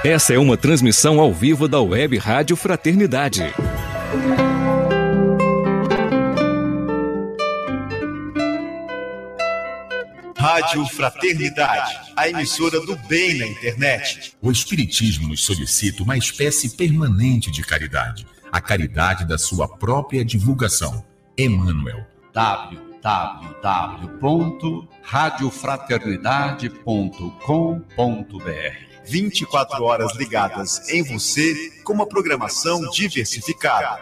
Essa é uma transmissão ao vivo da Web Rádio Fraternidade. Rádio Fraternidade, a emissora do bem na internet. O Espiritismo nos solicita uma espécie permanente de caridade, a caridade da sua própria divulgação. Emmanuel. www.radiofraternidade.com.br 24 horas ligadas em você com uma programação diversificada.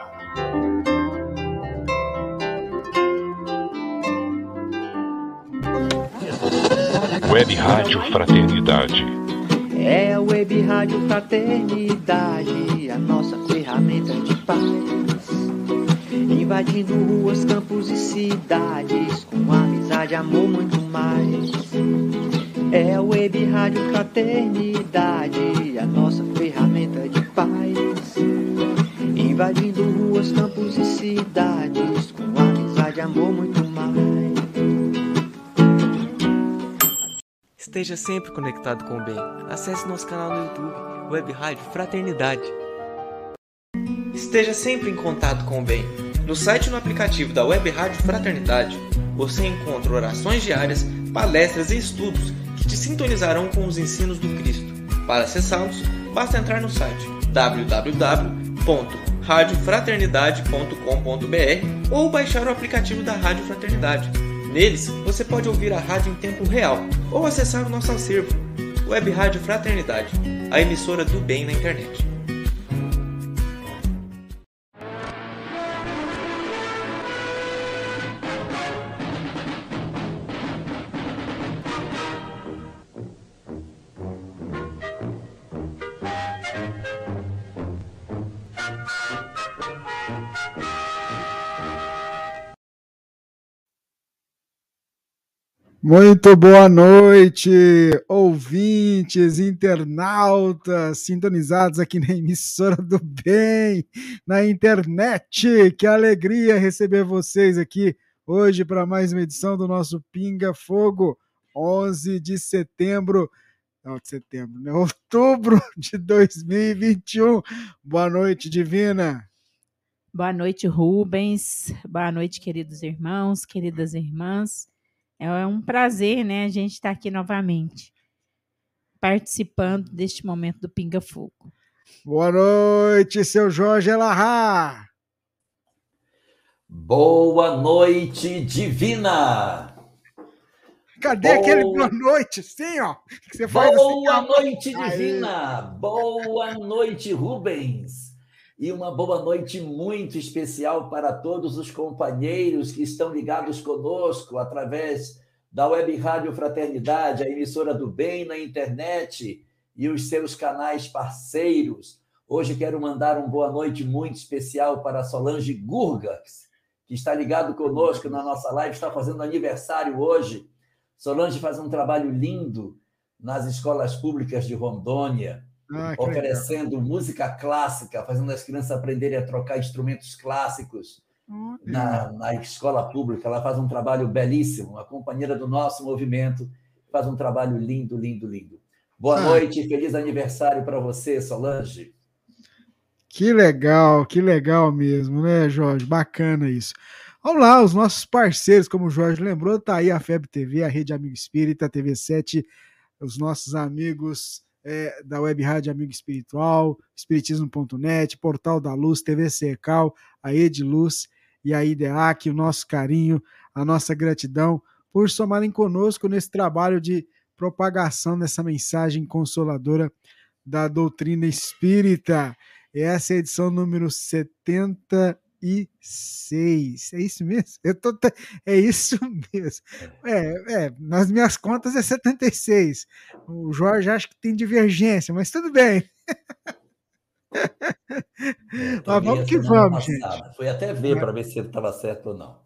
Web Rádio Fraternidade. É a Web Rádio Fraternidade, a nossa ferramenta de paz. Invadindo ruas, campos e cidades, com amizade, amor, muito mais. É a Web Rádio Fraternidade, a nossa ferramenta de paz. Invadindo ruas, campos e cidades, com amizade, amor, muito mais. Esteja sempre conectado com o bem. Acesse nosso canal no YouTube, Web Rádio Fraternidade. Esteja sempre em contato com o bem. No site e no aplicativo da Web Rádio Fraternidade, você encontra orações diárias, palestras e estudos que te sintonizarão com os ensinos do Cristo. Para acessá-los, basta entrar no site www.radiofraternidade.com.br ou baixar o aplicativo da Rádio Fraternidade. Neles, você pode ouvir a rádio em tempo real ou acessar o nosso acervo. Web Rádio Fraternidade, a emissora do bem na internet. Muito boa noite, ouvintes, internautas, sintonizados aqui na emissora do bem, na internet. Que alegria receber vocês aqui hoje para mais uma edição do nosso Pinga Fogo, 11 de setembro, né? Outubro de 2021. Boa noite, Divina. Boa noite, Rubens. Boa noite, queridos irmãos, queridas irmãs. É um prazer, né, a gente estar aqui novamente, participando deste momento do Pinga Fogo. Boa noite, seu Jorge Elahá. Boa noite, Divina. Cadê aquele boa noite, sim, ó? Que você faz boa assim, noite, Divina. Aí. Boa noite, Rubens. E uma boa noite muito especial para todos os companheiros que estão ligados conosco através da Web Rádio Fraternidade, a emissora do bem na internet e os seus canais parceiros. Hoje quero mandar uma boa noite muito especial para Solange Gurgas, que está ligado conosco na nossa live, está fazendo aniversário hoje. Solange faz um trabalho lindo nas escolas públicas de Rondônia, oferecendo legal. Música clássica, fazendo as crianças aprenderem a trocar instrumentos clássicos na escola pública. Ela faz um trabalho belíssimo, uma companheira do nosso movimento, faz um trabalho lindo, lindo, lindo. Boa noite e feliz aniversário para você, Solange. Que legal mesmo, né, Jorge? Bacana isso. Vamos lá, os nossos parceiros, como o Jorge lembrou, tá aí a FEB TV, a Rede Amigo Espírita, a TV7, os nossos amigos da Web Rádio Amigo Espiritual, Espiritismo.net, Portal da Luz, TV Secal, a Ediluz e a IDEAC, o nosso carinho, a nossa gratidão por somarem conosco nesse trabalho de propagação dessa mensagem consoladora da doutrina espírita. Essa é a edição número 76. É isso mesmo? É isso mesmo. Nas minhas contas é 76. O Jorge acha que tem divergência, mas tudo bem. Mas vamos que vamos, gente. Foi até ver para ver se ele estava certo ou não.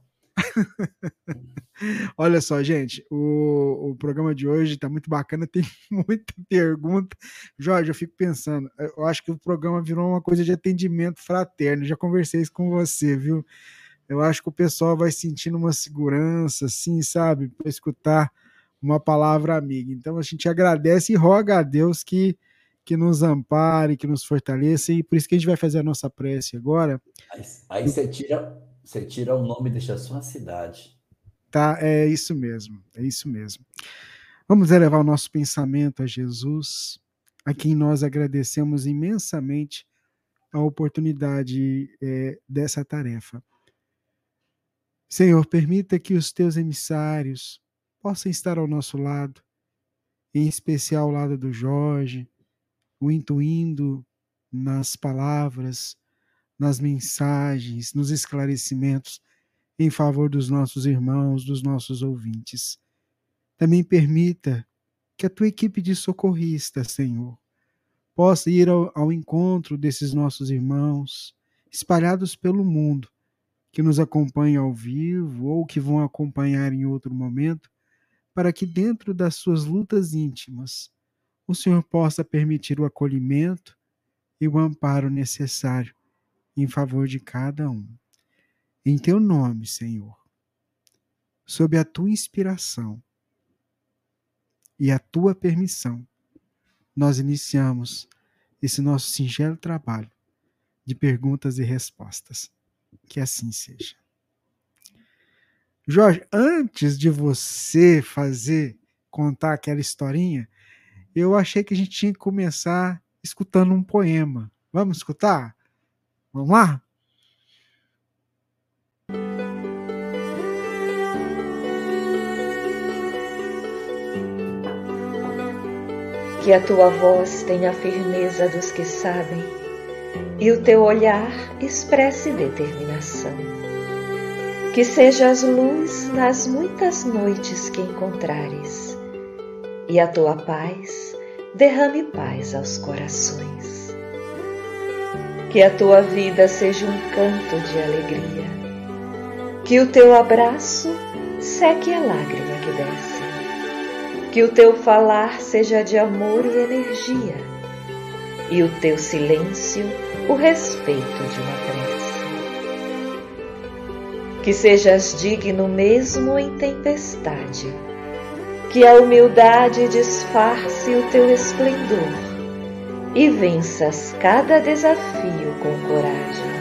Olha só, gente, o programa de hoje está muito bacana, tem muita pergunta. Jorge, eu fico pensando, eu acho que o programa virou uma coisa de atendimento fraterno, já conversei isso com você, viu? Eu acho que o pessoal vai sentindo uma segurança, assim, sabe, para escutar uma palavra amiga. Então a gente agradece e roga a Deus que que nos ampare, que nos fortaleça, e por isso que a gente vai fazer a nossa prece agora. Aí você tira o nome dessa sua cidade. Tá, é isso mesmo, é isso mesmo. Vamos elevar o nosso pensamento a Jesus, a quem nós agradecemos imensamente a oportunidade dessa tarefa. Senhor, permita que os teus emissários possam estar ao nosso lado, em especial ao lado do Jorge, o intuindo nas palavras, nas mensagens, nos esclarecimentos em favor dos nossos irmãos, dos nossos ouvintes. Também permita que a tua equipe de socorristas, Senhor, possa ir ao encontro desses nossos irmãos espalhados pelo mundo, que nos acompanham ao vivo ou que vão acompanhar em outro momento, para que dentro das suas lutas íntimas o Senhor possa permitir o acolhimento e o amparo necessário em favor de cada um. Em teu nome, Senhor, sob a tua inspiração e a tua permissão, nós iniciamos esse nosso singelo trabalho de perguntas e respostas. Que assim seja. Jorge, antes de você contar aquela historinha, eu achei que a gente tinha que começar escutando um poema. Vamos escutar? Vamos lá? Que a tua voz tenha a firmeza dos que sabem e o teu olhar expresse determinação. Que sejas luz nas muitas noites que encontrares e a tua paz derrame paz aos corações. Que a tua vida seja um canto de alegria, que o teu abraço seque a lágrima que desce, que o teu falar seja de amor e energia, e o teu silêncio o respeito de uma prece. Que sejas digno mesmo em tempestade, que a humildade disfarce o teu esplendor e venças cada desafio com coragem.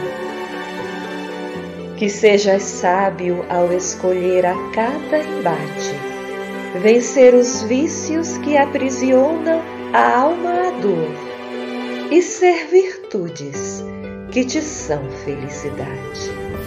Que sejas sábio ao escolher a cada embate, vencer os vícios que aprisionam a alma à dor e ser virtudes que te são felicidade.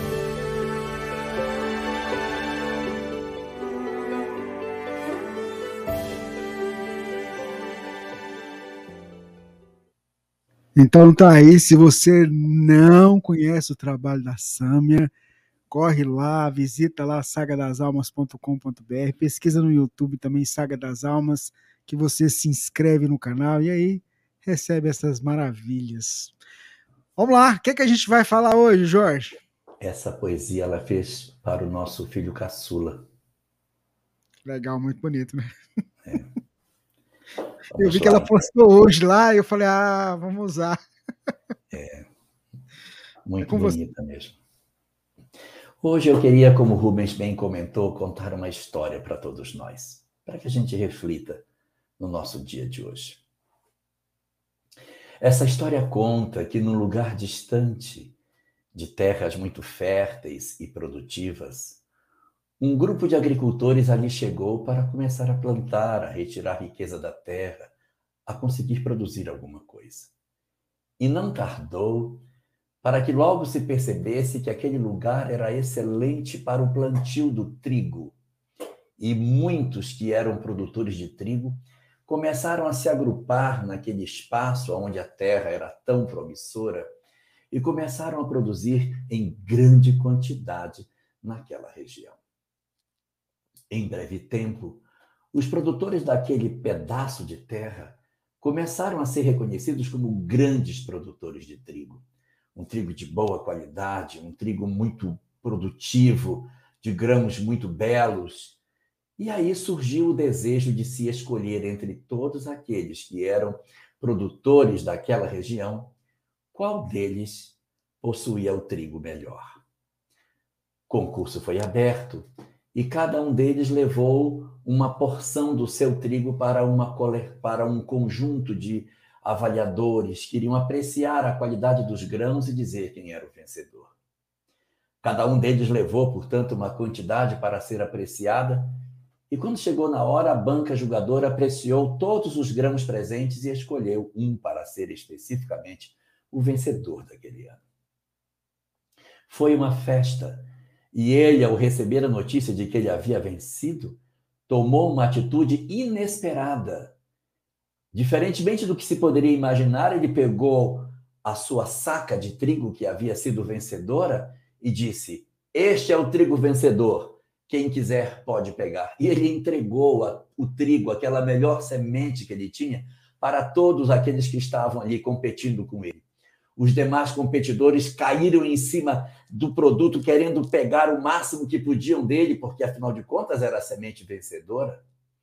Então tá aí, se você não conhece o trabalho da Sâmia, corre lá, visita lá sagadasalmas.com.br, pesquisa no YouTube também Saga das Almas, que você se inscreve no canal e aí recebe essas maravilhas. Vamos lá, o que a gente vai falar hoje, Jorge? Essa poesia ela fez para o nosso filho caçula. Legal, muito bonito, né? É. Eu vi que ela postou hoje lá e eu falei, vamos usar. Muito bonita mesmo. Hoje eu queria, como o Rubens bem comentou, contar uma história para todos nós, para que a gente reflita no nosso dia de hoje. Essa história conta que num lugar distante, de terras muito férteis e produtivas, um grupo de agricultores ali chegou para começar a plantar, a retirar a riqueza da terra, a conseguir produzir alguma coisa. E não tardou para que logo se percebesse que aquele lugar era excelente para o plantio do trigo. E muitos que eram produtores de trigo começaram a se agrupar naquele espaço onde a terra era tão promissora e começaram a produzir em grande quantidade naquela região. Em breve tempo, os produtores daquele pedaço de terra começaram a ser reconhecidos como grandes produtores de trigo. Um trigo de boa qualidade, um trigo muito produtivo, de grãos muito belos. E aí surgiu o desejo de se escolher entre todos aqueles que eram produtores daquela região, qual deles possuía o trigo melhor. O concurso foi aberto e cada um deles levou uma porção do seu trigo para um conjunto de avaliadores que iriam apreciar a qualidade dos grãos e dizer quem era o vencedor. Cada um deles levou, portanto, uma quantidade para ser apreciada, e quando chegou na hora, a banca julgadora apreciou todos os grãos presentes e escolheu um para ser especificamente o vencedor daquele ano. Foi uma festa, e ele, ao receber a notícia de que ele havia vencido, tomou uma atitude inesperada. Diferentemente do que se poderia imaginar, ele pegou a sua saca de trigo que havia sido vencedora e disse: "Este é o trigo vencedor. Quem quiser pode pegar." E ele entregou o trigo, aquela melhor semente que ele tinha, para todos aqueles que estavam ali competindo com ele. Os demais competidores caíram em cima do produto, querendo pegar o máximo que podiam dele, porque, afinal de contas, era a semente vencedora.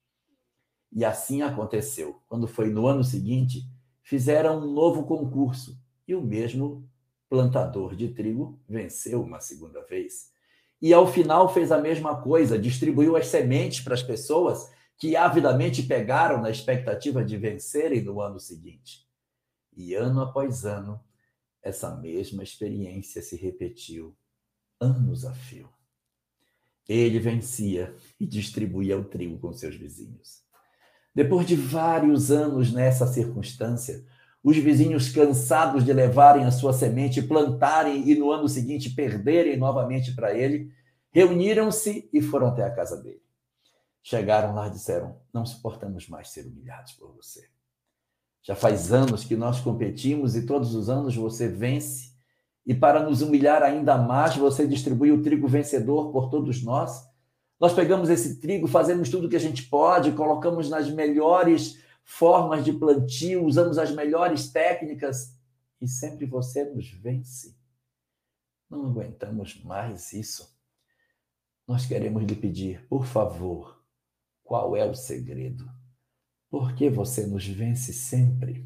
E assim aconteceu. Quando foi no ano seguinte, fizeram um novo concurso e o mesmo plantador de trigo venceu uma segunda vez. E ao final fez a mesma coisa, distribuiu as sementes para as pessoas que avidamente pegaram na expectativa de vencerem no ano seguinte. E ano após ano, essa mesma experiência se repetiu, anos a fio. Ele vencia e distribuía o trigo com seus vizinhos. Depois de vários anos nessa circunstância, os vizinhos, cansados de levarem a sua semente, plantarem e no ano seguinte perderem novamente para ele, reuniram-se e foram até a casa dele. Chegaram lá e disseram: "Não suportamos mais ser humilhados por você. Já faz anos que nós competimos e todos os anos você vence. E para nos humilhar ainda mais, você distribui o trigo vencedor por todos nós. Nós pegamos esse trigo, fazemos tudo o que a gente pode, colocamos nas melhores formas de plantio, usamos as melhores técnicas e sempre você nos vence. Não aguentamos mais isso. Nós queremos lhe pedir, por favor, qual é o segredo? Por que você nos vence sempre?"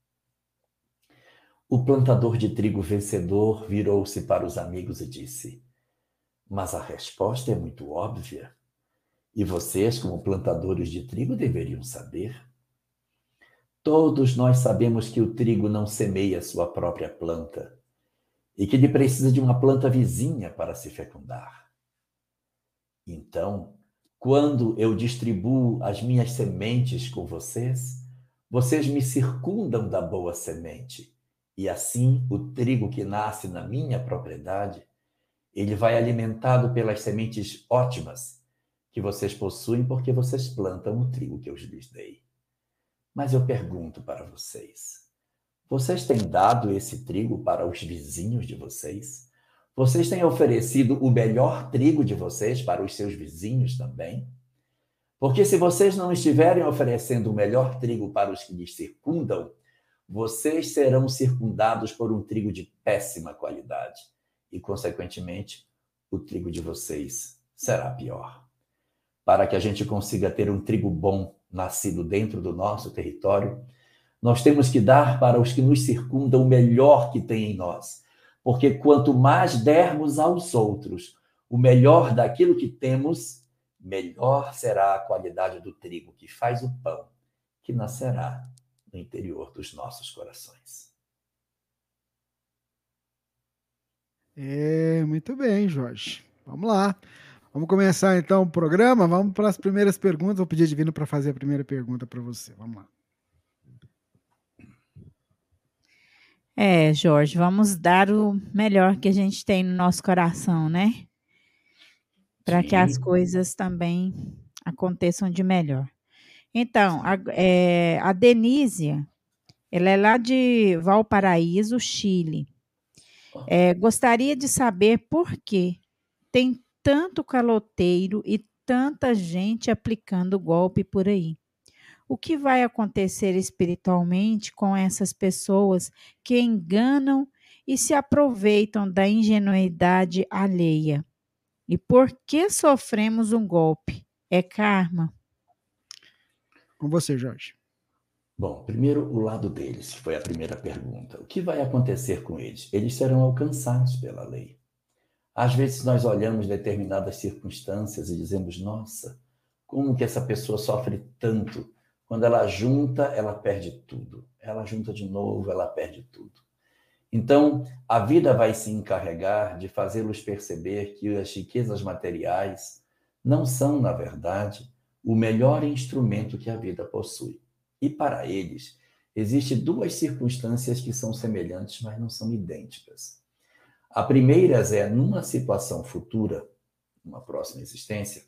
O plantador de trigo vencedor virou-se para os amigos e disse: "Mas a resposta é muito óbvia. E vocês, como plantadores de trigo, deveriam saber. Todos nós sabemos que o trigo não semeia sua própria planta e que ele precisa de uma planta vizinha para se fecundar. Então, quando eu distribuo as minhas sementes com vocês, vocês me circundam da boa semente. E assim, o trigo que nasce na minha propriedade, ele vai alimentado pelas sementes ótimas que vocês possuem porque vocês plantam o trigo que eu lhes dei. Mas eu pergunto para vocês, vocês têm dado esse trigo para os vizinhos de vocês? Vocês têm oferecido o melhor trigo de vocês para os seus vizinhos também? Porque se vocês não estiverem oferecendo o melhor trigo para os que lhes circundam, vocês serão circundados por um trigo de péssima qualidade e, consequentemente, o trigo de vocês será pior. Para que a gente consiga ter um trigo bom nascido dentro do nosso território, nós temos que dar para os que nos circundam o melhor que tem em nós, porque quanto mais dermos aos outros o melhor daquilo que temos, melhor será a qualidade do trigo que faz o pão que nascerá no interior dos nossos corações. Muito bem, Jorge. Vamos lá. Vamos começar então o programa. Vamos para as primeiras perguntas. Vou pedir a Divino para fazer a primeira pergunta para você. Vamos lá. Jorge, vamos dar o melhor que a gente tem no nosso coração, né? Para que as coisas também aconteçam de melhor. Então, a Denísia, ela é lá de Valparaíso, Chile. Gostaria de saber por que tem tanto caloteiro e tanta gente aplicando golpe por aí. O que vai acontecer espiritualmente com essas pessoas que enganam e se aproveitam da ingenuidade alheia? E por que sofremos um golpe? É karma? Com você, Jorge. Bom, primeiro o lado deles, foi a primeira pergunta. O que vai acontecer com eles? Eles serão alcançados pela lei. Às vezes nós olhamos determinadas circunstâncias e dizemos, nossa, como que essa pessoa sofre tanto Quando ela junta, ela perde tudo. Ela junta de novo, ela perde tudo. Então, a vida vai se encarregar de fazê-los perceber que as riquezas materiais não são, na verdade, o melhor instrumento que a vida possui. E para eles, existem duas circunstâncias que são semelhantes, mas não são idênticas. A primeira é, numa situação futura, uma próxima existência,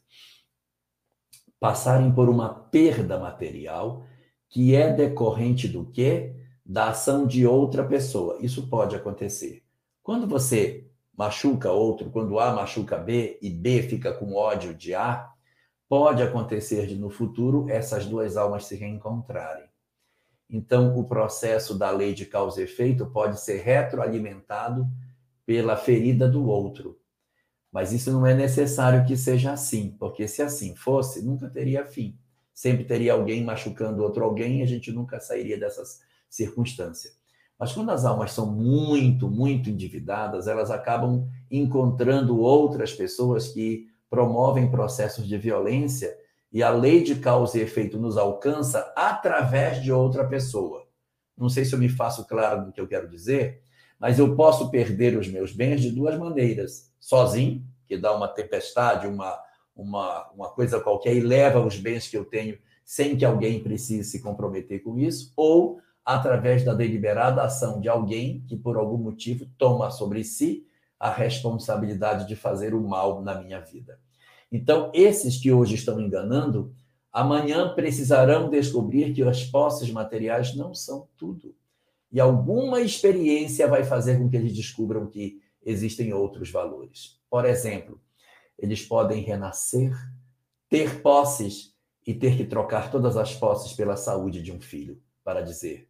passarem por uma perda material que é decorrente do quê? Da ação de outra pessoa. Isso pode acontecer. Quando você machuca outro, quando A machuca B e B fica com ódio de A, pode acontecer de no futuro essas duas almas se reencontrarem. Então, o processo da lei de causa e efeito pode ser retroalimentado pela ferida do outro. Mas isso não é necessário que seja assim, porque se assim fosse, nunca teria fim. Sempre teria alguém machucando outro alguém e a gente nunca sairia dessas circunstâncias. Mas quando as almas são muito, muito endividadas, elas acabam encontrando outras pessoas que promovem processos de violência e a lei de causa e efeito nos alcança através de outra pessoa. Não sei se eu me faço claro no que eu quero dizer, mas eu posso perder os meus bens de duas maneiras. Sozinho, que dá uma tempestade, uma coisa qualquer e leva os bens que eu tenho sem que alguém precise se comprometer com isso, ou através da deliberada ação de alguém que, por algum motivo, toma sobre si a responsabilidade de fazer o mal na minha vida. Então, esses que hoje estão enganando, amanhã precisarão descobrir que as posses materiais não são tudo. E alguma experiência vai fazer com que eles descubram que existem outros valores. Por exemplo, eles podem renascer, ter posses e ter que trocar todas as posses pela saúde de um filho, para dizer,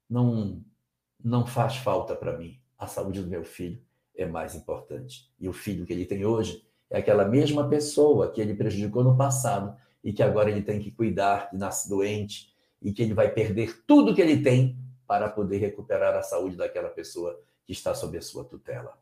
não faz falta para mim, a saúde do meu filho é mais importante. E o filho que ele tem hoje é aquela mesma pessoa que ele prejudicou no passado e que agora ele tem que cuidar, que nasce doente e que ele vai perder tudo que ele tem para poder recuperar a saúde daquela pessoa que está sob a sua tutela.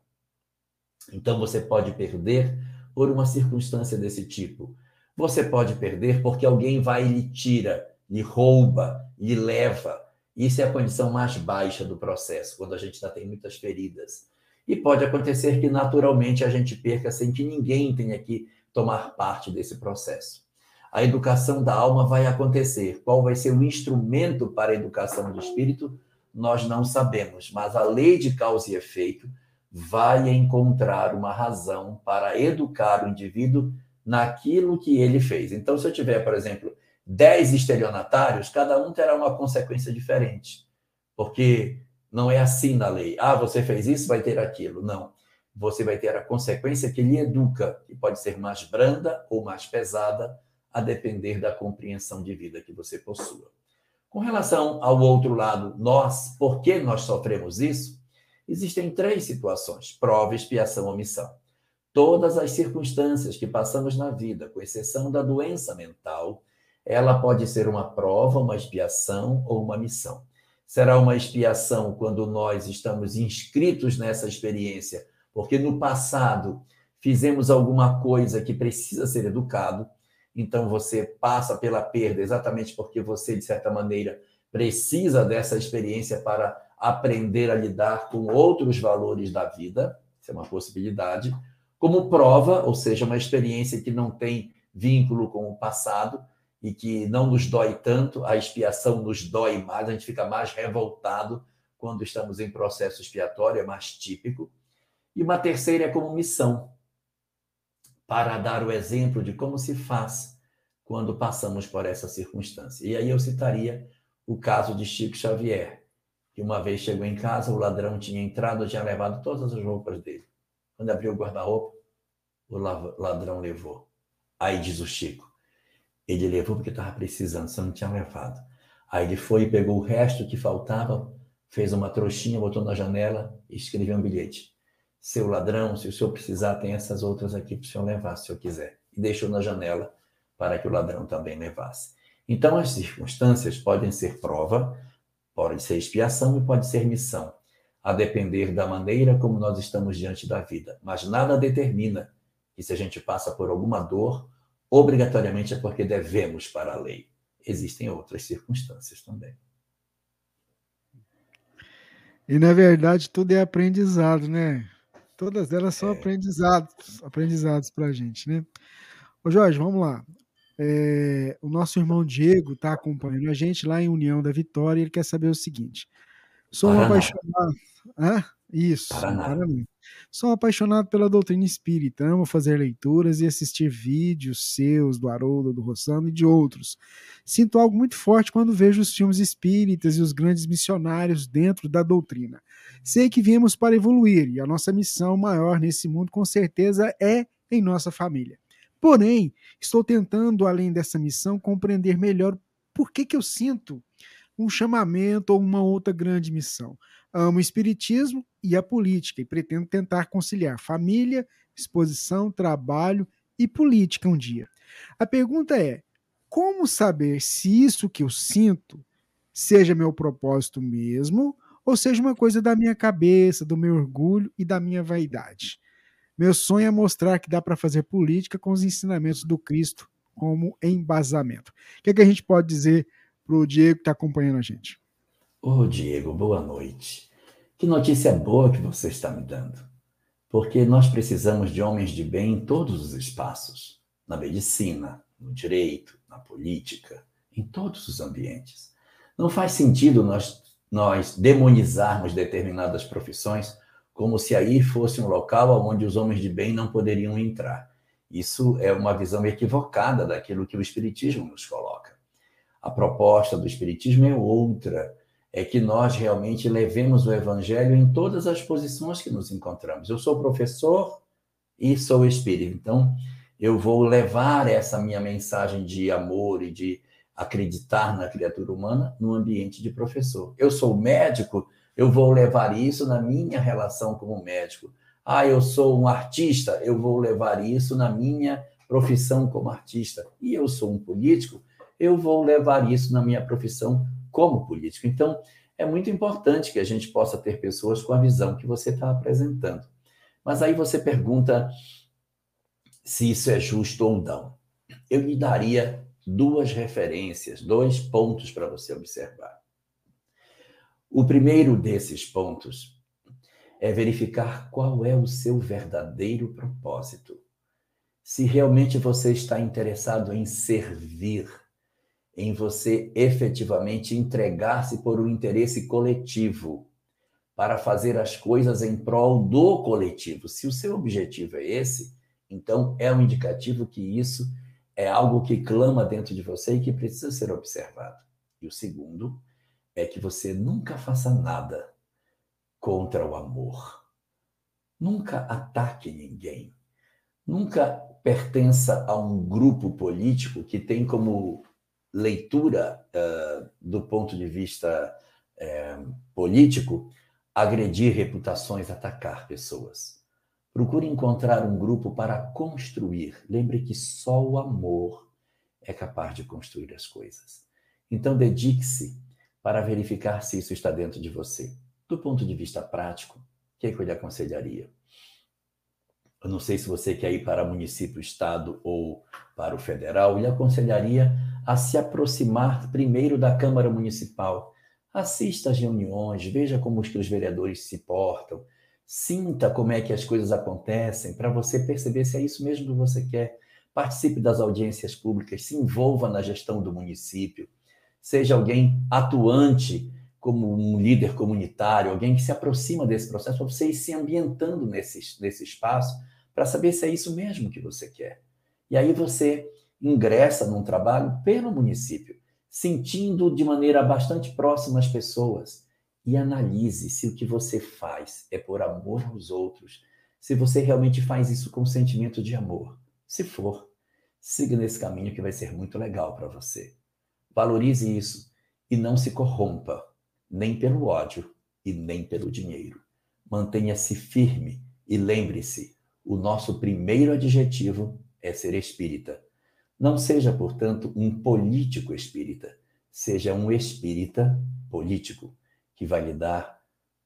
Então, você pode perder por uma circunstância desse tipo. Você pode perder porque alguém vai e lhe tira, lhe rouba, lhe leva. Isso é a condição mais baixa do processo, quando a gente ainda tem muitas feridas. E pode acontecer que, naturalmente, a gente perca sem que ninguém tenha que tomar parte desse processo. A educação da alma vai acontecer. Qual vai ser o instrumento para a educação do espírito? Nós não sabemos, mas a lei de causa e efeito vai encontrar uma razão para educar o indivíduo naquilo que ele fez. Então, se eu tiver, por exemplo, 10 estelionatários, cada um terá uma consequência diferente, porque não é assim na lei. Ah, você fez isso, vai ter aquilo. Não. Você vai ter a consequência que lhe educa, que pode ser mais branda ou mais pesada, a depender da compreensão de vida que você possua. Com relação ao outro lado, nós, por que nós sofremos isso? Existem 3 situações: prova, expiação, omissão. Todas as circunstâncias que passamos na vida, com exceção da doença mental, ela pode ser uma prova, uma expiação ou uma missão. Será uma expiação quando nós estamos inscritos nessa experiência, porque no passado fizemos alguma coisa que precisa ser educado, então você passa pela perda exatamente porque você, de certa maneira, precisa dessa experiência para aprender a lidar com outros valores da vida, isso é uma possibilidade, como prova, ou seja, uma experiência que não tem vínculo com o passado e que não nos dói tanto, a expiação nos dói mais, a gente fica mais revoltado quando estamos em processo expiatório, é mais típico. E uma terceira é como missão, para dar o exemplo de como se faz quando passamos por essa circunstância. E aí eu citaria o caso de Chico Xavier, que uma vez chegou em casa, o ladrão tinha entrado, tinha levado todas as roupas dele. Quando abriu o guarda-roupa, o ladrão levou. Aí diz o Chico, ele levou porque estava precisando, você não tinha levado. Aí ele foi e pegou o resto que faltava, fez uma trouxinha, botou na janela e escreveu um bilhete. Seu ladrão, se o senhor precisar, tem essas outras aqui para o senhor levar, se o senhor quiser. E deixou na janela para que o ladrão também levasse. Então, as circunstâncias podem ser prova, pode ser expiação e pode ser missão, a depender da maneira como nós estamos diante da vida. Mas nada determina que se a gente passa por alguma dor, obrigatoriamente é porque devemos para a lei. existem outras circunstâncias também. E, na verdade, tudo é aprendizado, né? Todas elas são aprendizados para a gente, né? Ô Jorge, vamos lá. O nosso irmão Diego está acompanhando a gente lá em União da Vitória e ele quer saber o seguinte. Sou um Paraná. apaixonado... Isso, Paraná. Sou um apaixonado pela doutrina espírita, amo fazer leituras e assistir vídeos seus, do Haroldo, do Rossano e de outros. Sinto algo muito forte quando vejo os filmes espíritas e os grandes missionários dentro da doutrina. Sei que viemos para evoluir e a nossa missão maior nesse mundo com certeza é em nossa família. Porém, estou tentando, além dessa missão, compreender melhor por que eu sinto um chamamento ou uma outra grande missão. Amo o espiritismo e a política e pretendo tentar conciliar família, exposição, trabalho e política um dia. A pergunta é, como saber se isso que eu sinto seja meu propósito mesmo ou seja uma coisa da minha cabeça, do meu orgulho e da minha vaidade? Meu sonho é mostrar que dá para fazer política com os ensinamentos do Cristo como embasamento. O que é que a gente pode dizer para o Diego que está acompanhando a gente? Ô, Diego, boa noite. Que notícia boa que você está me dando. Porque nós precisamos de homens de bem em todos os espaços. Na medicina, no direito, na política, em todos os ambientes. Não faz sentido nós demonizarmos determinadas profissões como se aí fosse um local onde os homens de bem não poderiam entrar. Isso é uma visão equivocada daquilo que o Espiritismo nos coloca. A proposta do Espiritismo é outra, é que nós realmente levemos o Evangelho em todas as posições que nos encontramos. Eu sou professor e sou espírita, então eu vou levar essa minha mensagem de amor e de acreditar na criatura humana no ambiente de professor. Eu sou médico, eu vou levar isso na minha relação como médico. Eu sou um artista, eu vou levar isso na minha profissão como artista. E eu sou um político, eu vou levar isso na minha profissão como político. Então, é muito importante que a gente possa ter pessoas com a visão que você está apresentando. Mas aí você pergunta se isso é justo ou não. Eu lhe daria 2 referências, 2 pontos para você observar. O primeiro desses pontos é verificar qual é o seu verdadeiro propósito. Se realmente você está interessado em servir, em você efetivamente entregar-se por um interesse coletivo, para fazer as coisas em prol do coletivo. Se o seu objetivo é esse, então é um indicativo que isso é algo que clama dentro de você e que precisa ser observado. E o segundo é que você nunca faça nada contra o amor. Nunca ataque ninguém. Nunca pertença a um grupo político que tem como leitura, do ponto de vista político, agredir reputações, atacar pessoas. Procure encontrar um grupo para construir. Lembre que só o amor é capaz de construir as coisas. Então, dedique-se para verificar se isso está dentro de você. Do ponto de vista prático, o que é que eu lhe aconselharia? Eu não sei se você quer ir para município, estado ou para o federal, eu lhe aconselharia a se aproximar primeiro da Câmara Municipal. Assista às reuniões, veja como que os vereadores se portam, sinta como é que as coisas acontecem, para você perceber se é isso mesmo que você quer. Participe das audiências públicas, se envolva na gestão do município, seja alguém atuante como um líder comunitário, alguém que se aproxima desse processo, para você ir se ambientando nesse espaço, para saber se é isso mesmo que você quer. E aí você ingressa num trabalho pelo município, sentindo de maneira bastante próxima as pessoas, e analise se o que você faz é por amor aos outros, se você realmente faz isso com sentimento de amor. Se for, siga nesse caminho que vai ser muito legal para você. Valorize isso e não se corrompa, nem pelo ódio e nem pelo dinheiro. Mantenha-se firme e lembre-se, o nosso primeiro adjetivo é ser espírita. Não seja, portanto, um político espírita, seja um espírita político, que vai lhe dar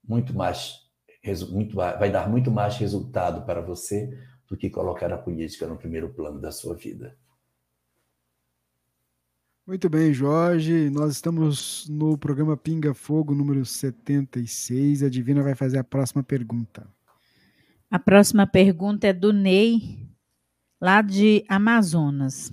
vai dar muito mais resultado para você do que colocar a política no primeiro plano da sua vida. Muito bem, Jorge. Nós estamos no programa Pinga Fogo, número 76. A Divina vai fazer a próxima pergunta. A próxima pergunta é do Ney, lá de Amazonas.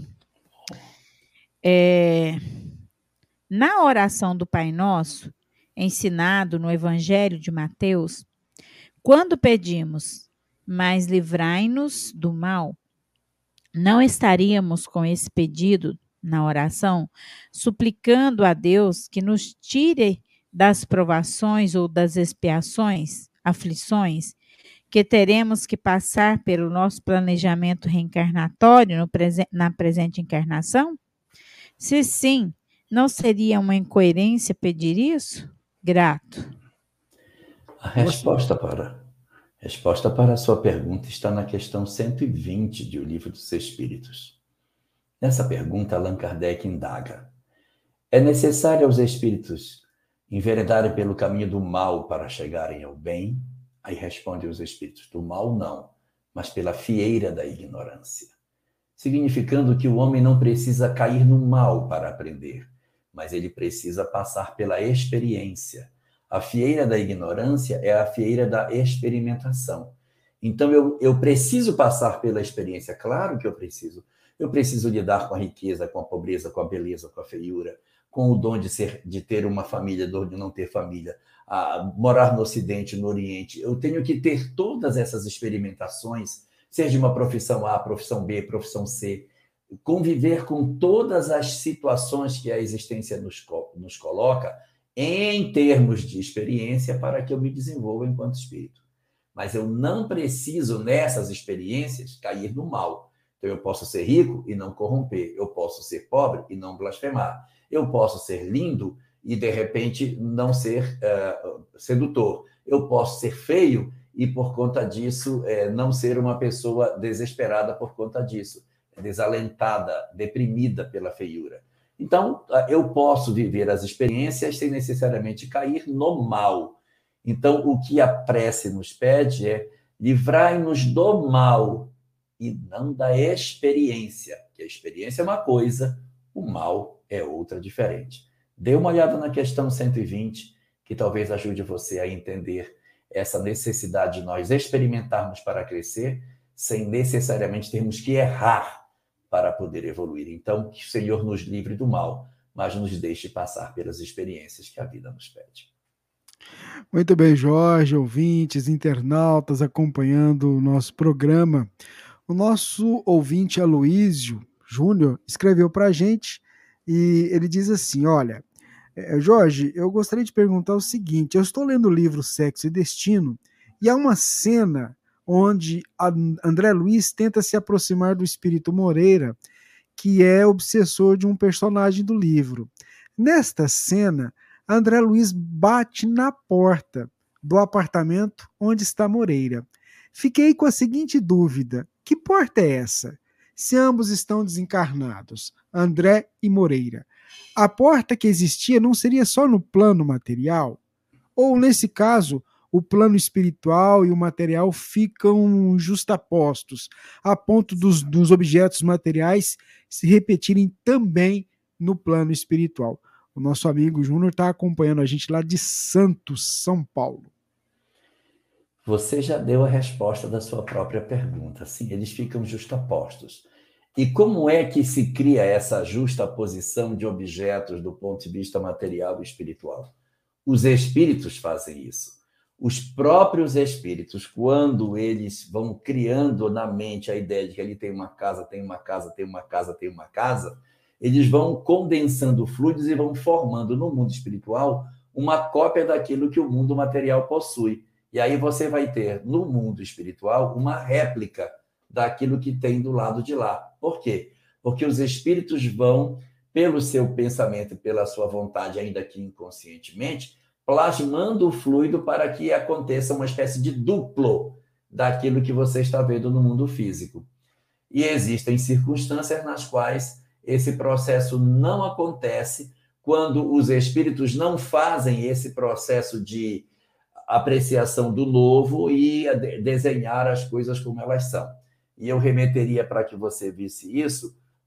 Na oração do Pai Nosso, ensinado no Evangelho de Mateus, quando pedimos, mas livrai-nos do mal, não estaríamos com esse pedido na oração, suplicando a Deus que nos tire das provações ou das expiações, aflições, que teremos que passar pelo nosso planejamento reencarnatório na presente encarnação? Se sim, não seria uma incoerência pedir isso? Grato. A resposta para a sua pergunta está na questão 120 de O Livro dos Espíritos. Nessa pergunta, Allan Kardec indaga: é necessário aos espíritos enveredarem pelo caminho do mal para chegarem ao bem? Aí responde os espíritos: do mal não, mas pela fieira da ignorância. Significando que o homem não precisa cair no mal para aprender, mas ele precisa passar pela experiência. A fieira da ignorância é a fieira da experimentação. Então, eu preciso passar pela experiência. Claro que eu preciso. Eu preciso lidar com a riqueza, com a pobreza, com a beleza, com a feiura, com o dom de ter uma família, dom de não ter família, morar no Ocidente, no Oriente. Eu tenho que ter todas essas experimentações, seja uma profissão A, profissão B, profissão C, conviver com todas as situações que a existência nos coloca em termos de experiência para que eu me desenvolva enquanto espírito. Mas eu não preciso, nessas experiências, cair no mal. Então, eu posso ser rico e não corromper. Eu posso ser pobre e não blasfemar. Eu posso ser lindo e, de repente, não ser sedutor. Eu posso ser feio e, por conta disso, não ser uma pessoa desesperada por conta disso, desalentada, deprimida pela feiura. Então, eu posso viver as experiências sem necessariamente cair no mal. Então, o que a prece nos pede é: livrai-nos do mal e não da experiência, que a experiência é uma coisa, o mal é outra diferente. Dê uma olhada na questão 120, que talvez ajude você a entender essa necessidade de nós experimentarmos para crescer, sem necessariamente termos que errar para poder evoluir. Então, que o Senhor nos livre do mal, mas nos deixe passar pelas experiências que a vida nos pede. Muito bem, Jorge, ouvintes, internautas acompanhando o nosso programa. O nosso ouvinte Aloísio Júnior escreveu para a gente e ele diz assim: olha, Jorge, eu gostaria de perguntar o seguinte: eu estou lendo o livro Sexo e Destino e há uma cena onde André Luiz tenta se aproximar do espírito Moreira, que é obsessor de um personagem do livro. Nesta cena, André Luiz bate na porta do apartamento onde está Moreira. Fiquei com a seguinte dúvida: que porta é essa? Se ambos estão desencarnados, André e Moreira, a porta que existia não seria só no plano material? Ou, nesse caso, o plano espiritual e o material ficam justapostos, a ponto dos objetos materiais se repetirem também no plano espiritual? O nosso amigo Júnior está acompanhando a gente lá de Santos, São Paulo. Você já deu a resposta da sua própria pergunta. Sim, eles ficam justapostos. E como é que se cria essa justaposição de objetos do ponto de vista material e espiritual? Os espíritos fazem isso. Os próprios espíritos, quando eles vão criando na mente a ideia de que ele tem uma casa, tem uma casa, tem uma casa, tem uma casa, eles vão condensando fluidos e vão formando no mundo espiritual uma cópia daquilo que o mundo material possui. E aí você vai ter, no mundo espiritual, uma réplica daquilo que tem do lado de lá. Por quê? Porque os espíritos vão, pelo seu pensamento e pela sua vontade, ainda que inconscientemente, plasmando o fluido para que aconteça uma espécie de duplo daquilo que você está vendo no mundo físico. E existem circunstâncias nas quais esse processo não acontece, quando os espíritos não fazem esse processo de apreciação do novo e desenhar as coisas como elas são. E eu remeteria para que você visse isso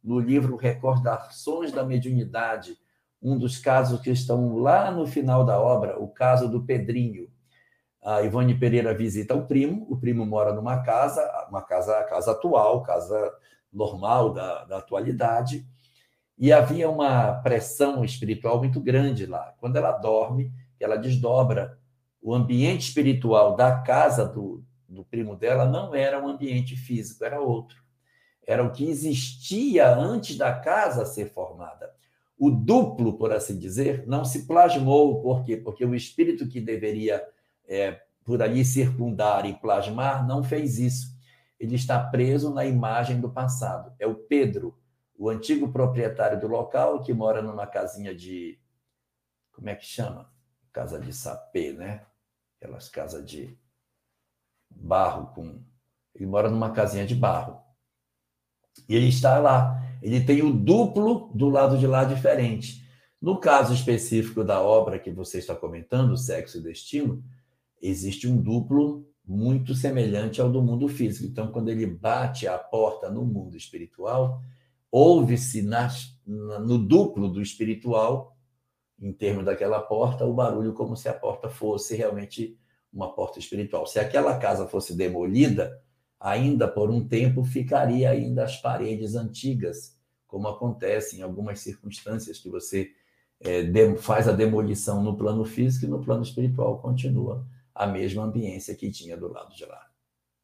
no livro Recordações da Mediunidade, um dos casos que estão lá no final da obra, o caso do Pedrinho. A Ivone Pereira visita o primo mora numa casa, a casa atual, casa normal da atualidade, e havia uma pressão espiritual muito grande lá. Quando ela dorme, ela desdobra, o ambiente espiritual da casa do primo dela não era um ambiente físico, era outro. Era o que existia antes da casa ser formada. O duplo, por assim dizer, não se plasmou. Por quê? Porque o espírito que deveria, por ali, circundar e plasmar, não fez isso. Ele está preso na imagem do passado. É o Pedro, o antigo proprietário do local, que mora numa casinha de... Como é que chama? Casa de sapê, né? Aquelas casas de barro com... Ele mora numa casinha de barro. E ele está lá. Ele tem o duplo do lado de lá diferente. No caso específico da obra que você está comentando, Sexo e Destino, existe um duplo muito semelhante ao do mundo físico. Então, quando ele bate a porta no mundo espiritual, ouve-se no duplo do espiritual, em termos daquela porta, o barulho como se a porta fosse realmente uma porta espiritual. Se aquela casa fosse demolida, ainda por um tempo ficaria ainda as paredes antigas, como acontece em algumas circunstâncias que você faz a demolição no plano físico e no plano espiritual continua a mesma ambiência que tinha do lado de lá.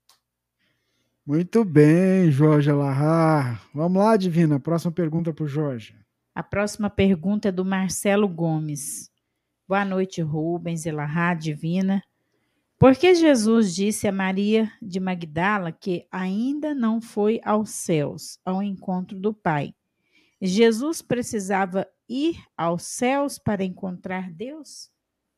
Muito bem, Jorge Alahá. Vamos lá, Divina, próxima pergunta para o Jorge. A próxima pergunta é do Marcelo Gomes. Boa noite, Rubens, Alahá, Divina. Por que Jesus disse a Maria de Magdala que ainda não foi aos céus, ao encontro do Pai? Jesus precisava ir aos céus para encontrar Deus?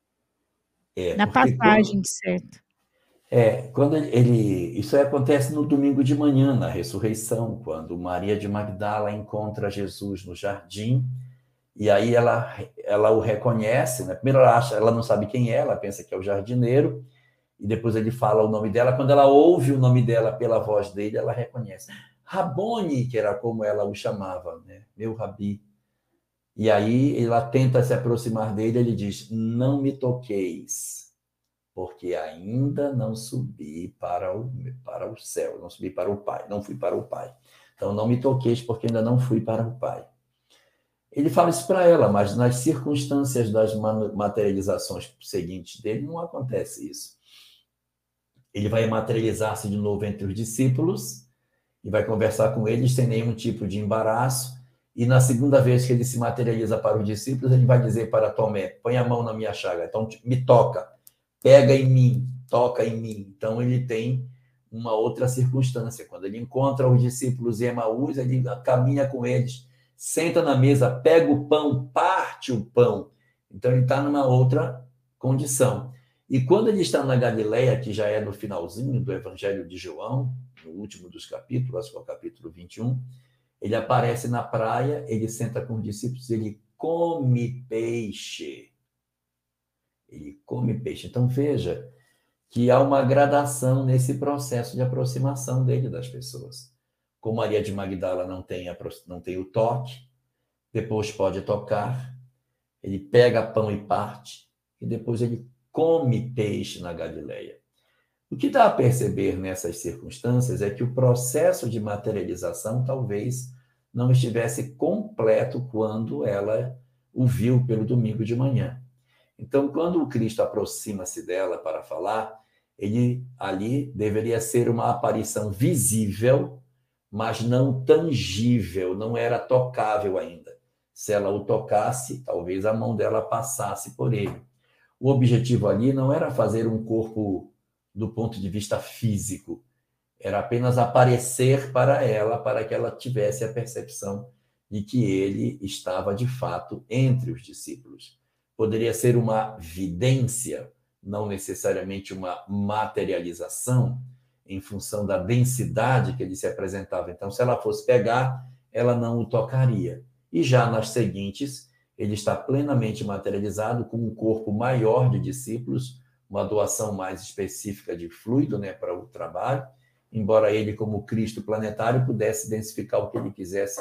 Na passagem, certo? Quando isso acontece no domingo de manhã, na ressurreição, quando Maria de Magdala encontra Jesus no jardim, e aí ela o reconhece, né? Primeiro ela não sabe quem é, ela pensa que é o jardineiro, e depois ele fala o nome dela. Quando ela ouve o nome dela pela voz dele, ela reconhece. Rabone, que era como ela o chamava, né? Meu rabi. E aí ela tenta se aproximar dele, ele diz, não me toqueis, porque ainda não subi para o céu, não subi para o Pai, não fui para o Pai. Então não me toqueis, porque ainda não fui para o Pai. Ele fala isso para ela, mas nas circunstâncias das materializações seguintes dele, não acontece isso. Ele vai materializar-se de novo entre os discípulos e vai conversar com eles sem nenhum tipo de embaraço. E na segunda vez que ele se materializa para os discípulos, ele vai dizer para Tomé, põe a mão na minha chaga, então me toca, pega em mim, toca em mim. Então ele tem uma outra circunstância. Quando ele encontra os discípulos em Emaús, ele caminha com eles, senta na mesa, pega o pão, parte o pão. Então ele está numa outra condição. E quando ele está na Galileia, que já é no finalzinho do Evangelho de João, no último dos capítulos, acho que é o capítulo 21, ele aparece na praia, ele senta com os discípulos, ele come peixe. Ele come peixe. Então veja que há uma gradação nesse processo de aproximação dele das pessoas. Como Maria de Magdala não tem o toque, depois pode tocar, ele pega pão e parte, e depois ele come peixe na Galileia. O que dá a perceber nessas circunstâncias é que o processo de materialização talvez não estivesse completo quando ela o viu pelo domingo de manhã. Então, quando o Cristo aproxima-se dela para falar, ele ali deveria ser uma aparição visível, mas não tangível, não era tocável ainda. Se ela o tocasse, talvez a mão dela passasse por ele. O objetivo ali não era fazer um corpo do ponto de vista físico, era apenas aparecer para ela, para que ela tivesse a percepção de que ele estava, de fato, entre os discípulos. Poderia ser uma vidência, não necessariamente uma materialização, em função da densidade que ele se apresentava. Então, se ela fosse pegar, ela não o tocaria. E já nas seguintes, ele está plenamente materializado com um corpo maior de discípulos, uma doação mais específica de fluido, né, para o trabalho, embora ele, como Cristo planetário, pudesse densificar o que ele quisesse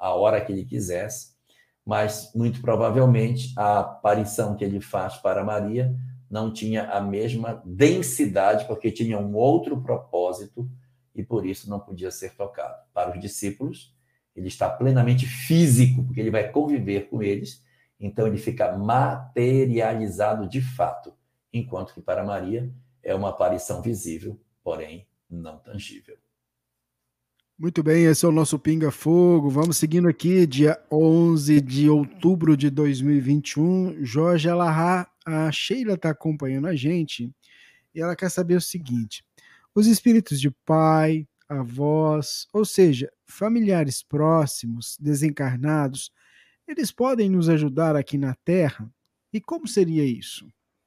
a hora que ele quisesse, mas muito provavelmente a aparição que ele faz para Maria não tinha a mesma densidade, porque tinha um outro propósito e por isso não podia ser tocado. Para os discípulos, ele está plenamente físico, porque ele vai conviver com eles, então ele fica materializado de fato, enquanto que para Maria é uma aparição visível, porém não tangível. Muito bem, esse é o nosso Pinga Fogo. Vamos seguindo aqui, dia 11 de outubro de 2021. Jorge Alahá, a Sheila está acompanhando a gente e ela quer saber o seguinte: os espíritos de pai, avós, ou seja, familiares próximos, desencarnados, eles podem nos ajudar aqui na Terra? E como seria isso?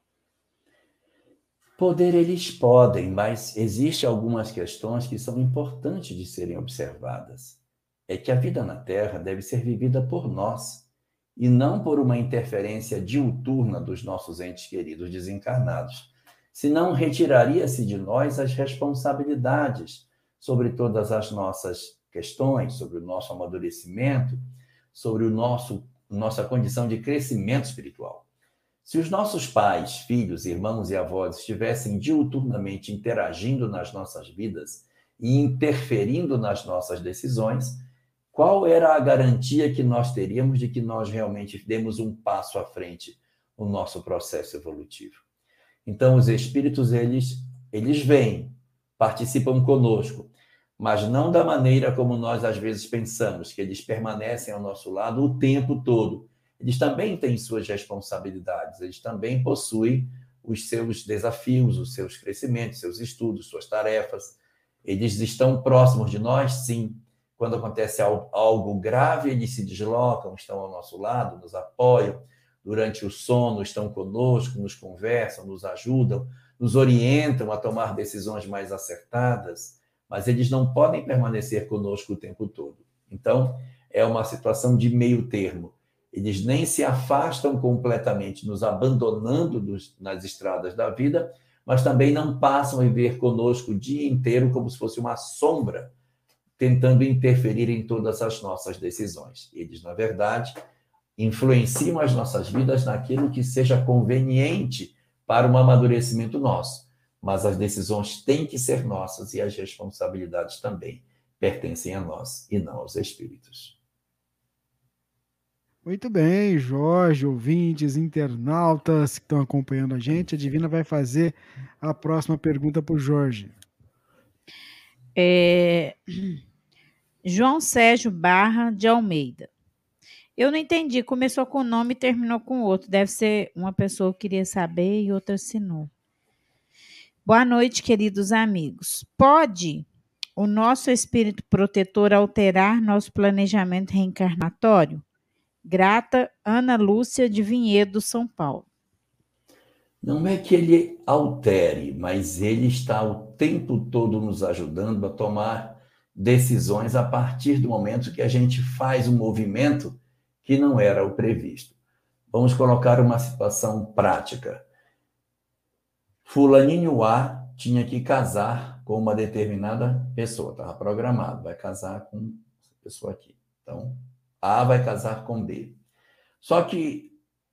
Poder eles podem, mas existem algumas questões que são importantes de serem observadas. É que a vida na Terra deve ser vivida por nós, e não por uma interferência diuturna dos nossos entes queridos desencarnados. Senão retiraria-se de nós as responsabilidades sobre todas as nossas questões, sobre o nosso amadurecimento, sobre nossa condição de crescimento espiritual. Se os nossos pais, filhos, irmãos e avós estivessem diuturnamente interagindo nas nossas vidas e interferindo nas nossas decisões, qual era a garantia que nós teríamos de que nós realmente demos um passo à frente no nosso processo evolutivo? Então, os espíritos, eles vêm, participam conosco, mas não da maneira como nós às vezes pensamos, que eles permanecem ao nosso lado o tempo todo. Eles também têm suas responsabilidades, eles também possuem os seus desafios, os seus crescimentos, seus estudos, suas tarefas. Eles estão próximos de nós, sim. Quando acontece algo grave, eles se deslocam, estão ao nosso lado, nos apoiam. Durante o sono, estão conosco, nos conversam, nos ajudam, nos orientam a tomar decisões mais acertadas, mas eles não podem permanecer conosco o tempo todo. Então, é uma situação de meio termo. Eles nem se afastam completamente, nos abandonando nas estradas da vida, mas também não passam a viver conosco o dia inteiro como se fosse uma sombra, tentando interferir em todas as nossas decisões. Eles, na verdade, influenciam as nossas vidas naquilo que seja conveniente para um amadurecimento nosso. Mas as decisões têm que ser nossas e as responsabilidades também pertencem a nós e não aos espíritos. Muito bem, Jorge, ouvintes, internautas que estão acompanhando a gente, a Divina vai fazer a próxima pergunta para o Jorge. João Sérgio Barra de Almeida. Eu não entendi, começou com um nome e terminou com outro. Deve ser uma pessoa que queria saber e outra assinou. Boa noite, queridos amigos. Pode o nosso espírito protetor alterar nosso planejamento reencarnatório? Grata, Ana Lúcia de Vinhedo, São Paulo. Não é que ele altere, mas ele está o tempo todo nos ajudando a tomar decisões a partir do momento que a gente faz um movimento que não era o previsto. Vamos colocar uma situação prática. Fulaninho A tinha que casar com uma determinada pessoa, estava programado, vai casar com essa pessoa aqui. Então, A vai casar com B. Só que,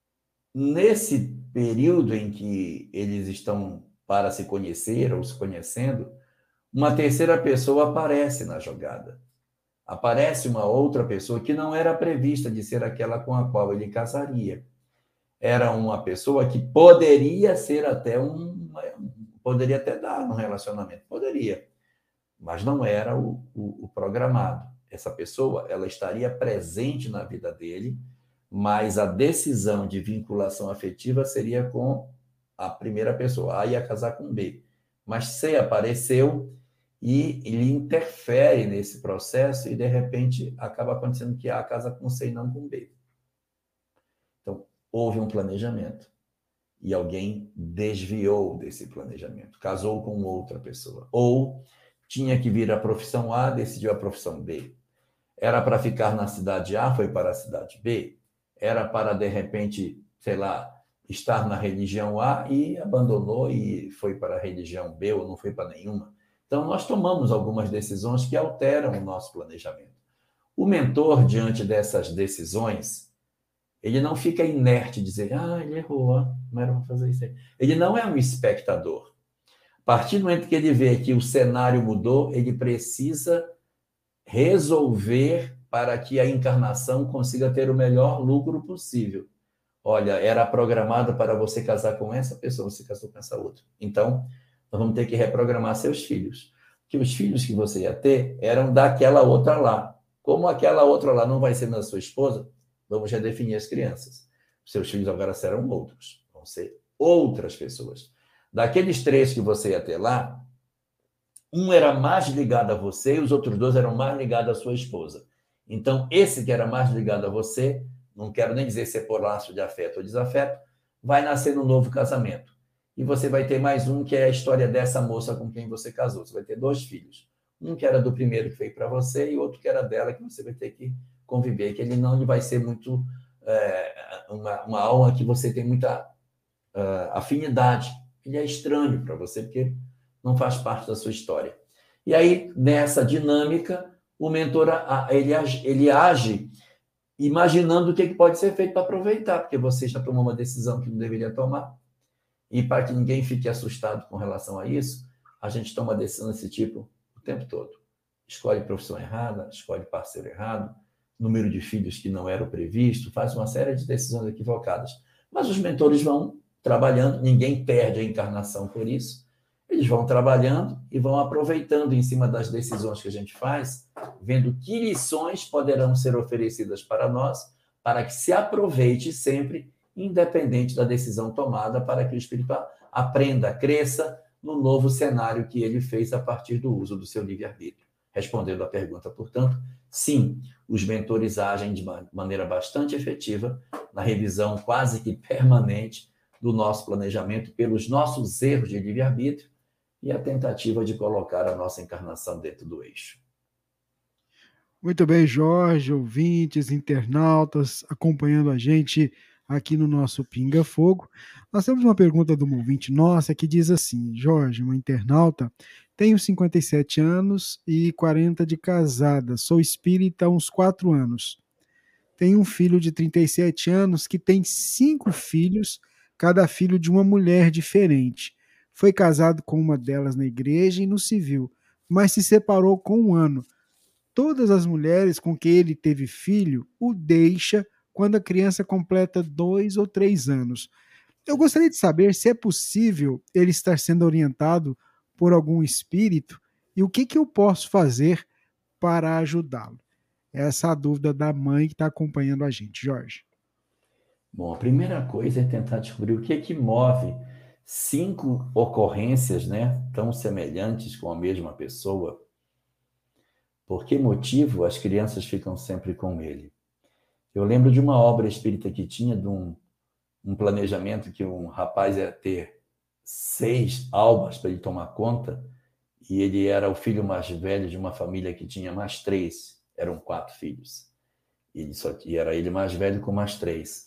nesse período em que eles estão para se conhecer ou se conhecendo, uma terceira pessoa aparece na jogada. Aparece uma outra pessoa que não era prevista de ser aquela com a qual ele casaria. Era uma pessoa que poderia ser até poderia até dar um relacionamento, poderia, mas não era o programado. Essa pessoa, ela estaria presente na vida dele, mas a decisão de vinculação afetiva seria com a primeira pessoa. A ia casar com B, mas C apareceu e ele interfere nesse processo e, de repente, acaba acontecendo que A casa com C e não com B. Então, houve um planejamento e alguém desviou desse planejamento, casou com outra pessoa. Ou tinha que vir a profissão A, decidiu a profissão B. Era para ficar na cidade A, foi para a cidade B. Era para, de repente, sei lá, estar na religião A e abandonou e foi para a religião B ou não foi para nenhuma. Então, nós tomamos algumas decisões que alteram o nosso planejamento. O mentor, diante dessas decisões, ele não fica inerte, dizer, ele errou, não era para fazer isso aí. Ele não é um espectador. A partir do momento que ele vê que o cenário mudou, ele precisa resolver para que a encarnação consiga ter o melhor lucro possível. Olha, era programado para você casar com essa pessoa, você casou com essa outra. Então, nós vamos ter que reprogramar seus filhos. Porque os filhos que você ia ter eram daquela outra lá. Como aquela outra lá não vai ser da sua esposa, vamos redefinir as crianças. Seus filhos agora serão outros. Vão ser outras pessoas. Daqueles 3 que você ia ter lá, um era mais ligado a você e os outros 2 eram mais ligados à sua esposa. Então, esse que era mais ligado a você, não quero nem dizer se é por laço de afeto ou desafeto, vai nascer no novo casamento. E você vai ter mais um, que é a história dessa moça com quem você casou. Você vai ter 2 filhos. Um que era do primeiro que veio para você e outro que era dela, que você vai ter que conviver, que ele não vai ser muito uma alma que você tem muita afinidade. Ele é estranho para você, porque não faz parte da sua história. E aí, nessa dinâmica, o mentor ele age imaginando o que pode ser feito para aproveitar, porque você já tomou uma decisão que não deveria tomar. E para que ninguém fique assustado com relação a isso, a gente toma decisão desse tipo o tempo todo. Escolhe profissão errada, escolhe parceiro errado, número de filhos que não era o previsto, faz uma série de decisões equivocadas. Mas os mentores vão trabalhando, ninguém perde a encarnação por isso. Eles vão trabalhando e vão aproveitando em cima das decisões que a gente faz, vendo que lições poderão ser oferecidas para nós, para que se aproveite sempre, independente da decisão tomada, para que o espírito aprenda, cresça no novo cenário que ele fez a partir do uso do seu livre-arbítrio. Respondendo à pergunta, portanto, sim, os mentores agem de maneira bastante efetiva na revisão quase que permanente do nosso planejamento pelos nossos erros de livre-arbítrio e a tentativa de colocar a nossa encarnação dentro do eixo. Muito bem, Jorge, ouvintes, internautas, acompanhando a gente aqui no nosso Pinga Fogo. Nós temos uma pergunta de uma ouvinte nossa que diz assim: Jorge, uma internauta, tenho 57 anos e 40 de casada, sou espírita há uns 4 anos. Tenho um filho de 37 anos que tem 5 filhos, cada filho de uma mulher diferente. Foi casado com uma delas na igreja e no civil, mas se separou com 1 ano. Todas as mulheres com que ele teve filho o deixa quando a criança completa 2 ou 3 anos. Eu gostaria de saber se é possível ele estar sendo orientado por algum espírito e o que eu posso fazer para ajudá-lo. Essa é a dúvida da mãe que está acompanhando a gente, Jorge. Bom, a primeira coisa é tentar descobrir o que move 5 ocorrências, né, tão semelhantes com a mesma pessoa. Por que motivo as crianças ficam sempre com ele? Eu lembro de uma obra espírita que tinha de um planejamento que um rapaz ia ter 6 almas para ele tomar conta, e ele era o filho mais velho de uma família que tinha mais 3, eram 4 filhos. E era ele mais velho com mais 3.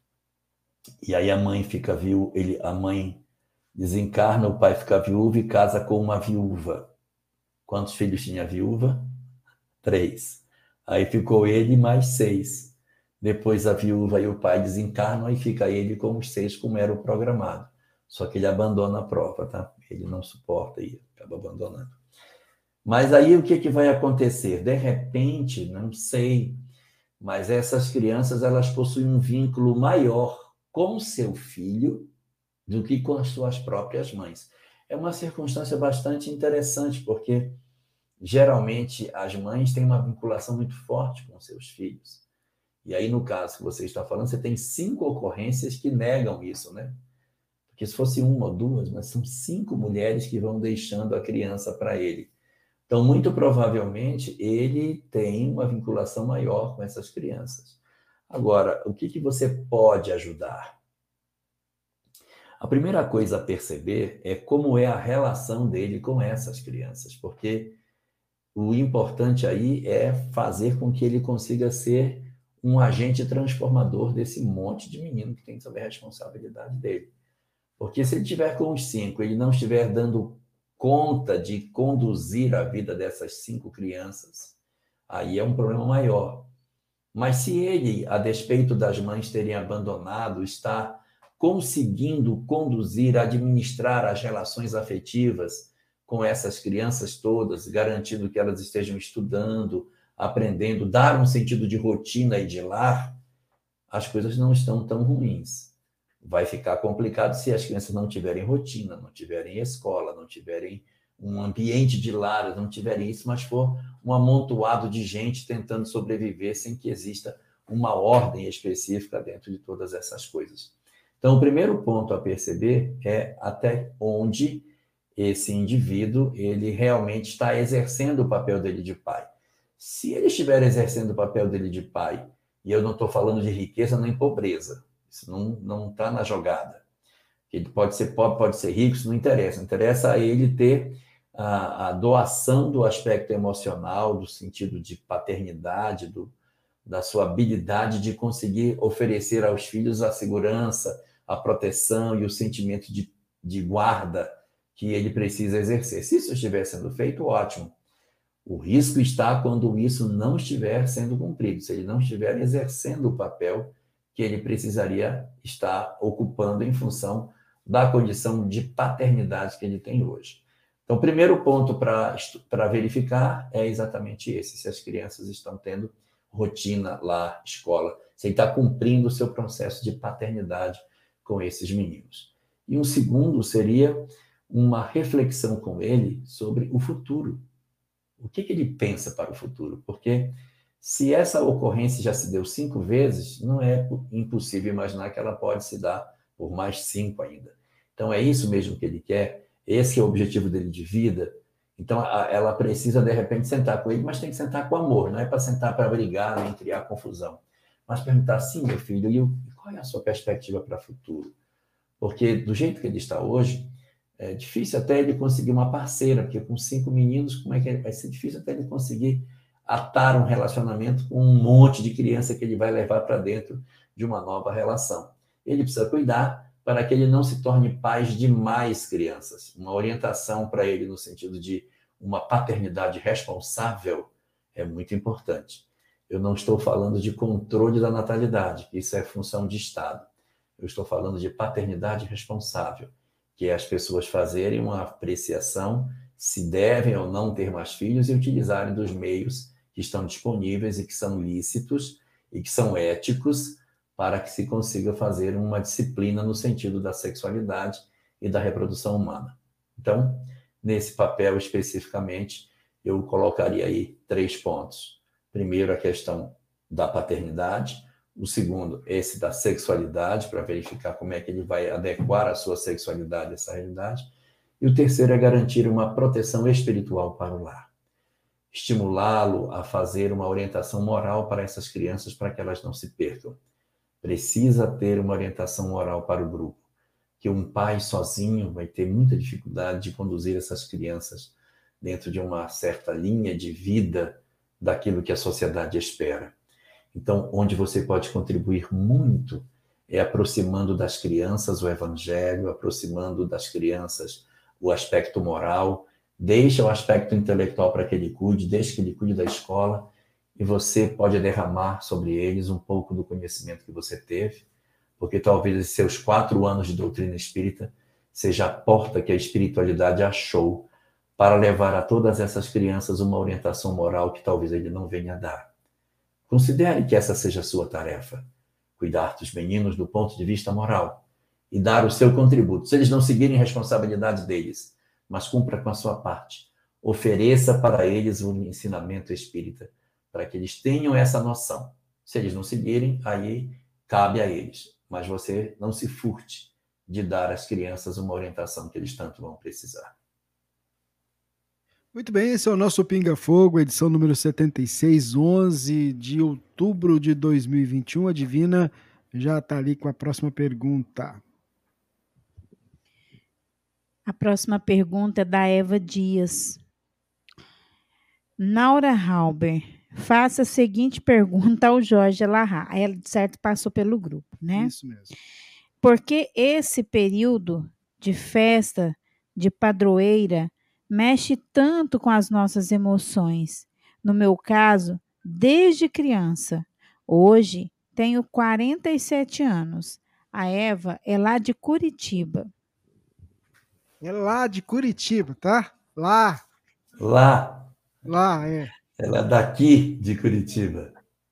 E aí a mãe fica viúva, a mãe desencarna, o pai fica viúvo e casa com uma viúva. Quantos filhos tinha a viúva? 3. Aí ficou ele mais 6. Depois a viúva e o pai desencarnam e fica ele com os 6, como era o programado. Só que ele abandona a prova, tá? Ele não suporta e acaba abandonando. Mas aí o que vai acontecer? De repente, não sei, mas essas crianças elas possuem um vínculo maior com seu filho do que com as suas próprias mães. É uma circunstância bastante interessante, porque geralmente as mães têm uma vinculação muito forte com seus filhos. E aí, no caso que você está falando, você tem 5 ocorrências que negam isso, né? Porque se fosse 1 ou 2, mas são 5 mulheres que vão deixando a criança para ele. Então, muito provavelmente, ele tem uma vinculação maior com essas crianças. Agora, o que você pode ajudar? A primeira coisa a perceber é como é a relação dele com essas crianças, porque o importante aí é fazer com que ele consiga ser um agente transformador desse monte de menino que tem sobre a responsabilidade dele. Porque se ele estiver com os 5, ele não estiver dando conta de conduzir a vida dessas 5 crianças, aí é um problema maior. Mas se ele, a despeito das mães terem abandonado, está conseguindo conduzir, administrar as relações afetivas com essas crianças todas, garantindo que elas estejam estudando, aprendendo, dar um sentido de rotina e de lar, as coisas não estão tão ruins. Vai ficar complicado se as crianças não tiverem rotina, não tiverem escola, não tiverem um ambiente de lar, não tiverem isso, mas for um amontoado de gente tentando sobreviver sem que exista uma ordem específica dentro de todas essas coisas. Então, o primeiro ponto a perceber é até onde esse indivíduo ele realmente está exercendo o papel dele de pai. Se ele estiver exercendo o papel dele de pai, e eu não estou falando de riqueza nem pobreza, isso não está na jogada. Ele pode ser pobre, pode ser rico, isso não interessa. Interessa a ele ter a doação do aspecto emocional, do sentido de paternidade, da sua habilidade de conseguir oferecer aos filhos a segurança, a proteção e o sentimento de guarda que ele precisa exercer. Se isso estiver sendo feito, ótimo. O risco está quando isso não estiver sendo cumprido, se ele não estiver exercendo o papel que ele precisaria estar ocupando em função da condição de paternidade que ele tem hoje. Então, o primeiro ponto para verificar é exatamente esse, se as crianças estão tendo rotina lá, escola, se ele está cumprindo o seu processo de paternidade com esses meninos. E um segundo seria uma reflexão com ele sobre o futuro. O que ele pensa para o futuro? Porque se essa ocorrência já se deu 5 vezes, não é impossível imaginar que ela pode se dar por mais 5 ainda. Então, é isso mesmo que ele quer, esse é o objetivo dele de vida. Então, ela precisa, de repente, sentar com ele, mas tem que sentar com amor, não é para sentar para brigar nem criar confusão. Mas perguntar assim, meu filho, e qual é a sua perspectiva para o futuro? Porque, do jeito que ele está hoje, é difícil até ele conseguir uma parceira, porque com 5 meninos, como é que vai ser difícil até ele conseguir atar um relacionamento com um monte de criança que ele vai levar para dentro de uma nova relação. Ele precisa cuidar para que ele não se torne pai de mais crianças. Uma orientação para ele no sentido de uma paternidade responsável é muito importante. Eu não estou falando de controle da natalidade, que isso é função de Estado. Eu estou falando de paternidade responsável, que é as pessoas fazerem uma apreciação se devem ou não ter mais filhos e utilizarem dos meios que estão disponíveis e que são lícitos e que são éticos para que se consiga fazer uma disciplina no sentido da sexualidade e da reprodução humana. Então, nesse papel especificamente, eu colocaria aí 3 pontos. Primeiro, a questão da paternidade. O segundo, esse da sexualidade, para verificar como é que ele vai adequar a sua sexualidade a essa realidade. E o terceiro é garantir uma proteção espiritual para o lar. Estimulá-lo a fazer uma orientação moral para essas crianças para que elas não se percam. Precisa ter uma orientação moral para o grupo, que um pai sozinho vai ter muita dificuldade de conduzir essas crianças dentro de uma certa linha de vida daquilo que a sociedade espera. Então, onde você pode contribuir muito é aproximando das crianças o evangelho, aproximando das crianças o aspecto moral, deixa o aspecto intelectual para que ele cuide, deixa que ele cuide da escola, e você pode derramar sobre eles um pouco do conhecimento que você teve, porque talvez esses seus 4 anos de doutrina espírita seja a porta que a espiritualidade achou para levar a todas essas crianças uma orientação moral que talvez ele não venha a dar. Considere que essa seja a sua tarefa, cuidar dos meninos do ponto de vista moral e dar o seu contributo. Se eles não seguirem a responsabilidade deles, mas cumpra com a sua parte. Ofereça para eles um ensinamento espírita, para que eles tenham essa noção. Se eles não seguirem, aí cabe a eles. Mas você não se furte de dar às crianças uma orientação que eles tanto vão precisar. Muito bem, esse é o nosso Pinga Fogo, edição número 76, 11 de outubro de 2021. A Divina já está ali com a próxima pergunta. A próxima pergunta é da Eva Dias. Naura Halber, faça a seguinte pergunta ao Jorge Elahá. Ela, de certo, passou pelo grupo, né? Isso mesmo. Por que esse período de festa, de padroeira, mexe tanto com as nossas emoções? no meu caso, desde criança. Hoje tenho 47 anos. A Eva é lá de Curitiba. É lá de Curitiba, tá? Lá, Lá, é. ela é daqui de Curitiba.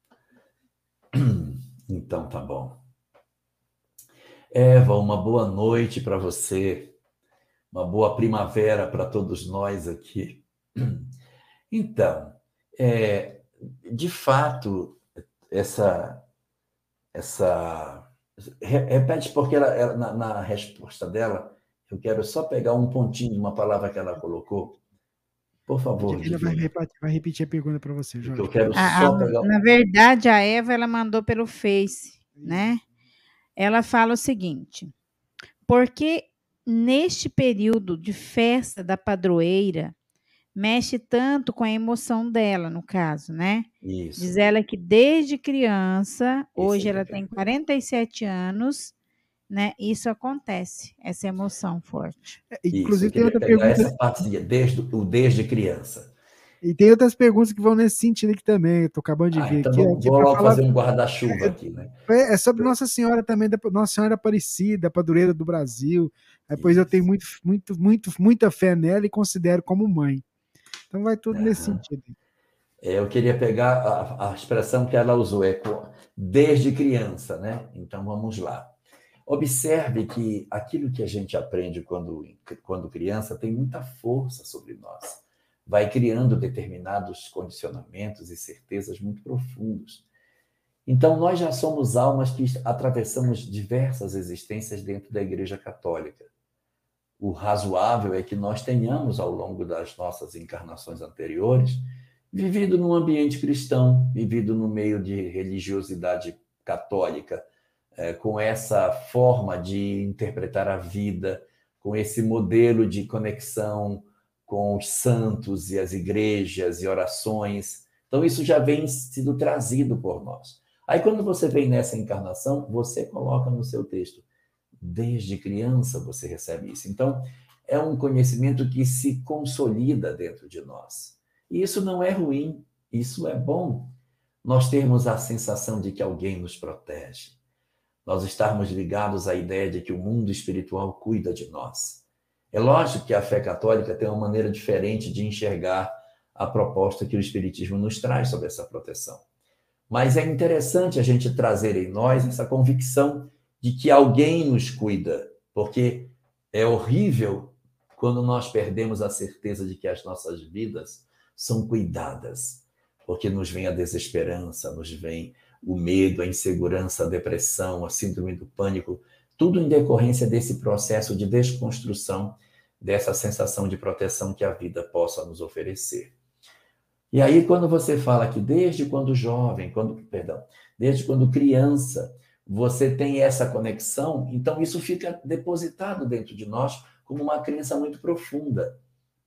Então tá bom. Eva, uma boa noite para você. Uma boa primavera para todos nós aqui. Então, de fato, repete, porque na resposta dela, eu quero só pegar um pontinho de uma palavra que ela colocou. Por favor, Ele vai repetir a pergunta para você, Jorge. Eu quero só pegar... Na verdade, a Eva, ela mandou pelo Face, né? Ela fala o seguinte: porque neste período de festa da padroeira, mexe tanto com a emoção dela, no caso, né? Isso. Diz ela que desde criança, hoje ela tem 47 anos, né? Isso acontece, essa emoção forte. Inclusive, tem outra pergunta. Essa parte desde criança. E tem outras perguntas que vão nesse sentido aqui também, eu tô acabando de ver. Então aqui, vou logo fazer um guarda-chuva aqui, né? É sobre Nossa Senhora também, Nossa Senhora Aparecida, padroeira do Brasil. Pois eu tenho muita fé nela e considero como mãe. Então vai tudo nesse sentido. Eu queria pegar a expressão que ela usou, desde criança, né? Então vamos lá. Observe que aquilo que a gente aprende quando criança tem muita força sobre nós. Vai criando determinados condicionamentos e certezas muito profundos. Então, nós já somos almas que atravessamos diversas existências dentro da Igreja Católica. O razoável é que nós tenhamos, ao longo das nossas encarnações anteriores, vivido num ambiente cristão, vivido no meio de religiosidade católica, com essa forma de interpretar a vida, com esse modelo de conexão com os santos e as igrejas e orações. Então, isso já vem sido trazido por nós. Aí, quando você vem nessa encarnação, você coloca no seu texto. Desde criança você recebe isso. Então, é um conhecimento que se consolida dentro de nós. E isso não é ruim, isso é bom. Nós termos a sensação de que alguém nos protege. Nós estarmos ligados à ideia de que o mundo espiritual cuida de nós. É lógico que a fé católica tem uma maneira diferente de enxergar a proposta que o Espiritismo nos traz sobre essa proteção. Mas é interessante a gente trazer em nós essa convicção de que alguém nos cuida, porque é horrível quando nós perdemos a certeza de que as nossas vidas são cuidadas, porque nos vem a desesperança, nos vem o medo, a insegurança, a depressão, a síndrome do pânico, tudo em decorrência desse processo de desconstrução dessa sensação de proteção que a vida possa nos oferecer. E aí, quando você fala que desde quando jovem, desde quando criança, você tem essa conexão, então isso fica depositado dentro de nós como uma crença muito profunda.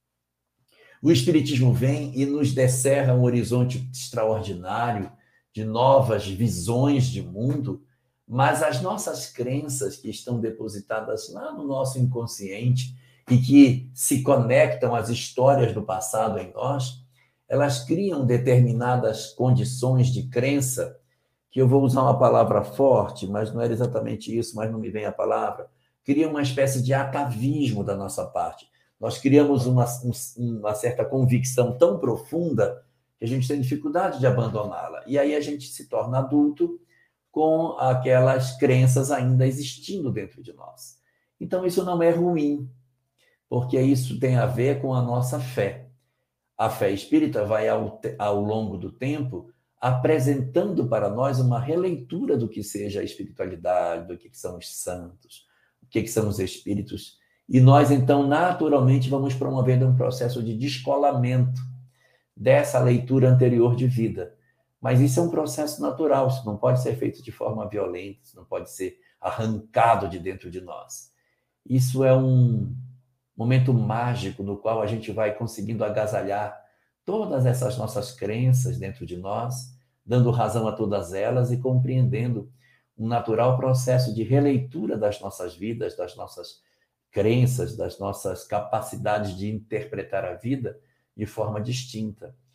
O Espiritismo vem e nos descerra um horizonte extraordinário de novas visões de mundo, mas as nossas crenças que estão depositadas lá no nosso inconsciente e que se conectam às histórias do passado em nós, elas criam determinadas condições de crença, que eu vou usar uma palavra forte, mas não era exatamente isso, mas não me vem a palavra, cria uma espécie de atavismo da nossa parte. Nós criamos uma certa convicção tão profunda que a gente tem dificuldade de abandoná-la. E aí a gente se torna adulto com aquelas crenças ainda existindo dentro de nós. Então, isso não é ruim, porque isso tem a ver com a nossa fé. A fé espírita vai, ao longo do tempo, apresentando para nós uma releitura do que seja a espiritualidade, do que são os santos, o que são os espíritos. E nós, então, naturalmente, vamos promovendo um processo de descolamento dessa leitura anterior de vida. Mas isso é um processo natural, isso não pode ser feito de forma violenta, isso não pode ser arrancado de dentro de nós. Isso é um momento mágico no qual a gente vai conseguindo agasalhar todas essas nossas crenças dentro de nós, dando razão a todas elas e compreendendo um natural processo de releitura das nossas vidas, das nossas crenças, das nossas capacidades de interpretar a vida de forma distinta.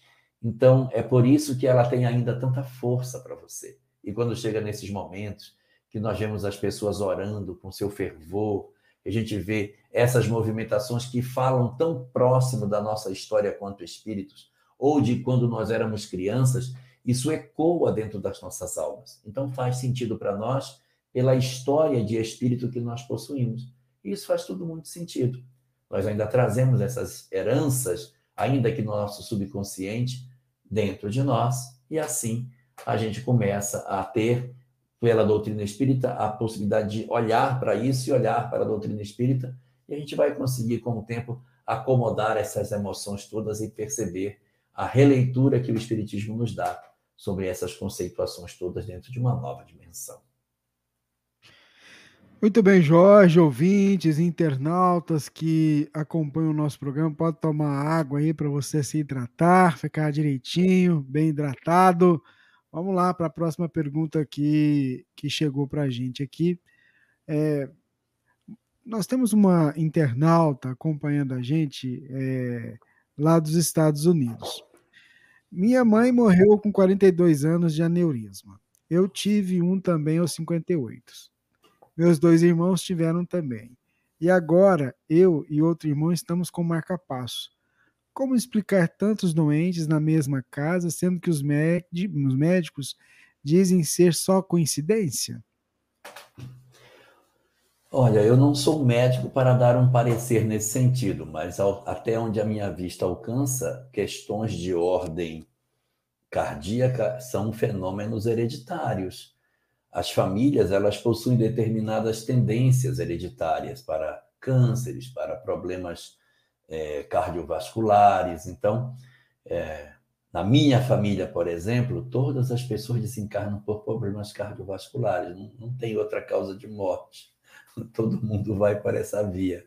Então, é por isso que ela tem ainda tanta força para você. E quando chega nesses momentos que nós vemos as pessoas orando com seu fervor, a gente vê essas movimentações que falam tão próximo da nossa história quanto espíritos, ou de quando nós éramos crianças, isso ecoa dentro das nossas almas. Então faz sentido para nós pela história de espírito que nós possuímos. E isso faz tudo muito sentido. Nós ainda trazemos essas heranças, ainda que no nosso subconsciente, dentro de nós, e assim a gente começa a ter, pela doutrina espírita, a possibilidade de olhar para isso e olhar para a doutrina espírita, e a gente vai conseguir, com o tempo, acomodar essas emoções todas e perceber a releitura que o Espiritismo nos dá sobre essas conceituações todas dentro de uma nova dimensão. Muito bem, Jorge, ouvintes, internautas que acompanham o nosso programa, pode tomar água aí para você se hidratar, ficar direitinho, bem hidratado. Vamos lá para a próxima pergunta que chegou para a gente aqui. Nós temos uma internauta acompanhando a gente lá dos Estados Unidos. Minha mãe morreu com 42 anos de aneurisma. Eu tive um também aos 58. Meus 2 irmãos tiveram também. E agora, eu e outro irmão estamos com marca-passo. Como explicar tantos doentes na mesma casa, sendo que os médicos dizem ser só coincidência? Olha, eu não sou médico para dar um parecer nesse sentido, mas até onde a minha vista alcança, questões de ordem cardíaca são fenômenos hereditários. As famílias, elas possuem determinadas tendências hereditárias para cânceres, para problemas cardiovasculares. Então, na minha família, por exemplo, todas as pessoas desencarnam por problemas cardiovasculares. Não tem outra causa de morte. Todo mundo vai para essa via.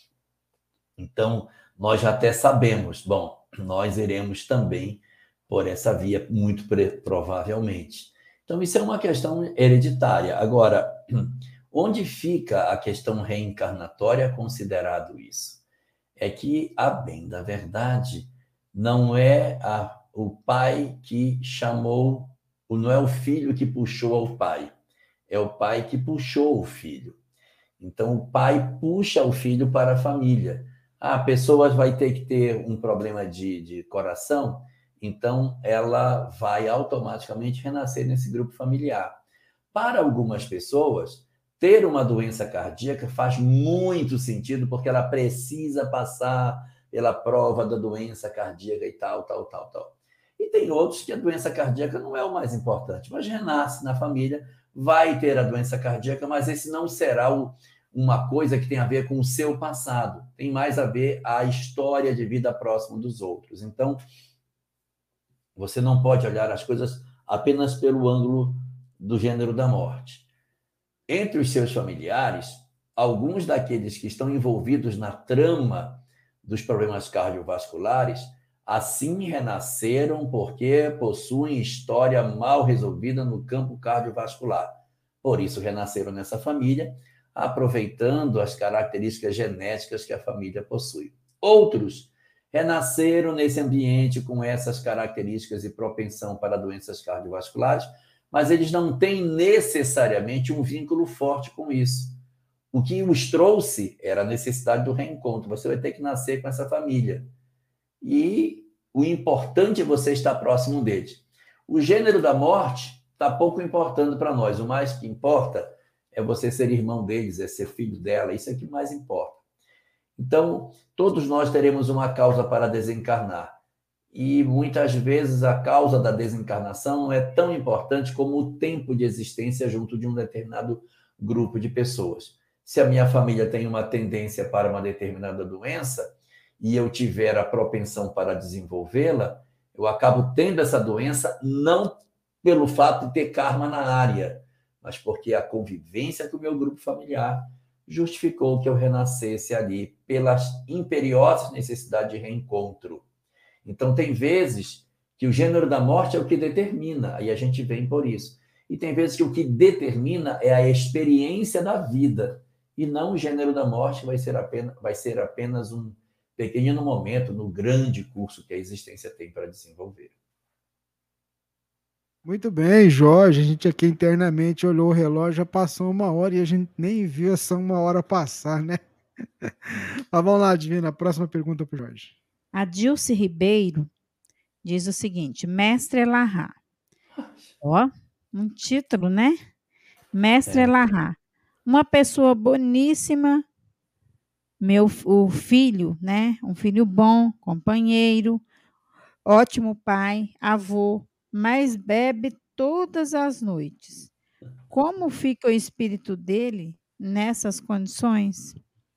Então, nós já até sabemos, bom, nós iremos também por essa via, muito provavelmente. Então, isso é uma questão hereditária. Agora, onde fica a questão reencarnatória considerado isso? É que, a bem da verdade, não é o pai que chamou, não é o filho que puxou ao pai, é o pai que puxou o filho. Então, o pai puxa o filho para a família. A pessoa vai ter que ter um problema de coração, então ela vai automaticamente renascer nesse grupo familiar. Para algumas pessoas, ter uma doença cardíaca faz muito sentido, porque ela precisa passar pela prova da doença cardíaca e tal. E tem outros que a doença cardíaca não é o mais importante, mas renasce na família, vai ter a doença cardíaca, mas esse não será uma coisa que tem a ver com o seu passado, tem mais a ver a história de vida próxima dos outros. Então, você não pode olhar as coisas apenas pelo ângulo do gênero da morte. Entre os seus familiares, alguns daqueles que estão envolvidos na trama dos problemas cardiovasculares, assim renasceram porque possuem história mal resolvida no campo cardiovascular. Por isso renasceram nessa família, aproveitando as características genéticas que a família possui. Outros renasceram nesse ambiente com essas características e propensão para doenças cardiovasculares, mas eles não têm necessariamente um vínculo forte com isso. O que os trouxe era a necessidade do reencontro. Você vai ter que nascer com essa família. E o importante é você estar próximo deles. O gênero da morte está pouco importando para nós. O mais que importa é você ser irmão deles, é ser filho dela. Isso é o que mais importa. Então, todos nós teremos uma causa para desencarnar. E muitas vezes a causa da desencarnação não é tão importante como o tempo de existência junto de um determinado grupo de pessoas. Se a minha família tem uma tendência para uma determinada doença e eu tiver a propensão para desenvolvê-la, eu acabo tendo essa doença não pelo fato de ter karma na área, mas porque a convivência com o meu grupo familiar justificou que eu renascesse ali pelas imperiosas necessidades de reencontro. Então, tem vezes que o gênero da morte é o que determina, aí a gente vem por isso. E tem vezes que o que determina é a experiência da vida, e não o gênero da morte vai ser apenas um pequeno momento no grande curso que a existência tem para desenvolver. Muito bem, Jorge. A gente aqui internamente olhou o relógio, já passou 1 hora e a gente nem viu essa 1 hora passar, né? Mas vamos lá, Divina. Próxima pergunta para o Jorge. A Dilce Ribeiro diz o seguinte: Mestre Elahá. Ó, um título, né? Mestre Elahá. Uma pessoa boníssima, o filho, né? Um filho bom, companheiro, ótimo pai, avô, mas bebe todas as noites. Como fica o espírito dele nessas condições?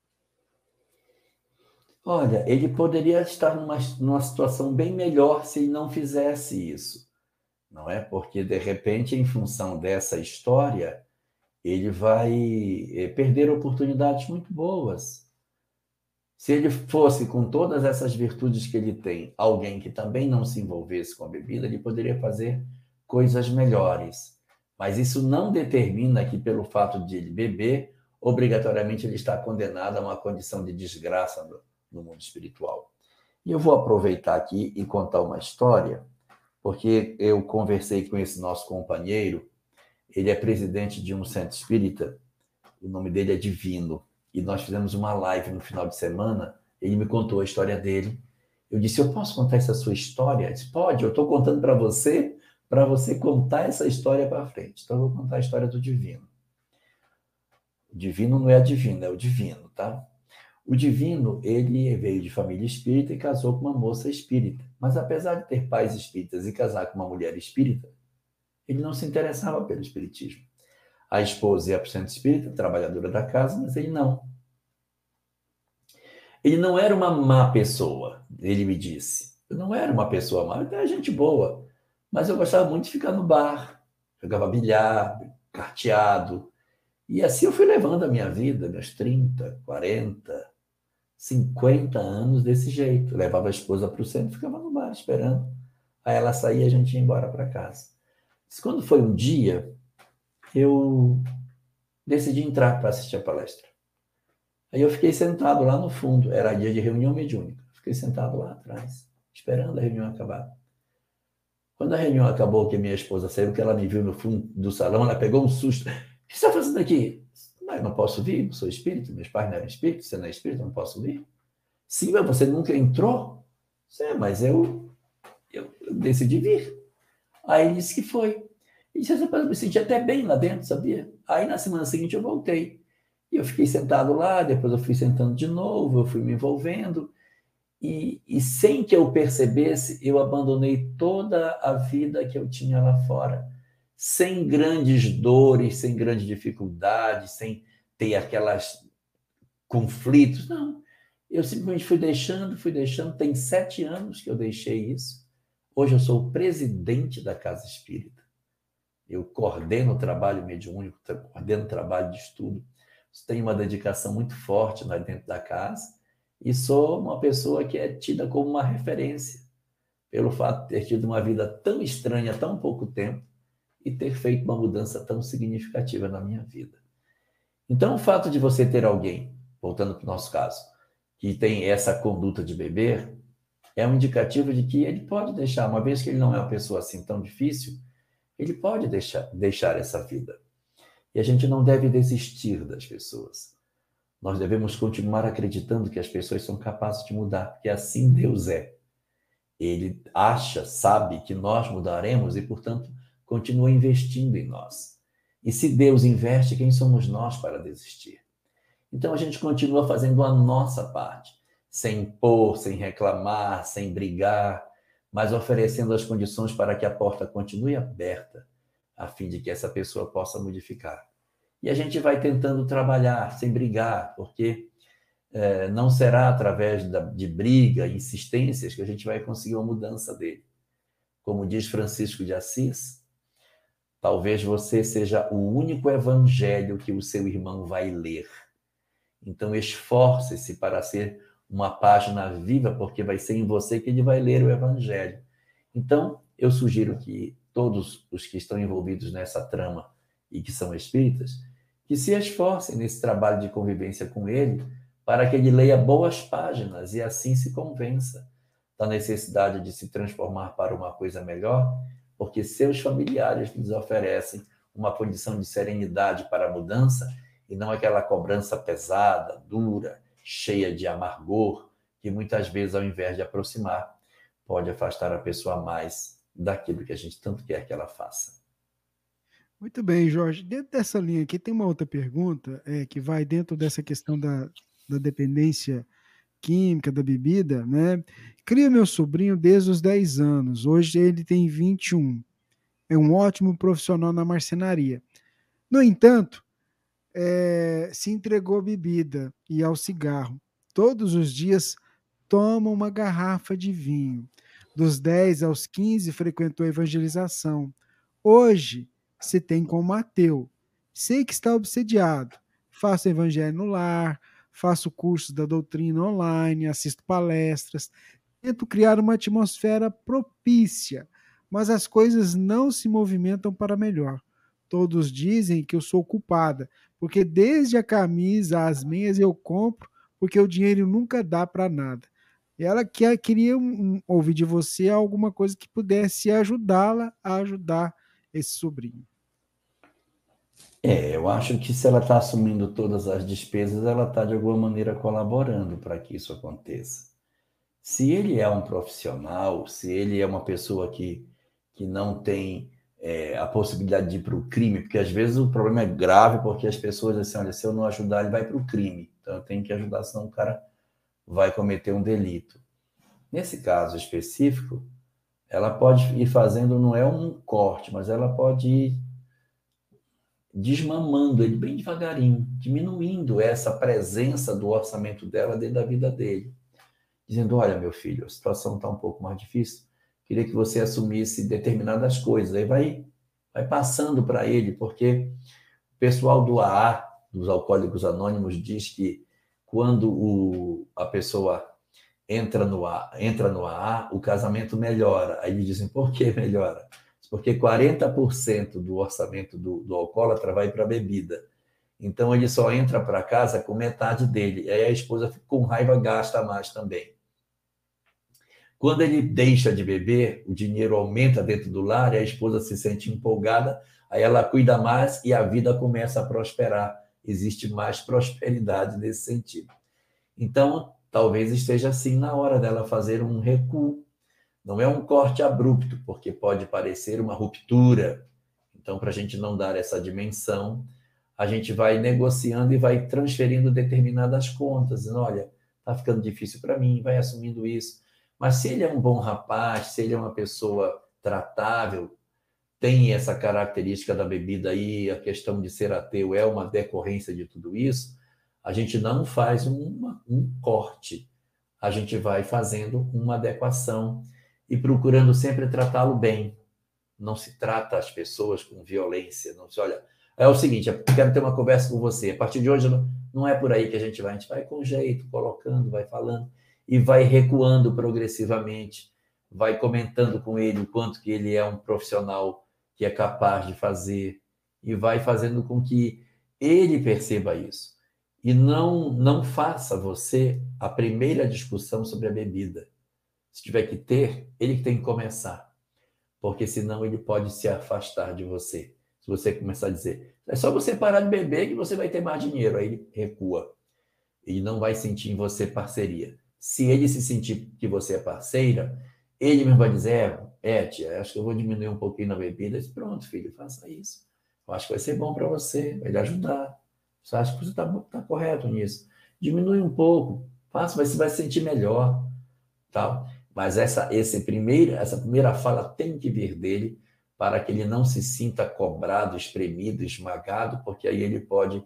Olha, ele poderia estar numa situação bem melhor se ele não fizesse isso, não é? Porque, de repente, em função dessa história, ele vai perder oportunidades muito boas. Se ele fosse, com todas essas virtudes que ele tem, alguém que também não se envolvesse com a bebida, ele poderia fazer coisas melhores. Mas isso não determina que, pelo fato de ele beber, obrigatoriamente ele está condenado a uma condição de desgraça no mundo espiritual. E eu vou aproveitar aqui e contar uma história, porque eu conversei com esse nosso companheiro, ele é presidente de um centro espírita, o nome dele é Divino, e nós fizemos uma live no final de semana, ele me contou a história dele. Eu disse, eu posso contar essa sua história? Ele disse, pode, eu estou contando para você contar essa história para frente. Então eu vou contar a história do Divino. O Divino não é a Divina, é o Divino, tá? O Divino, ele veio de família espírita e casou com uma moça espírita. Mas apesar de ter pais espíritas e casar com uma mulher espírita, ele não se interessava pelo espiritismo. A esposa ia para o centro espírita, trabalhadora da casa, mas ele não. Ele não era uma má pessoa, ele me disse. Eu não era uma pessoa má, eu era gente boa. Mas eu gostava muito de ficar no bar. Jogava bilhar, carteado. E assim eu fui levando a minha vida, meus 30, 40, 50 anos desse jeito. Eu levava a esposa para o centro e ficava no bar esperando. Aí ela saía e a gente ia embora para casa. Mas quando foi um dia, eu decidi entrar para assistir a palestra. Aí eu fiquei sentado lá no fundo, era dia de reunião mediúnica. Fiquei sentado lá atrás, esperando a reunião acabar. Quando a reunião acabou, que minha esposa saiu, que ela me viu no fundo do salão, ela pegou um susto. O que você está fazendo aqui? Eu não posso vir, eu sou espírito, meus pais não eram espíritos, você não é espírito, eu não posso vir. Sim, mas você nunca entrou? Sim, mas eu decidi vir. Aí ele disse que foi. E disse, eu me senti até bem lá dentro, sabia? Aí na semana seguinte eu voltei. E eu fiquei sentado lá, depois eu fui sentando de novo, eu fui me envolvendo. E sem que eu percebesse, eu abandonei toda a vida que eu tinha lá fora. Sem grandes dores, sem grandes dificuldades, sem ter aquelas conflitos. Não, eu simplesmente fui deixando. Tem 7 anos que eu deixei isso. Hoje eu sou o presidente da Casa Espírita. Eu coordeno o trabalho mediúnico, coordeno o trabalho de estudo. Tenho uma dedicação muito forte lá dentro da casa e sou uma pessoa que é tida como uma referência pelo fato de ter tido uma vida tão estranha há tão pouco tempo e ter feito uma mudança tão significativa na minha vida. Então, o fato de você ter alguém, voltando para o nosso caso, que tem essa conduta de beber, é um indicativo de que ele pode deixar, uma vez que ele não é uma pessoa assim tão difícil, ele pode deixar essa vida. E a gente não deve desistir das pessoas. Nós devemos continuar acreditando que as pessoas são capazes de mudar, porque assim Deus é. Ele sabe que nós mudaremos e, portanto, continua investindo em nós. E se Deus investe, quem somos nós para desistir? Então a gente continua fazendo a nossa parte, sem impor, sem reclamar, sem brigar, mas oferecendo as condições para que a porta continue aberta, a fim de que essa pessoa possa modificar. E a gente vai tentando trabalhar sem brigar, porque não será através de briga, insistências, que a gente vai conseguir uma mudança dele. Como diz Francisco de Assis, talvez você seja o único evangelho que o seu irmão vai ler. Então esforce-se para ser uma página viva, porque vai ser em você que ele vai ler o evangelho. Então, eu sugiro que todos os que estão envolvidos nessa trama e que são espíritas, que se esforcem nesse trabalho de convivência com ele, para que ele leia boas páginas e assim se convença da necessidade de se transformar para uma coisa melhor, porque seus familiares lhes oferecem uma condição de serenidade para a mudança e não aquela cobrança pesada, dura, cheia de amargor, que muitas vezes, ao invés de aproximar, pode afastar a pessoa mais daquilo que a gente tanto quer que ela faça. Muito bem, Jorge. Dentro dessa linha aqui tem uma outra pergunta que vai dentro dessa questão da dependência química da bebida, né? Crio meu sobrinho desde os 10 anos. Hoje ele tem 21. É um ótimo profissional na marcenaria. No entanto, se entregou à bebida e ao cigarro. Todos os dias toma uma garrafa de vinho. Dos 10 aos 15 frequentou a evangelização. Hoje se tem como ateu. Sei que está obsediado. Faço evangelho no lar, faço cursos da doutrina online, assisto palestras, tento criar uma atmosfera propícia, mas as coisas não se movimentam para melhor. Todos dizem que eu sou culpada, porque desde a camisa às meias eu compro, porque o dinheiro nunca dá para nada. Ela queria ouvir de você alguma coisa que pudesse ajudá-la a ajudar esse sobrinho. Eu acho que se ela está assumindo todas as despesas, ela está de alguma maneira colaborando para que isso aconteça. Se ele é um profissional, se ele é uma pessoa que não tem a possibilidade de ir para o crime, porque às vezes o problema é grave, porque as pessoas dizem assim, olha, se eu não ajudar, ele vai para o crime. Então eu tenho que ajudar, senão o cara vai cometer um delito. Nesse caso específico, ela pode ir fazendo, não é um corte, mas ela pode ir desmamando ele bem devagarinho, diminuindo essa presença do orçamento dela dentro da vida dele. Dizendo, olha, meu filho, a situação está um pouco mais difícil, queria que você assumisse determinadas coisas. Aí vai passando para ele, porque o pessoal do AA, dos Alcoólicos Anônimos, diz que quando a pessoa entra no AA, o casamento melhora. Aí eles dizem, por que melhora? Porque 40% do orçamento do alcoólatra vai para a bebida. Então, ele só entra para casa com metade dele. Aí a esposa, com raiva, gasta mais também. Quando ele deixa de beber, o dinheiro aumenta dentro do lar e a esposa se sente empolgada, aí ela cuida mais e a vida começa a prosperar. Existe mais prosperidade nesse sentido. Então, talvez esteja assim na hora dela fazer um recuo. Não é um corte abrupto, porque pode parecer uma ruptura. Então, para a gente não dar essa dimensão, a gente vai negociando e vai transferindo determinadas contas. Dizendo, olha, está ficando difícil para mim, vai assumindo isso. Mas se ele é um bom rapaz, se ele é uma pessoa tratável, tem essa característica da bebida aí, a questão de ser ateu é uma decorrência de tudo isso, a gente não faz um corte. A gente vai fazendo uma adequação e procurando sempre tratá-lo bem. Não se trata as pessoas com violência. Não se olha, é o seguinte, eu quero ter uma conversa com você. A partir de hoje não é por aí que a gente vai com jeito, colocando, vai falando e vai recuando progressivamente, vai comentando com ele o quanto que ele é um profissional que é capaz de fazer e vai fazendo com que ele perceba isso. E não faça você a primeira discussão sobre a bebida. Se tiver que ter, ele que tem que começar. Porque senão ele pode se afastar de você. Se você começar a dizer, é só você parar de beber que você vai ter mais dinheiro. Aí ele recua. Ele não vai sentir em você parceria. Se ele se sentir que você é parceira, ele mesmo vai dizer, tia, acho que eu vou diminuir um pouquinho na bebida. Eu disse, pronto, filho, faça isso. Eu acho que vai ser bom para você, vai lhe ajudar. Você acha que você está correto nisso. Diminui um pouco, faça, você vai se sentir melhor. Tal. Mas essa primeira fala tem que vir dele para que ele não se sinta cobrado, espremido, esmagado, porque aí ele pode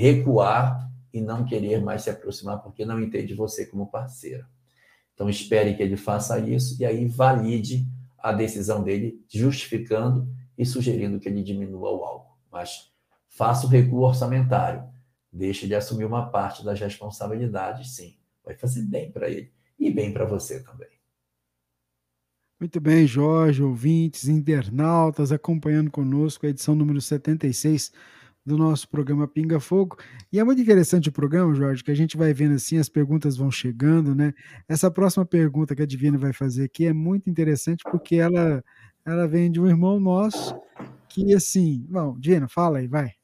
recuar e não querer mais se aproximar porque não entende você como parceira. Então, espere que ele faça isso e aí valide a decisão dele, justificando e sugerindo que ele diminua o álcool. Mas faça o recuo orçamentário. Deixe de assumir uma parte das responsabilidades, sim. Vai fazer bem para ele e bem para você também. Muito bem, Jorge, ouvintes, internautas, acompanhando conosco a edição número 76 do nosso programa Pinga Fogo. E é muito interessante o programa, Jorge, que a gente vai vendo assim, as perguntas vão chegando, né? Essa próxima pergunta que a Divina vai fazer aqui é muito interessante porque ela ela vem de um irmão nosso que, assim... Bom, Dina, fala aí, vai.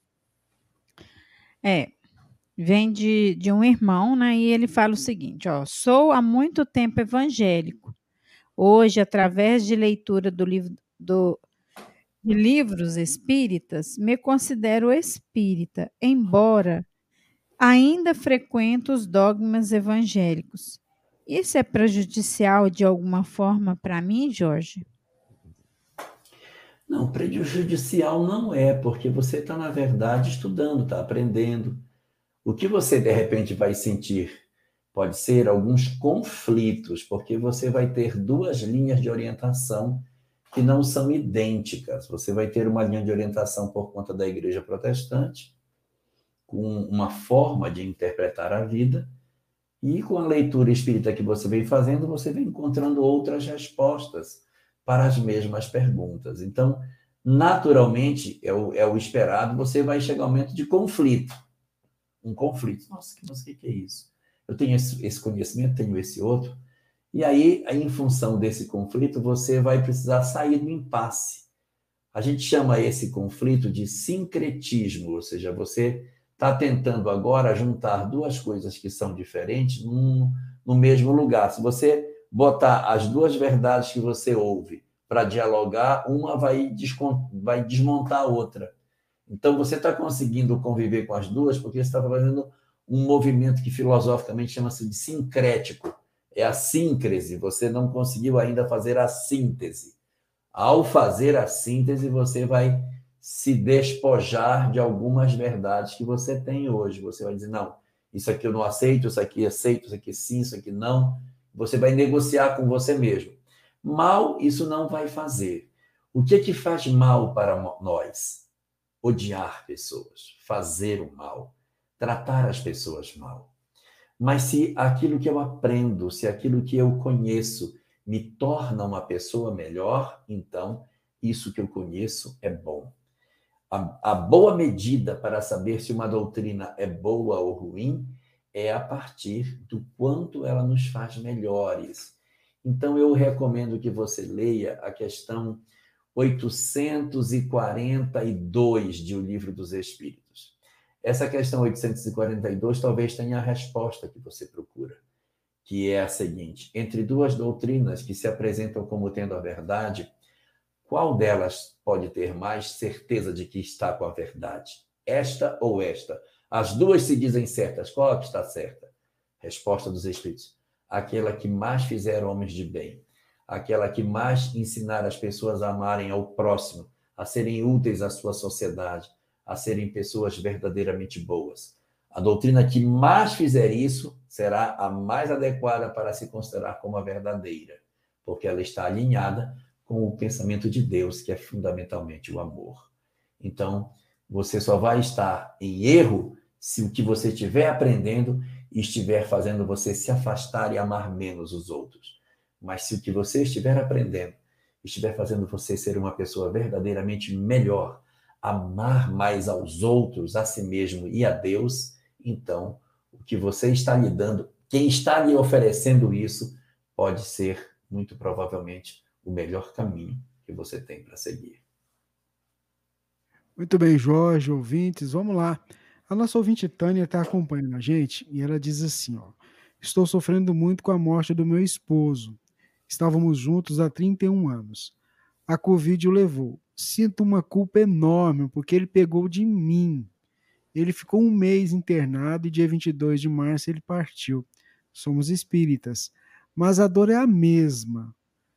Vem de um irmão, né? E ele fala o seguinte, ó, sou há muito tempo evangélico. Hoje, através de leitura de livros espíritas, me considero espírita, embora ainda frequento os dogmas evangélicos. Isso é prejudicial de alguma forma para mim, Jorge? Não, prejudicial não é, porque você está, na verdade, estudando, está aprendendo. O que você, de repente, vai sentir pode ser alguns conflitos, porque você vai ter duas linhas de orientação que não são idênticas. Você vai ter uma linha de orientação por conta da Igreja Protestante, com uma forma de interpretar a vida, e com a leitura espírita que você vem fazendo, você vem encontrando outras respostas para as mesmas perguntas. Então, naturalmente, é o esperado, você vai chegar a um momento de conflito. Um conflito. Nossa, mas o que é isso? Eu tenho esse conhecimento, tenho esse outro. E aí, em função desse conflito, você vai precisar sair do impasse. A gente chama esse conflito de sincretismo, ou seja, você está tentando agora juntar duas coisas que são diferentes no mesmo lugar. Se você botar as duas verdades que você ouve para dialogar, uma vai desmontar a outra. Então, você está conseguindo conviver com as duas porque você está fazendo um movimento que filosoficamente chama-se de sincrético. É a síncrese, você não conseguiu ainda fazer a síntese. Ao fazer a síntese, você vai se despojar de algumas verdades que você tem hoje. Você vai dizer, não, isso aqui eu não aceito, isso aqui aceito, isso aqui sim, isso aqui não. Você vai negociar com você mesmo. Mal, isso não vai fazer. O que é que faz mal para nós? Odiar pessoas, fazer o mal, tratar as pessoas mal. Mas se aquilo que eu aprendo, se aquilo que eu conheço me torna uma pessoa melhor, então isso que eu conheço é bom. A boa medida para saber se uma doutrina é boa ou ruim é a partir do quanto ela nos faz melhores. Então, eu recomendo que você leia a questão 842 de O Livro dos Espíritos. Essa questão 842 talvez tenha a resposta que você procura, que é a seguinte: entre duas doutrinas que se apresentam como tendo a verdade, qual delas pode ter mais certeza de que está com a verdade? Esta ou esta? As duas se dizem certas. Qual é que está certa? Resposta dos Espíritos: aquela que mais fizer homens de bem, aquela que mais ensinar as pessoas a amarem ao próximo, a serem úteis à sua sociedade, a serem pessoas verdadeiramente boas. A doutrina que mais fizer isso será a mais adequada para se considerar como a verdadeira, porque ela está alinhada com o pensamento de Deus, que é fundamentalmente o amor. Então, você só vai estar em erro se o que você estiver aprendendo estiver fazendo você se afastar e amar menos os outros. Mas se o que você estiver aprendendo estiver fazendo você ser uma pessoa verdadeiramente melhor, amar mais aos outros, a si mesmo e a Deus, então o que você está lhe dando, quem está lhe oferecendo isso, pode ser, muito provavelmente, o melhor caminho que você tem para seguir. Muito bem, Jorge, ouvintes, vamos lá. A nossa ouvinte Tânia está acompanhando a gente e ela diz assim, ó: estou sofrendo muito com a morte do meu esposo. Estávamos juntos há 31 anos. A Covid o levou. Sinto uma culpa enorme porque ele pegou de mim. Ele ficou um mês internado e dia 22 de março ele partiu. Somos espíritas, mas a dor é a mesma.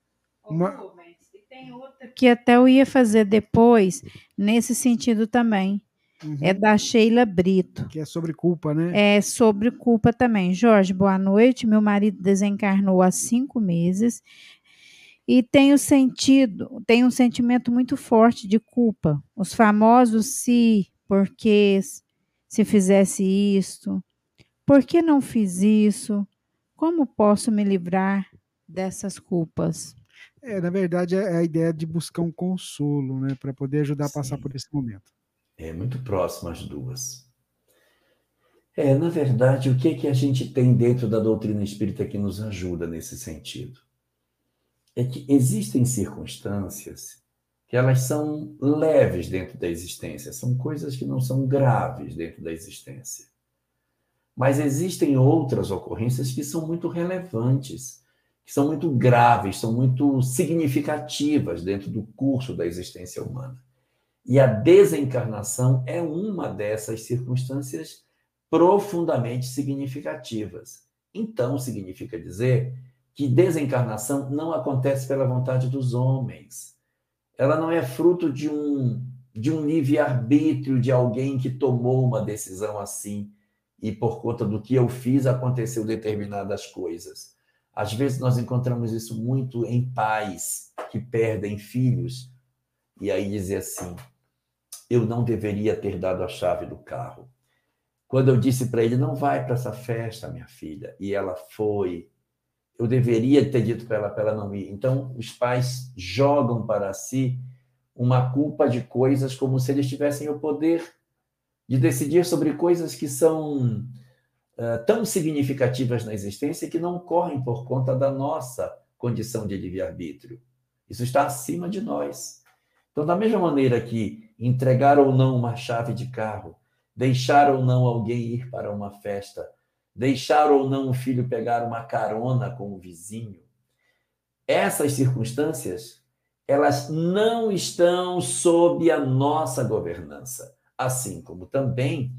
E tem outra que até eu ia fazer depois, nesse sentido também. É da Sheila Brito. Que é sobre culpa, né? É sobre culpa também. Jorge, boa noite. Meu marido desencarnou há 5 meses e tenho um sentimento muito forte de culpa. Os famosos se, porque, se fizesse isto, por que não fiz isso? Como posso me livrar dessas culpas? Na verdade, é a ideia de buscar um consolo, né? Para poder ajudar a passar por esse momento. É muito próximo as duas. Na verdade, o que a gente tem dentro da doutrina espírita que nos ajuda nesse sentido? é que existem circunstâncias que elas são leves dentro da existência, são coisas que não são graves dentro da existência. Mas existem outras ocorrências que são muito relevantes, que são muito graves, são muito significativas dentro do curso da existência humana. E a desencarnação é uma dessas circunstâncias profundamente significativas. Então, significa dizer que desencarnação não acontece pela vontade dos homens. Ela não é fruto de um livre-arbítrio de alguém que tomou uma decisão assim e por conta do que eu fiz aconteceu determinadas coisas. Às vezes nós encontramos isso muito em pais que perdem filhos e aí dizem assim, eu não deveria ter dado a chave do carro. Quando eu disse para ele, não vai para essa festa, minha filha, e ela foi, eu deveria ter dito para ela não ir. Então, os pais jogam para si uma culpa de coisas como se eles tivessem o poder de decidir sobre coisas que são tão significativas na existência que não correm por conta da nossa condição de livre-arbítrio. Isso está acima de nós. Então, da mesma maneira que entregar ou não uma chave de carro, deixar ou não alguém ir para uma festa, deixar ou não um filho pegar uma carona com o vizinho, essas circunstâncias, elas não estão sob a nossa governança. Assim como também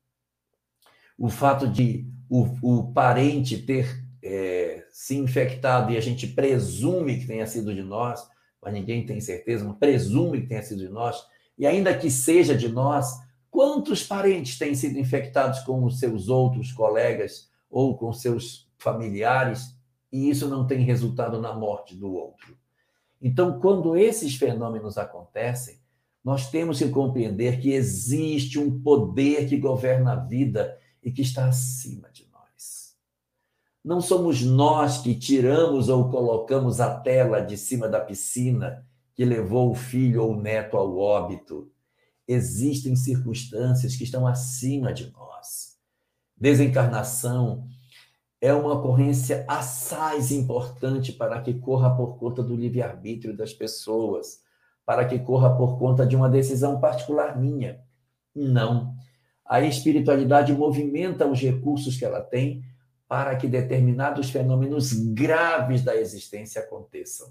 o fato de o parente ter se infectado e a gente presume que tenha sido de nós, mas ninguém tem certeza, mas presume que tenha sido de nós, e ainda que seja de nós, quantos parentes têm sido infectados com os seus outros colegas ou com seus familiares, e isso não tem resultado na morte do outro? Então, quando esses fenômenos acontecem, nós temos que compreender que existe um poder que governa a vida e que está acima de nós. Não somos nós que tiramos ou colocamos a tela de cima da piscina que levou o filho ou o neto ao óbito. Existem circunstâncias que estão acima de nós. Desencarnação é uma ocorrência assaz importante para que corra por conta do livre-arbítrio das pessoas, para que corra por conta de uma decisão particular minha. Não. A espiritualidade movimenta os recursos que ela tem para que determinados fenômenos graves da existência aconteçam.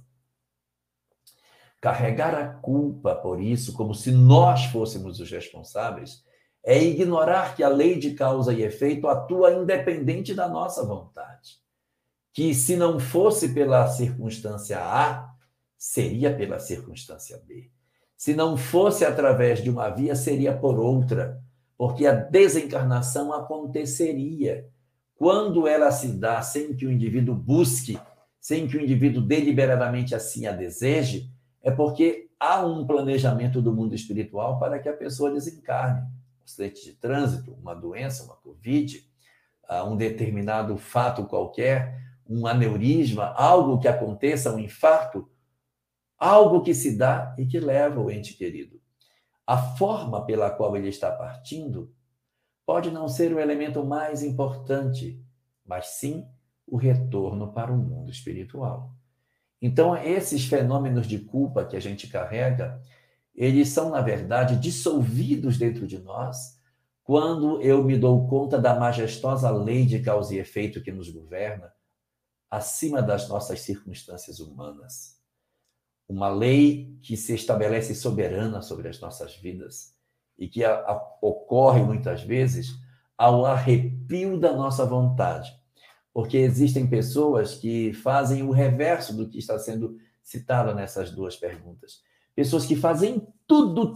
Carregar a culpa por isso, como se nós fôssemos os responsáveis, é ignorar que a lei de causa e efeito atua independente da nossa vontade. Que se não fosse pela circunstância A, seria pela circunstância B. Se não fosse através de uma via, seria por outra, porque a desencarnação aconteceria. Quando ela se dá sem que o indivíduo busque, sem que o indivíduo deliberadamente assim a deseje, é porque há um planejamento do mundo espiritual para que a pessoa desencarne. Um acidente de trânsito, uma doença, uma Covid, um determinado fato qualquer, um aneurisma, algo que aconteça, um infarto, algo que se dá e que leva o ente querido. A forma pela qual ele está partindo pode não ser o elemento mais importante, mas sim o retorno para o mundo espiritual. Então, esses fenômenos de culpa que a gente carrega, eles são, na verdade, dissolvidos dentro de nós quando eu me dou conta da majestosa lei de causa e efeito que nos governa acima das nossas circunstâncias humanas. Uma lei que se estabelece soberana sobre as nossas vidas e que ocorre muitas vezes ao arrepio da nossa vontade. Porque existem pessoas que fazem o reverso do que está sendo citado nessas duas perguntas. Pessoas que fazem tudo,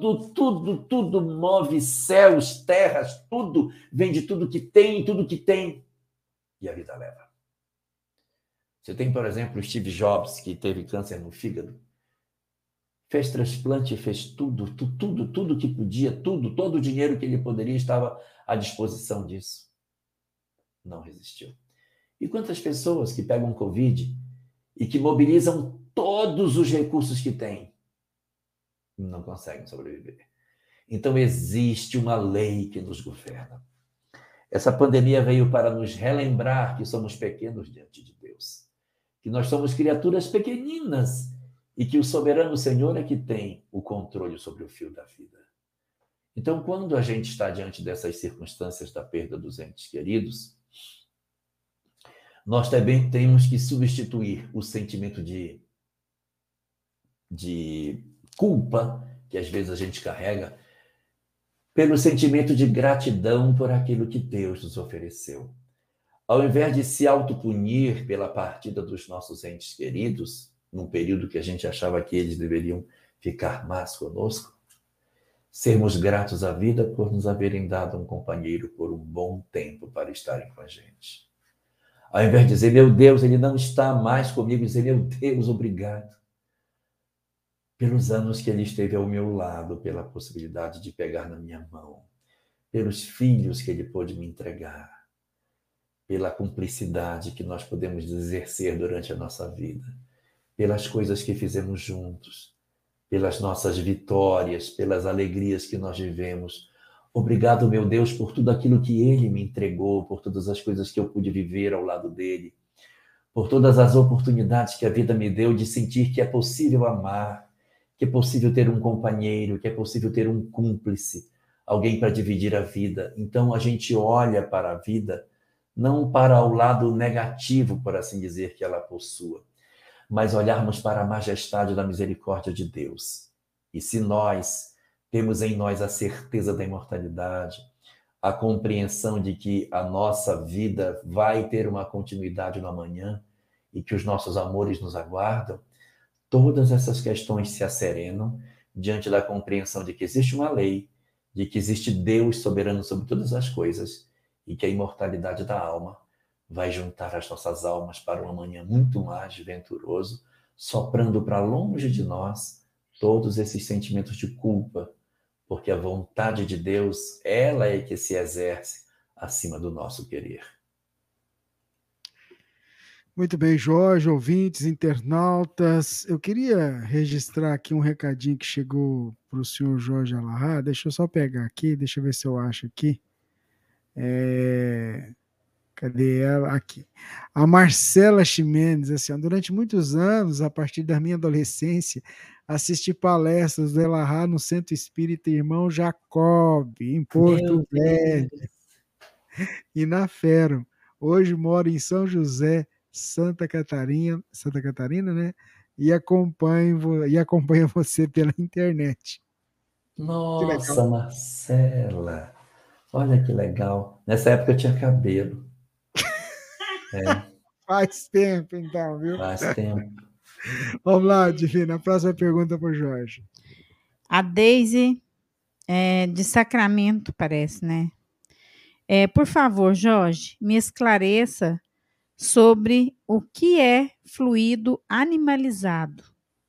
move céus, terras, tudo, vende tudo que tem, e a vida leva. Você tem, por exemplo, o Steve Jobs, que teve câncer no fígado. Fez transplante, fez tudo que podia, todo o dinheiro que ele poderia estava à disposição disso. Não resistiu. E quantas pessoas que pegam Covid e que mobilizam todos os recursos que têm e não conseguem sobreviver? Então, existe uma lei que nos governa. Essa pandemia veio para nos relembrar que somos pequenos diante de Deus, que nós somos criaturas pequeninas e que o soberano Senhor é que tem o controle sobre o fio da vida. Então, quando a gente está diante dessas circunstâncias da perda dos entes queridos, nós também temos que substituir o sentimento de culpa, que às vezes a gente carrega, pelo sentimento de gratidão por aquilo que Deus nos ofereceu. Ao invés de se autopunir pela partida dos nossos entes queridos, num período que a gente achava que eles deveriam ficar mais conosco, sermos gratos à vida por nos haverem dado um companheiro por um bom tempo para estarem com a gente. Ao invés de dizer, meu Deus, ele não está mais comigo, dizer, meu Deus, obrigado pelos anos que ele esteve ao meu lado, pela possibilidade de pegar na minha mão, pelos filhos que ele pôde me entregar, pela cumplicidade que nós podemos exercer durante a nossa vida, pelas coisas que fizemos juntos, pelas nossas vitórias, pelas alegrias que nós vivemos. Obrigado, meu Deus, por tudo aquilo que ele me entregou, por todas as coisas que eu pude viver ao lado dele, por todas as oportunidades que a vida me deu de sentir que é possível amar, que é possível ter um companheiro, que é possível ter um cúmplice, alguém para dividir a vida. Então, a gente olha para a vida não para o lado negativo, por assim dizer, que ela possua, mas olharmos para a majestade da misericórdia de Deus. E se nós temos em nós a certeza da imortalidade, a compreensão de que a nossa vida vai ter uma continuidade no amanhã e que os nossos amores nos aguardam, todas essas questões se asserenam diante da compreensão de que existe uma lei, de que existe Deus soberano sobre todas as coisas e que a imortalidade da alma vai juntar as nossas almas para um amanhã muito mais venturoso, soprando para longe de nós todos esses sentimentos de culpa, porque a vontade de Deus, ela é que se exerce acima do nosso querer. Muito bem, Jorge, ouvintes, internautas. Eu queria registrar aqui um recadinho que chegou para o senhor Jorge Alahá. Deixa eu só pegar aqui, deixa eu ver se eu acho aqui. Cadê ela? Aqui. A Marcela Ximenes, assim, durante muitos anos, a partir da minha adolescência, assisti palestras do Elahá no Centro Espírita Irmão Jacob, em Porto Velho, e na Fero. Hoje moro em São José, Santa Catarina, né? E acompanho você pela internet. Nossa, Marcela, olha que legal. Nessa época eu tinha cabelo. Faz tempo, então, viu? Faz tempo. Vamos lá, Divina, a próxima pergunta para o Jorge. A Deise de Sacramento, parece, né? Por favor, Jorge, me esclareça sobre o que é fluido animalizado.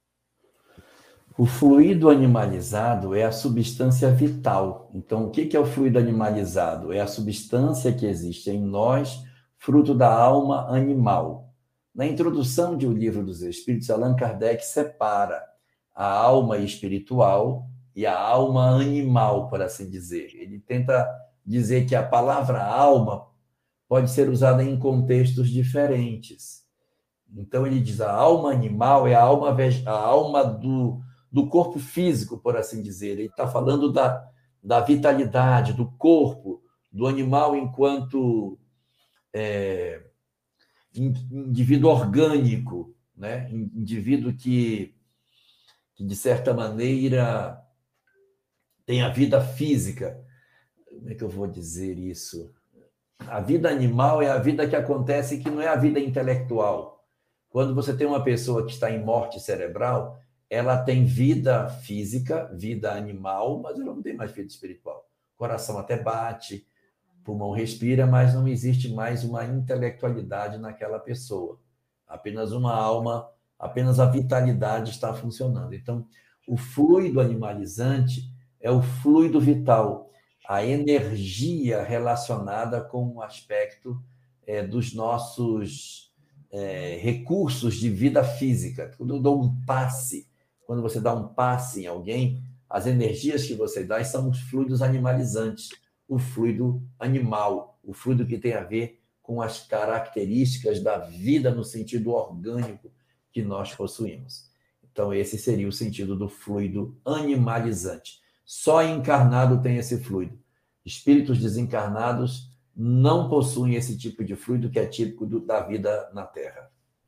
O fluido animalizado é a substância vital. Então, o que é o fluido animalizado? É a substância que existe em nós, fruto da alma animal. Na introdução de O Livro dos Espíritos, Allan Kardec separa a alma espiritual e a alma animal, por assim dizer. Ele tenta dizer que a palavra alma pode ser usada em contextos diferentes. Então, ele diz a alma animal é a alma do corpo físico, por assim dizer. Ele está falando da vitalidade, do corpo, do animal enquanto indivíduo orgânico, né? Indivíduo que, de certa maneira, tem a vida física. Como é que eu vou dizer isso? A vida animal é a vida que acontece, que não é a vida intelectual. Quando você tem uma pessoa que está em morte cerebral, ela tem vida física, vida animal, mas ela não tem mais vida espiritual. O coração até bate, o pulmão respira, mas não existe mais uma intelectualidade naquela pessoa. Apenas uma alma, apenas a vitalidade está funcionando. Então, o fluido animalizante é o fluido vital, a energia relacionada com o aspecto dos nossos recursos de vida física. Quando eu dou um passe, quando você dá um passe em alguém, as energias que você dá são os fluidos animalizantes, o fluido animal, o fluido que tem a ver com as características da vida no sentido orgânico que nós possuímos. Então, esse seria o sentido do fluido animalizante. Só encarnado tem esse fluido. Espíritos desencarnados não possuem esse tipo de fluido que é típico da vida na Terra.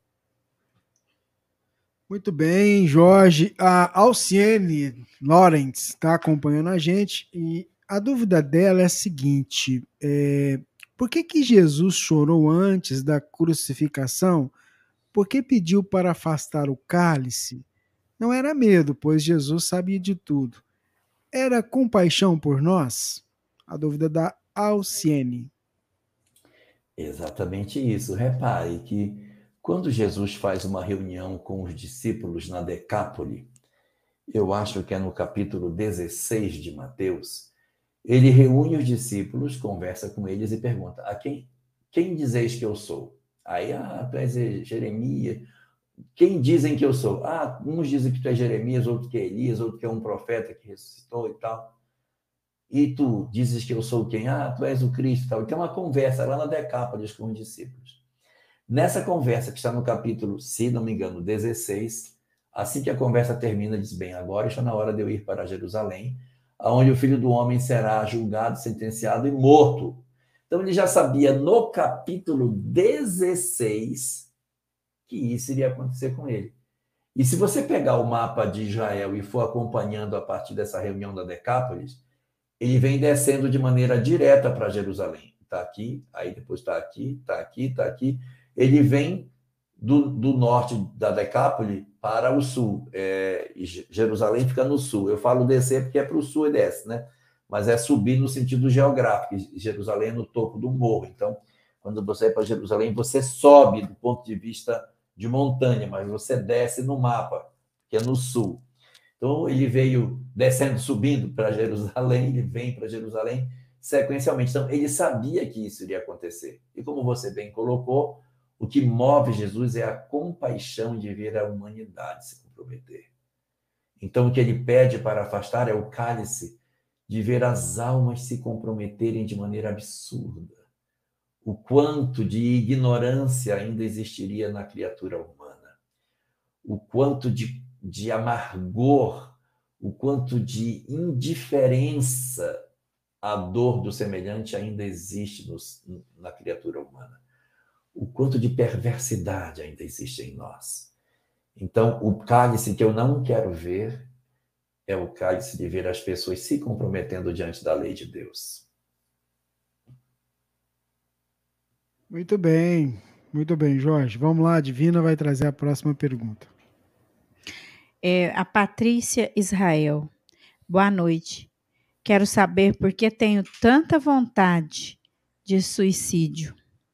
Muito bem, Jorge. A Alciene Lawrence está acompanhando a gente e a dúvida dela é a seguinte: por que Jesus chorou antes da crucificação? Por que pediu para afastar o cálice? Não era medo, pois Jesus sabia de tudo. Era compaixão por nós? A dúvida da Alciene. Exatamente isso. Repare que quando Jesus faz uma reunião com os discípulos na Decápole, eu acho que é no capítulo 16 de Mateus, ele reúne os discípulos, conversa com eles e pergunta: a quem dizeis que eu sou? Aí, tu és Jeremias. Quem dizem que eu sou? Uns dizem que tu és Jeremias, outros que é Elias, outro que é um profeta que ressuscitou e tal. E tu dizes que eu sou quem? Tu és o Cristo e tal. Então, uma conversa lá na Decápolis com os discípulos. Nessa conversa, que está no capítulo, se não me engano, 16, assim que a conversa termina, diz: bem, agora está na hora de eu ir para Jerusalém, onde o Filho do Homem será julgado, sentenciado e morto. Então, ele já sabia no capítulo 16 que isso iria acontecer com ele. E se você pegar o mapa de Israel e for acompanhando a partir dessa reunião da Decápolis, ele vem descendo de maneira direta para Jerusalém. Está aqui, aí depois está aqui, está aqui, está aqui. Ele vem do norte da Decápole para o sul. Jerusalém fica no sul. Eu falo descer porque é para o sul e desce, né? Mas é subir no sentido geográfico. Jerusalém é no topo do morro. Então, quando você vai para Jerusalém, você sobe do ponto de vista de montanha, mas você desce no mapa, que é no sul. Então, ele veio descendo, subindo para Jerusalém, ele vem para Jerusalém sequencialmente. Então, ele sabia que isso iria acontecer. E como você bem colocou, o que move Jesus é a compaixão de ver a humanidade se comprometer. Então, o que ele pede para afastar é o cálice de ver as almas se comprometerem de maneira absurda. O quanto de ignorância ainda existiria na criatura humana. O quanto de amargor, o quanto de indiferença à dor do semelhante ainda existe na criatura humana. O quanto de perversidade ainda existe em nós. Então, o cálice que eu não quero ver é o cálice de ver as pessoas se comprometendo diante da lei de Deus. Muito bem, Jorge. Vamos lá, a Divina vai trazer a próxima pergunta. A Patrícia Israel. Boa noite. Quero saber por que tenho tanta vontade de suicídio.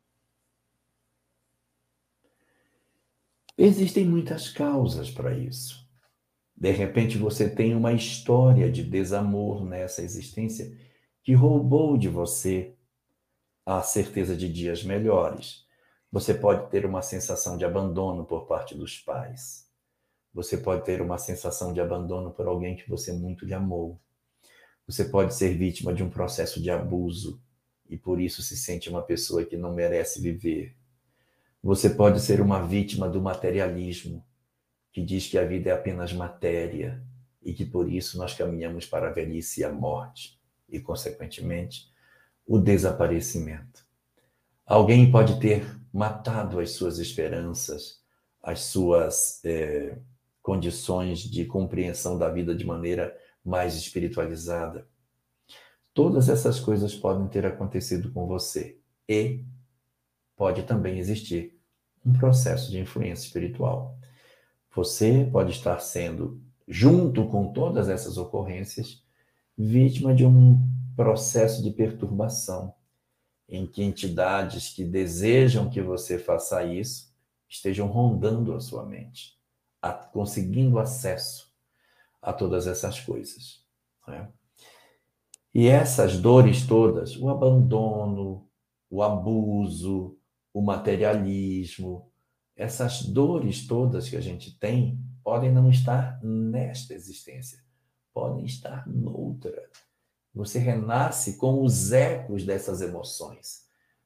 Existem muitas causas para isso. De repente você tem uma história de desamor nessa existência que roubou de você a certeza de dias melhores. Você pode ter uma sensação de abandono por parte dos pais. Você pode ter uma sensação de abandono por alguém que você muito lhe amou. Você pode ser vítima de um processo de abuso e por isso se sente uma pessoa que não merece viver. Você pode ser uma vítima do materialismo, que diz que a vida é apenas matéria e que por isso nós caminhamos para a velhice e a morte e, consequentemente, o desaparecimento. Alguém pode ter matado as suas esperanças, as suas condições de compreensão da vida de maneira mais espiritualizada. Todas essas coisas podem ter acontecido com você e pode também existir um processo de influência espiritual. Você pode estar sendo, junto com todas essas ocorrências, vítima de um processo de perturbação, em que entidades que desejam que você faça isso estejam rondando a sua mente, conseguindo acesso a todas essas coisas. Né? E essas dores todas, o abandono, o abuso, o materialismo, essas dores todas que a gente tem podem não estar nesta existência, podem estar noutra. Você renasce com os ecos dessas emoções.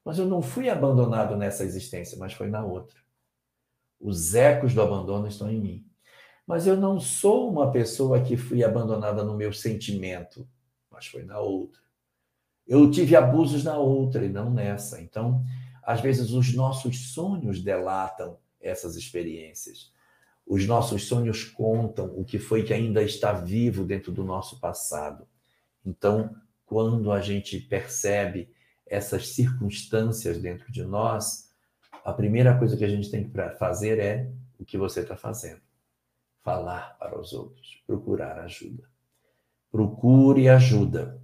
Mas eu não fui abandonado nessa existência, mas foi na outra. Os ecos do abandono estão em mim. Mas eu não sou uma pessoa que fui abandonada no meu sentimento, mas foi na outra. Eu tive abusos na outra e não nessa. Então, às vezes, os nossos sonhos delatam essas experiências. Os nossos sonhos contam o que foi que ainda está vivo dentro do nosso passado. Então, quando a gente percebe essas circunstâncias dentro de nós, a primeira coisa que a gente tem que fazer é o que você está fazendo. Falar para os outros, procurar ajuda. Procure ajuda.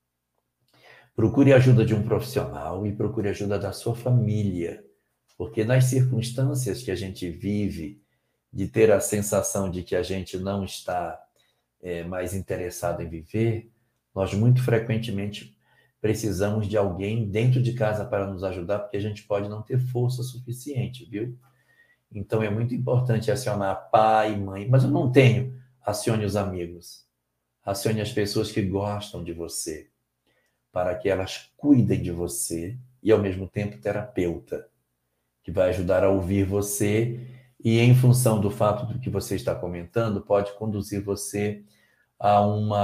Procure ajuda de um profissional e procure ajuda da sua família. Porque nas circunstâncias que a gente vive, de ter a sensação de que a gente não está mais interessado em viver, nós muito frequentemente precisamos de alguém dentro de casa para nos ajudar, porque a gente pode não ter força suficiente, viu? Então é muito importante acionar pai, mãe, mas eu não tenho. Acione os amigos. Acione as pessoas que gostam de você, para que elas cuidem de você e, ao mesmo tempo, terapeuta, que vai ajudar a ouvir você e, em função do fato do que você está comentando, pode conduzir você a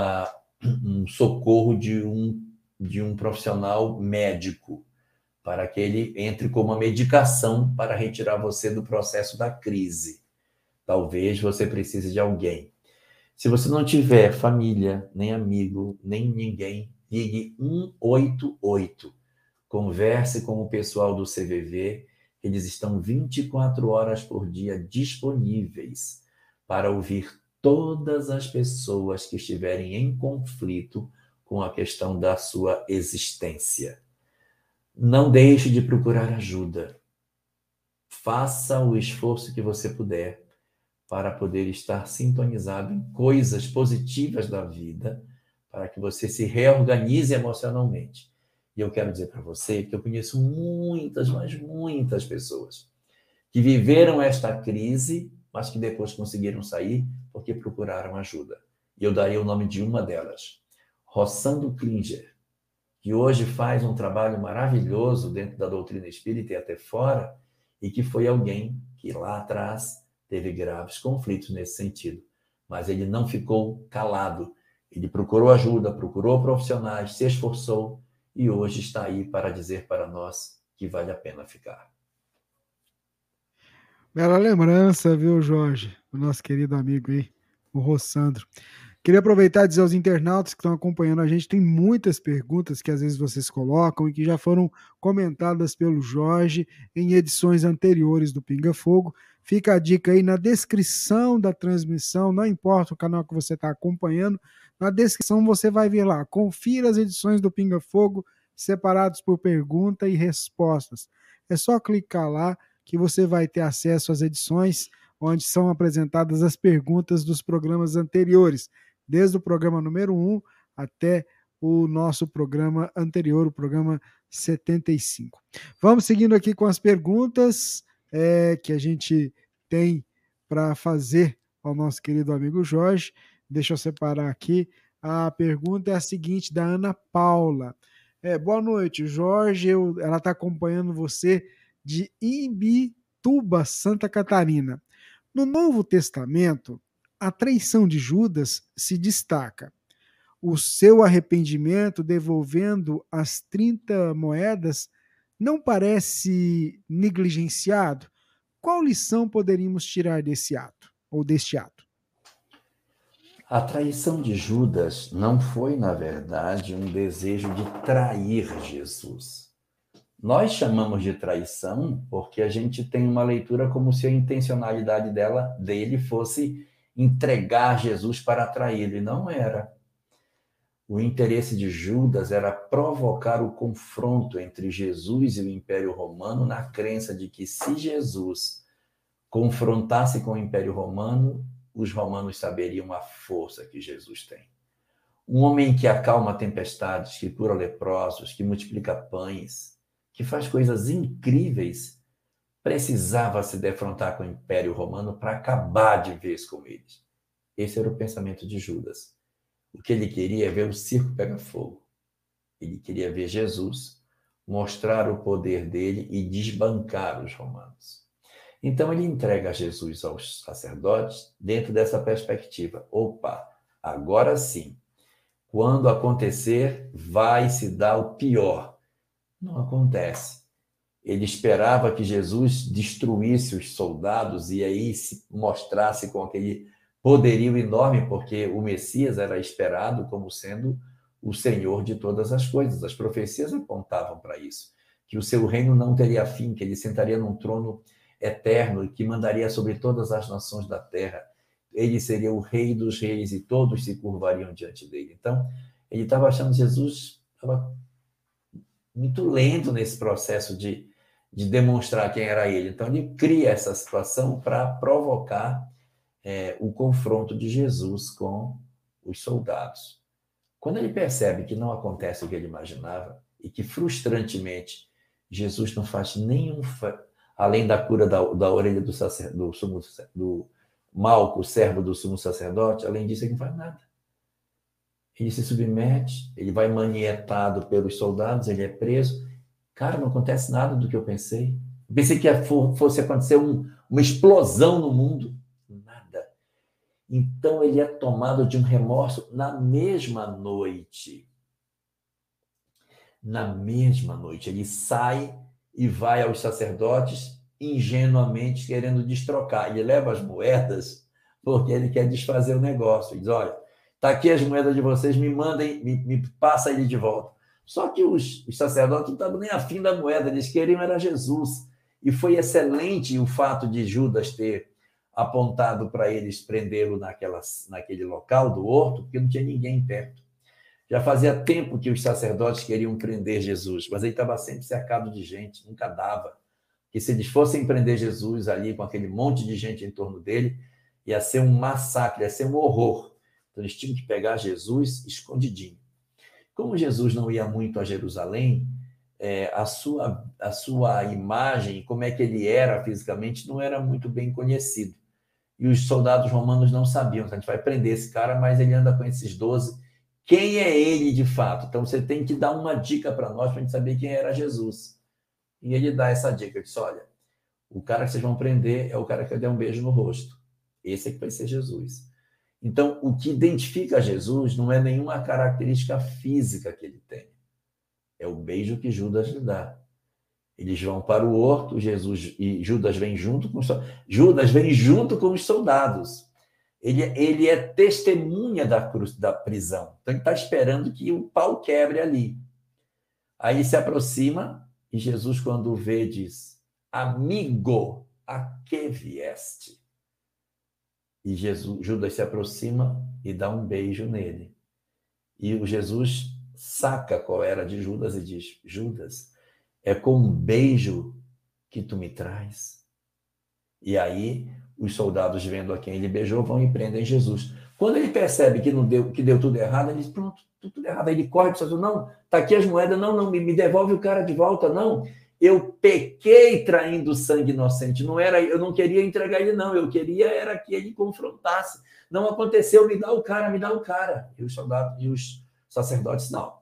um socorro de um profissional médico, para que ele entre com uma medicação para retirar você do processo da crise. Talvez você precise de alguém. Se você não tiver família, nem amigo, nem ninguém, ligue 188. Converse com o pessoal do CVV. Eles estão 24 horas por dia disponíveis para ouvir todas as pessoas que estiverem em conflito com a questão da sua existência. Não deixe de procurar ajuda. Faça o esforço que você puder para poder estar sintonizado em coisas positivas da vida, para que você se reorganize emocionalmente. E eu quero dizer para você que eu conheço muitas, mas muitas pessoas que viveram esta crise, mas que depois conseguiram sair porque procuraram ajuda. E eu daria o nome de uma delas, Rossando Klinger, que hoje faz um trabalho maravilhoso dentro da doutrina espírita e até fora, e que foi alguém que lá atrás teve graves conflitos nesse sentido. Mas ele não ficou calado. Ele procurou ajuda, procurou profissionais, se esforçou e hoje está aí para dizer para nós que vale a pena ficar. Bela lembrança, viu, Jorge? O nosso querido amigo aí, o Rossandro. Queria aproveitar e dizer aos internautas que estão acompanhando a gente, tem muitas perguntas que às vezes vocês colocam e que já foram comentadas pelo Jorge em edições anteriores do Pinga Fogo. Fica a dica aí na descrição da transmissão, não importa o canal que você está acompanhando, na descrição você vai ver lá, confira as edições do Pinga Fogo separados por pergunta e respostas. É só clicar lá que você vai ter acesso às edições onde são apresentadas as perguntas dos programas anteriores, desde o programa número 1 até o nosso programa anterior, o programa 75. Vamos seguindo aqui com as perguntas que a gente tem para fazer ao nosso querido amigo Jorge. Deixa eu separar aqui. A pergunta é a seguinte, da Ana Paula. Boa noite, Jorge. Ela está acompanhando você de Imbituba, Santa Catarina. No Novo Testamento, a traição de Judas se destaca. O seu arrependimento devolvendo as 30 moedas não parece negligenciado? Qual lição poderíamos tirar desse ato, ou deste ato? A traição de Judas não foi, na verdade, um desejo de trair Jesus. Nós chamamos de traição porque a gente tem uma leitura como se a intencionalidade dele fosse entregar Jesus para traí-lo, e não era. O interesse de Judas era provocar o confronto entre Jesus e o Império Romano, na crença de que se Jesus confrontasse com o Império Romano, os romanos saberiam a força que Jesus tem. Um homem que acalma tempestades, que cura leprosos, que multiplica pães, que faz coisas incríveis, precisava se defrontar com o Império Romano para acabar de vez com eles. Esse era o pensamento de Judas. O que ele queria é ver o circo pegar fogo. Ele queria ver Jesus mostrar o poder dele e desbancar os romanos. Então ele entrega Jesus aos sacerdotes dentro dessa perspectiva. Opa, agora sim, quando acontecer, vai se dar o pior. Não acontece. Ele esperava que Jesus destruísse os soldados e aí se mostrasse com aquele poderio enorme, porque o Messias era esperado como sendo o Senhor de todas as coisas. As profecias apontavam para isso, que o seu reino não teria fim, que ele sentaria num trono eterno e que mandaria sobre todas as nações da terra. Ele seria o rei dos reis e todos se curvariam diante dele. Então, ele estava achando que Jesus estava muito lento nesse processo de demonstrar quem era ele. Então, ele cria essa situação para provocar o confronto de Jesus com os soldados. Quando ele percebe que não acontece o que ele imaginava e que, frustrantemente, Jesus não faz nenhum... além da cura da orelha do Malco, servo do sumo sacerdote, além disso, ele não faz nada. Ele se submete, ele vai manietado pelos soldados, ele é preso. Cara, não acontece nada do que eu pensei. Eu pensei que fosse acontecer uma explosão no mundo. Nada. Então, ele é tomado de um remorso na mesma noite. Na mesma noite. Ele sai e vai aos sacerdotes ingenuamente querendo destrocar. Ele leva as moedas porque ele quer desfazer o negócio. Ele diz, olha, está aqui as moedas de vocês, me mandem, me passa ele de volta. Só que os sacerdotes não estavam nem afim da moeda, eles queriam era Jesus. E foi excelente o fato de Judas ter apontado para eles prendê-lo naquele local do horto, porque não tinha ninguém perto. Já fazia tempo que os sacerdotes queriam prender Jesus, mas ele estava sempre cercado de gente, nunca dava. Que se eles fossem prender Jesus ali com aquele monte de gente em torno dele, ia ser um massacre, ia ser um horror. Então eles tinham que pegar Jesus escondidinho. Como Jesus não ia muito a Jerusalém, a sua imagem, como é que ele era fisicamente, não era muito bem conhecido. E os soldados romanos não sabiam. A gente vai prender esse cara, mas ele anda com esses 12. Quem é ele de fato? Então você tem que dar uma dica para nós, para a gente saber quem era Jesus. E ele dá essa dica. Ele diz, olha, o cara que vocês vão prender é o cara que deu um beijo no rosto. Esse é que vai ser Jesus. Então, o que identifica Jesus não é nenhuma característica física que ele tem. É o beijo que Judas lhe dá. Eles vão para o horto, Jesus e Judas vem junto com os soldados. Ele é testemunha da prisão. Então, ele está esperando que o pau quebre ali. Aí ele se aproxima e Jesus, quando o vê, diz, amigo, a que vieste? E Judas se aproxima e dá um beijo nele. E o Jesus saca qual era de Judas e diz, Judas, é com um beijo que tu me traz? E aí os soldados, vendo a quem ele beijou, vão e prendem Jesus. Quando ele percebe que deu tudo errado, ele diz, pronto, tudo errado. Aí ele corre e diz, não, tá aqui as moedas, não, me devolve o cara de volta, não. Eu pequei traindo sangue inocente. Eu não queria entregar ele, não. Eu queria era que ele confrontasse. Não aconteceu, me dá o cara. E os soldados e os sacerdotes, não.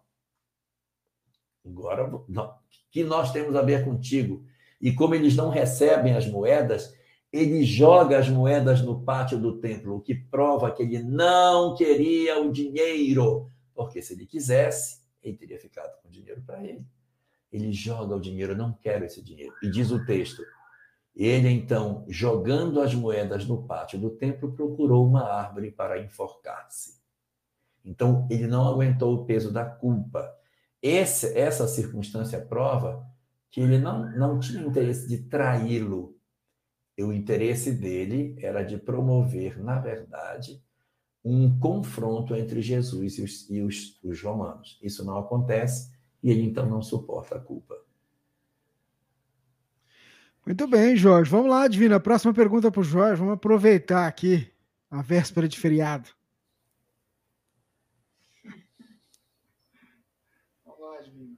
Agora, não. Que nós temos a ver contigo? E como eles não recebem as moedas, ele joga as moedas no pátio do templo, o que prova que ele não queria o dinheiro. Porque se ele quisesse, ele teria ficado com o dinheiro para ele. Ele joga o dinheiro, eu não quero esse dinheiro. E diz o texto, ele então, jogando as moedas no pátio do templo, procurou uma árvore para enforcar-se. Então, ele não aguentou o peso da culpa. Essa circunstância prova que ele não tinha interesse de traí-lo. O interesse dele era de promover, na verdade, um confronto entre Jesus e os romanos. Isso não acontece. E ele, então, não suporta a culpa. Muito bem, Jorge. Vamos lá, Divina. A próxima pergunta para o Jorge. Vamos aproveitar aqui a véspera de feriado. Vamos lá, Divina.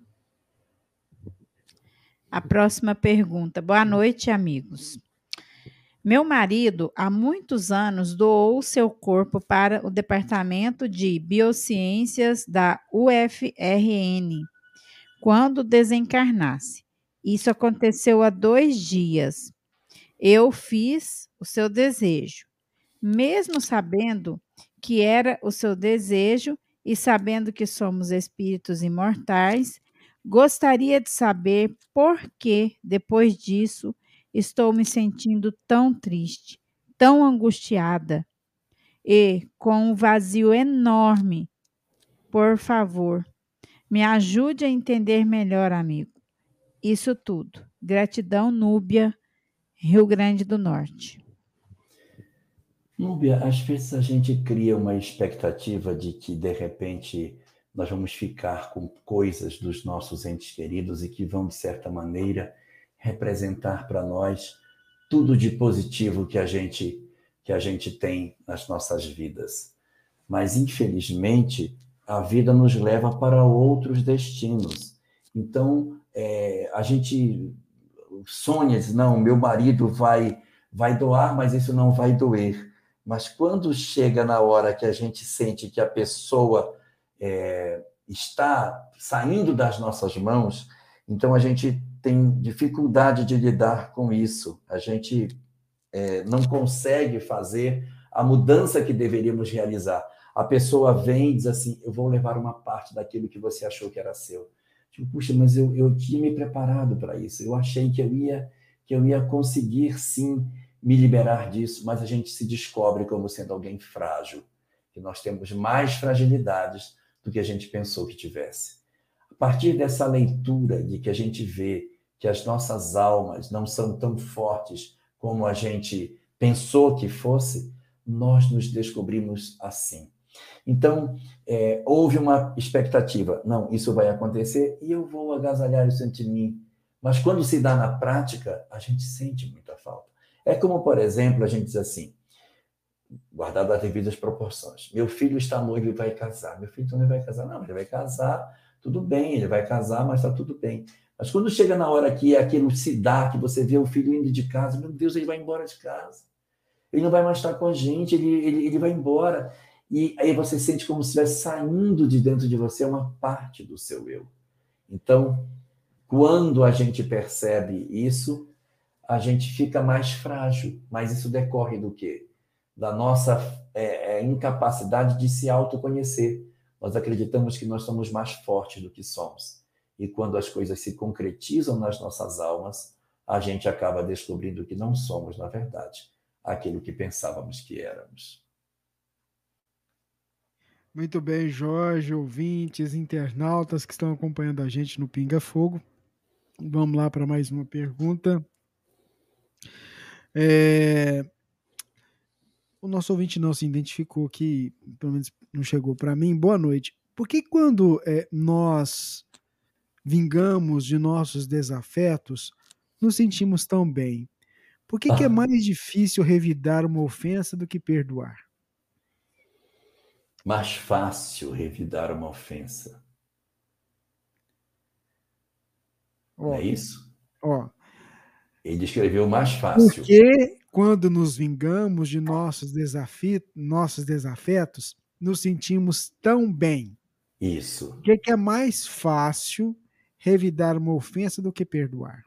A próxima pergunta. Boa noite, amigos. Meu marido, há muitos anos, doou seu corpo para o Departamento de Biociências da UFRN. quando desencarnasse. Isso aconteceu há 2 dias. Eu fiz o seu desejo, mesmo sabendo que era o seu desejo e sabendo que somos espíritos imortais, gostaria de saber por que, depois disso, estou me sentindo tão triste, tão angustiada e com um vazio enorme. Por favor, me ajude a entender melhor, amigo. Isso tudo. Gratidão, Núbia, Rio Grande do Norte. Núbia, às vezes a gente cria uma expectativa de que, de repente, nós vamos ficar com coisas dos nossos entes queridos e que vão, de certa maneira, representar para nós tudo de positivo que a gente tem nas nossas vidas. Mas, infelizmente, a vida nos leva para outros destinos. Então, a gente sonha, diz, não, meu marido vai doar, mas isso não vai doer. Mas quando chega na hora que a gente sente que a pessoa está saindo das nossas mãos, então a gente tem dificuldade de lidar com isso. A gente não consegue fazer a mudança que deveríamos realizar. A pessoa vem e diz assim, eu vou levar uma parte daquilo que você achou que era seu. Tipo, puxa, mas eu tinha me preparado para isso. Eu achei que eu ia conseguir, sim, me liberar disso, mas a gente se descobre como sendo alguém frágil, que nós temos mais fragilidades do que a gente pensou que tivesse. A partir dessa leitura de que a gente vê que as nossas almas não são tão fortes como a gente pensou que fosse, nós nos descobrimos assim. Então, houve uma expectativa, não, isso vai acontecer e eu vou agasalhar isso em mim. Mas quando se dá na prática, a gente sente muita falta. É como, por exemplo, a gente diz assim, guardado as devidas proporções, meu filho está noivo e vai casar. Meu filho também vai casar. Não, ele vai casar, tudo bem, ele vai casar, mas está tudo bem. Mas quando chega na hora que aquilo se dá, que você vê o filho indo de casa, meu Deus, ele vai embora de casa. Ele não vai mais estar com a gente, ele vai embora. E aí você sente como se estivesse saindo de dentro de você uma parte do seu eu. Então, quando a gente percebe isso, a gente fica mais frágil. Mas isso decorre do quê? Da nossa incapacidade de se autoconhecer. Nós acreditamos que nós somos mais fortes do que somos. E quando as coisas se concretizam nas nossas almas, a gente acaba descobrindo que não somos, na verdade, aquilo que pensávamos que éramos. Muito bem, Jorge, ouvintes, internautas que estão acompanhando a gente no Pinga Fogo. Vamos lá para mais uma pergunta. O nosso ouvinte não se identificou aqui, pelo menos não chegou para mim. Boa noite. Por que quando nós vingamos de nossos desafetos, nos sentimos tão bem? Por que é mais difícil revidar uma ofensa do que perdoar? Mais fácil revidar uma ofensa. Não é isso? Ele escreveu mais fácil. Porque quando nos vingamos de nossos desafetos, nos sentimos tão bem. Isso. Por que é mais fácil revidar uma ofensa do que perdoar?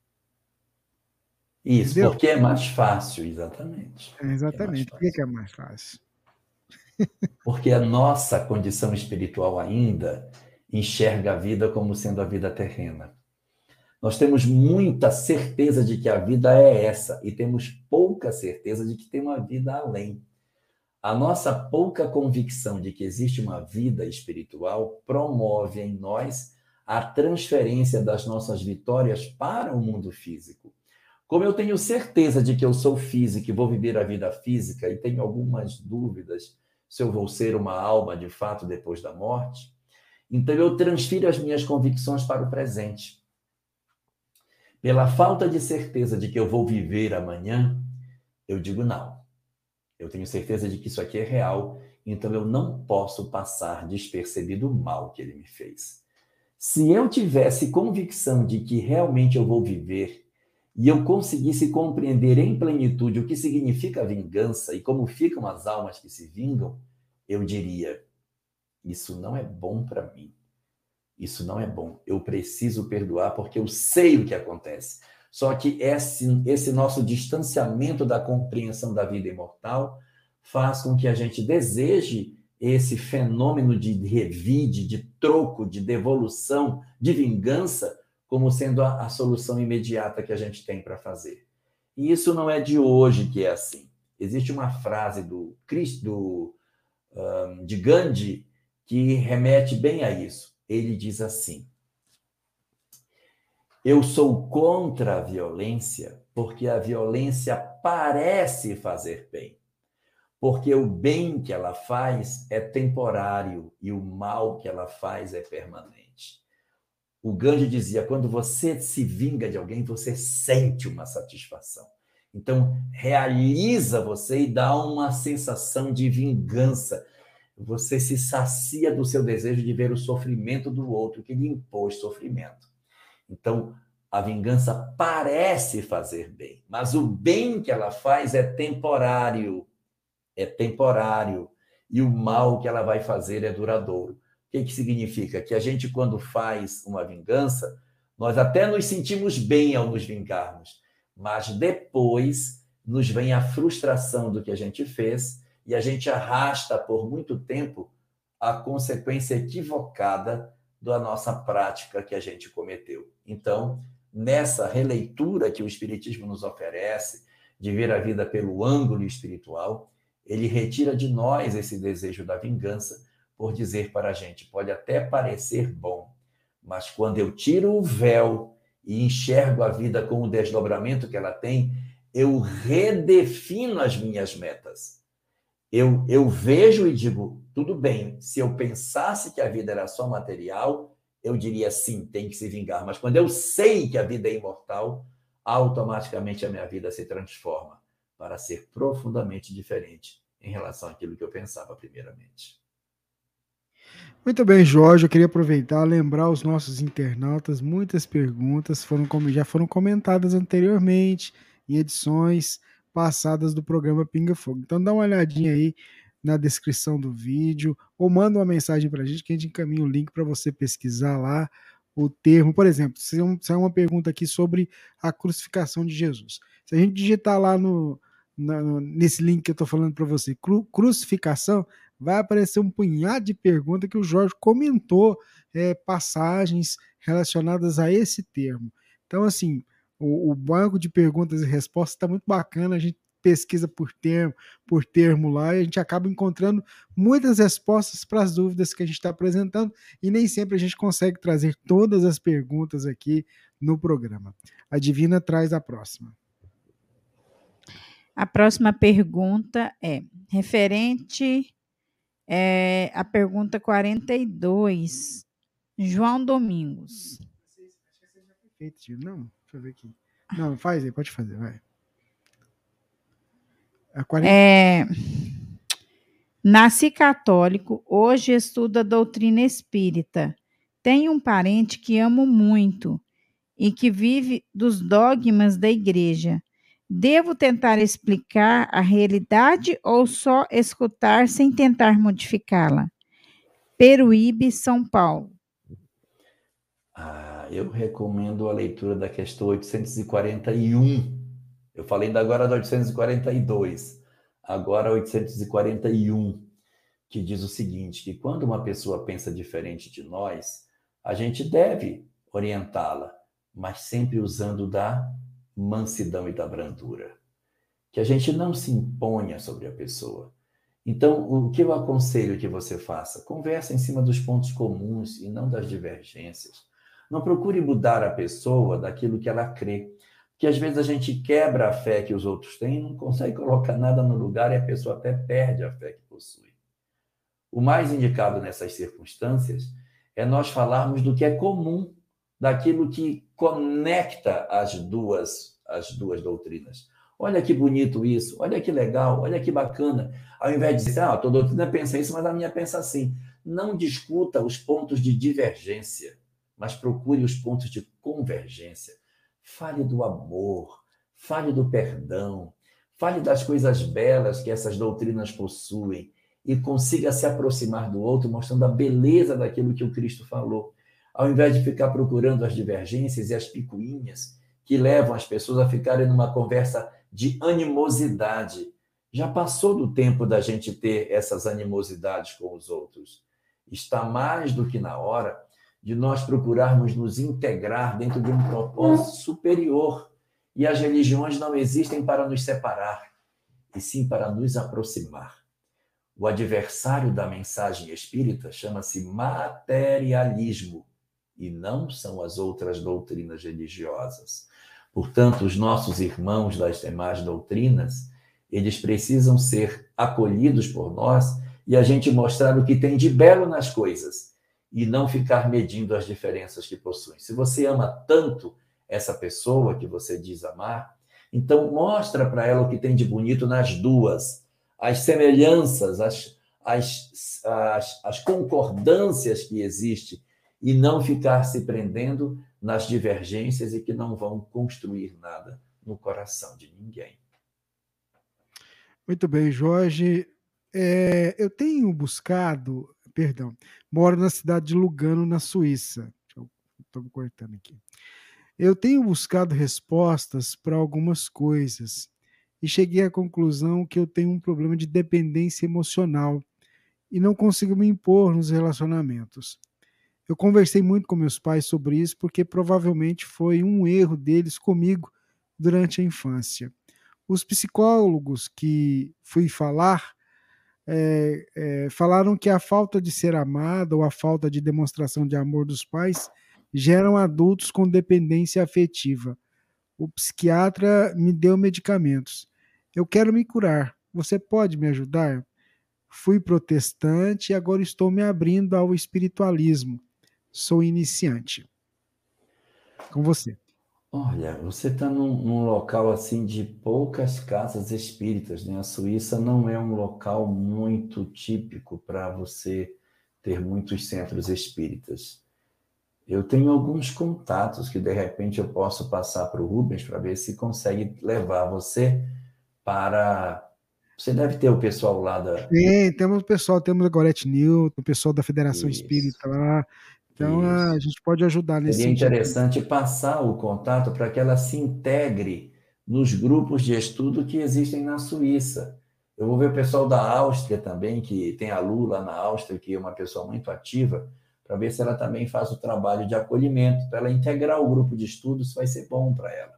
Isso, entendeu? Porque é mais fácil, exatamente. Exatamente. Por que é mais fácil? Porque a nossa condição espiritual ainda enxerga a vida como sendo a vida terrena. Nós temos muita certeza de que a vida é essa e temos pouca certeza de que tem uma vida além. A nossa pouca convicção de que existe uma vida espiritual promove em nós a transferência das nossas vitórias para o mundo físico. Como eu tenho certeza de que eu sou físico e vou viver a vida física e tenho algumas dúvidas se eu vou ser uma alma de fato depois da morte, então eu transfiro as minhas convicções para o presente. Pela falta de certeza de que eu vou viver amanhã, eu digo não. Eu tenho certeza de que isso aqui é real, então eu não posso passar despercebido o mal que ele me fez. Se eu tivesse convicção de que realmente eu vou viver e eu conseguisse compreender em plenitude o que significa a vingança e como ficam as almas que se vingam, eu diria, isso não é bom para mim. Isso não é bom. Eu preciso perdoar porque eu sei o que acontece. Só que esse nosso distanciamento da compreensão da vida imortal faz com que a gente deseje esse fenômeno de revide, de troco, de devolução, de vingança, como sendo a solução imediata que a gente tem para fazer. E isso não é de hoje que é assim. Existe uma frase de Gandhi que remete bem a isso. Ele diz assim: eu sou contra a violência porque a violência parece fazer bem. Porque o bem que ela faz é temporário e o mal que ela faz é permanente. O Gandhi dizia, quando você se vinga de alguém, você sente uma satisfação. Então, realiza você e dá uma sensação de vingança. Você se sacia do seu desejo de ver o sofrimento do outro, que lhe impôs sofrimento. Então, a vingança parece fazer bem, mas o bem que ela faz é temporário. E o mal que ela vai fazer é duradouro. O que significa? Que a gente, quando faz uma vingança, nós até nos sentimos bem ao nos vingarmos, mas depois nos vem a frustração do que a gente fez e a gente arrasta por muito tempo a consequência equivocada da nossa prática que a gente cometeu. Então, nessa releitura que o Espiritismo nos oferece, de ver a vida pelo ângulo espiritual, ele retira de nós esse desejo da vingança por dizer para a gente, pode até parecer bom, mas quando eu tiro o véu e enxergo a vida com o desdobramento que ela tem, eu redefino as minhas metas. Eu vejo e digo, tudo bem, se eu pensasse que a vida era só material, eu diria sim, tem que se vingar. Mas quando eu sei que a vida é imortal, automaticamente a minha vida se transforma para ser profundamente diferente em relação àquilo que eu pensava primeiramente. Muito bem, Jorge, eu queria aproveitar e lembrar os nossos internautas, muitas perguntas já foram comentadas anteriormente em edições passadas do programa Pinga Fogo. Então dá uma olhadinha aí na descrição do vídeo ou manda uma mensagem para a gente que a gente encaminha o link para você pesquisar lá o termo. Por exemplo, se é uma pergunta aqui sobre a crucificação de Jesus. Se a gente digitar lá nesse link que eu estou falando para você, crucificação, vai aparecer um punhado de perguntas que o Jorge comentou, passagens relacionadas a esse termo. Então, assim, o banco de perguntas e respostas está muito bacana, a gente pesquisa por termo lá e a gente acaba encontrando muitas respostas para as dúvidas que a gente está apresentando e nem sempre a gente consegue trazer todas as perguntas aqui no programa. A Divina traz a próxima. A próxima pergunta é referente à pergunta 42, João Domingos. Não, deixa eu ver aqui. Não, faz aí, pode fazer, vai. Nasci católico, hoje estudo a doutrina espírita. Tenho um parente que amo muito e que vive dos dogmas da igreja. Devo tentar explicar a realidade ou só escutar sem tentar modificá-la? Peruíbe, São Paulo. Eu recomendo a leitura da questão 841. Eu falei ainda agora da 842. Agora 841, que diz o seguinte, que quando uma pessoa pensa diferente de nós, a gente deve orientá-la, mas sempre usando da mansidão e da brandura. Que a gente não se imponha sobre a pessoa. Então, o que eu aconselho que você faça? Conversa em cima dos pontos comuns e não das divergências. Não procure mudar a pessoa daquilo que ela crê. Porque às vezes a gente quebra a fé que os outros têm, não consegue colocar nada no lugar e a pessoa até perde a fé que possui. O mais indicado nessas circunstâncias é nós falarmos do que é comum, daquilo que conecta as duas doutrinas. Olha que bonito isso, olha que legal, olha que bacana. Ao invés de dizer, a tua doutrina pensa isso, mas a minha pensa assim. Não discuta os pontos de divergência, mas procure os pontos de convergência. Fale do amor, fale do perdão, fale das coisas belas que essas doutrinas possuem e consiga se aproximar do outro, mostrando a beleza daquilo que o Cristo falou. ao invés de ficar procurando as divergências e as picuinhas que levam as pessoas a ficarem numa conversa de animosidade. Já passou do tempo da gente ter essas animosidades com os outros. Está mais do que na hora de nós procurarmos nos integrar dentro de um propósito superior. E as religiões não existem para nos separar, e sim para nos aproximar. O adversário da mensagem espírita chama-se materialismo, e não são as outras doutrinas religiosas. Portanto, os nossos irmãos das demais doutrinas, eles precisam ser acolhidos por nós e a gente mostrar o que tem de belo nas coisas e não ficar medindo as diferenças que possuem. Se você ama tanto essa pessoa que você diz amar, então mostra para ela o que tem de bonito nas duas, as semelhanças, as concordâncias que existem, e não ficar se prendendo nas divergências e que não vão construir nada no coração de ninguém. Muito bem, Jorge. Eu tenho buscado, moro na cidade de Lugano, na Suíça. Estou me cortando aqui. Eu tenho buscado respostas para algumas coisas e cheguei à conclusão que eu tenho um problema de dependência emocional e não consigo me impor nos relacionamentos. Eu conversei muito com meus pais sobre isso porque provavelmente foi um erro deles comigo durante a infância. Os psicólogos que fui falar falaram que a falta de ser amado ou a falta de demonstração de amor dos pais geram adultos com dependência afetiva. O psiquiatra me deu medicamentos. Eu quero me curar. Você pode me ajudar? Fui protestante e agora estou me abrindo ao espiritualismo. Sou iniciante. Com você. Olha, você está num local assim de poucas casas espíritas, né? A Suíça não é um local muito típico para você ter muitos centros espíritas. Eu tenho alguns contatos que de repente eu posso passar para o Rubens para ver se consegue levar você para... Você deve ter o pessoal lá da... Temos o pessoal, temos a Gorete Newton, o pessoal da Federação Espírita lá. Então, a gente pode ajudar nesse sentido. Seria interessante passar o contato para que ela se integre nos grupos de estudo que existem na Suíça. Eu vou ver o pessoal da Áustria também, que tem a Lu lá na Áustria, que é uma pessoa muito ativa, para ver se ela também faz o trabalho de acolhimento, para ela integrar o grupo de estudos, vai ser bom para ela.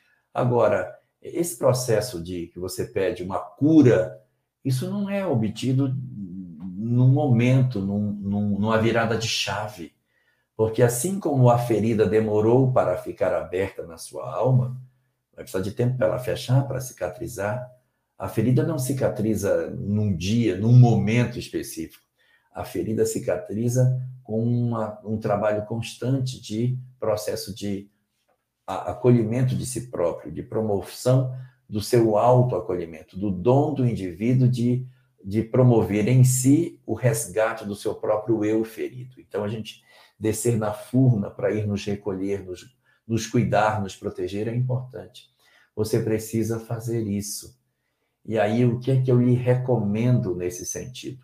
Agora, esse processo de que você pede uma cura, isso não é obtido num momento, numa virada de chave. Porque assim como a ferida demorou para ficar aberta na sua alma, vai precisar de tempo para ela fechar, para cicatrizar. A ferida não cicatriza num dia, num momento específico. A ferida cicatriza com um trabalho constante de processo de acolhimento de si próprio, de promoção do seu autoacolhimento, do dom do indivíduo de promover em si o resgate do seu próprio eu ferido. Então, a gente descer na furna para ir nos recolher, nos cuidar, nos proteger é importante. Você precisa fazer isso. E aí, o que é que eu lhe recomendo nesse sentido?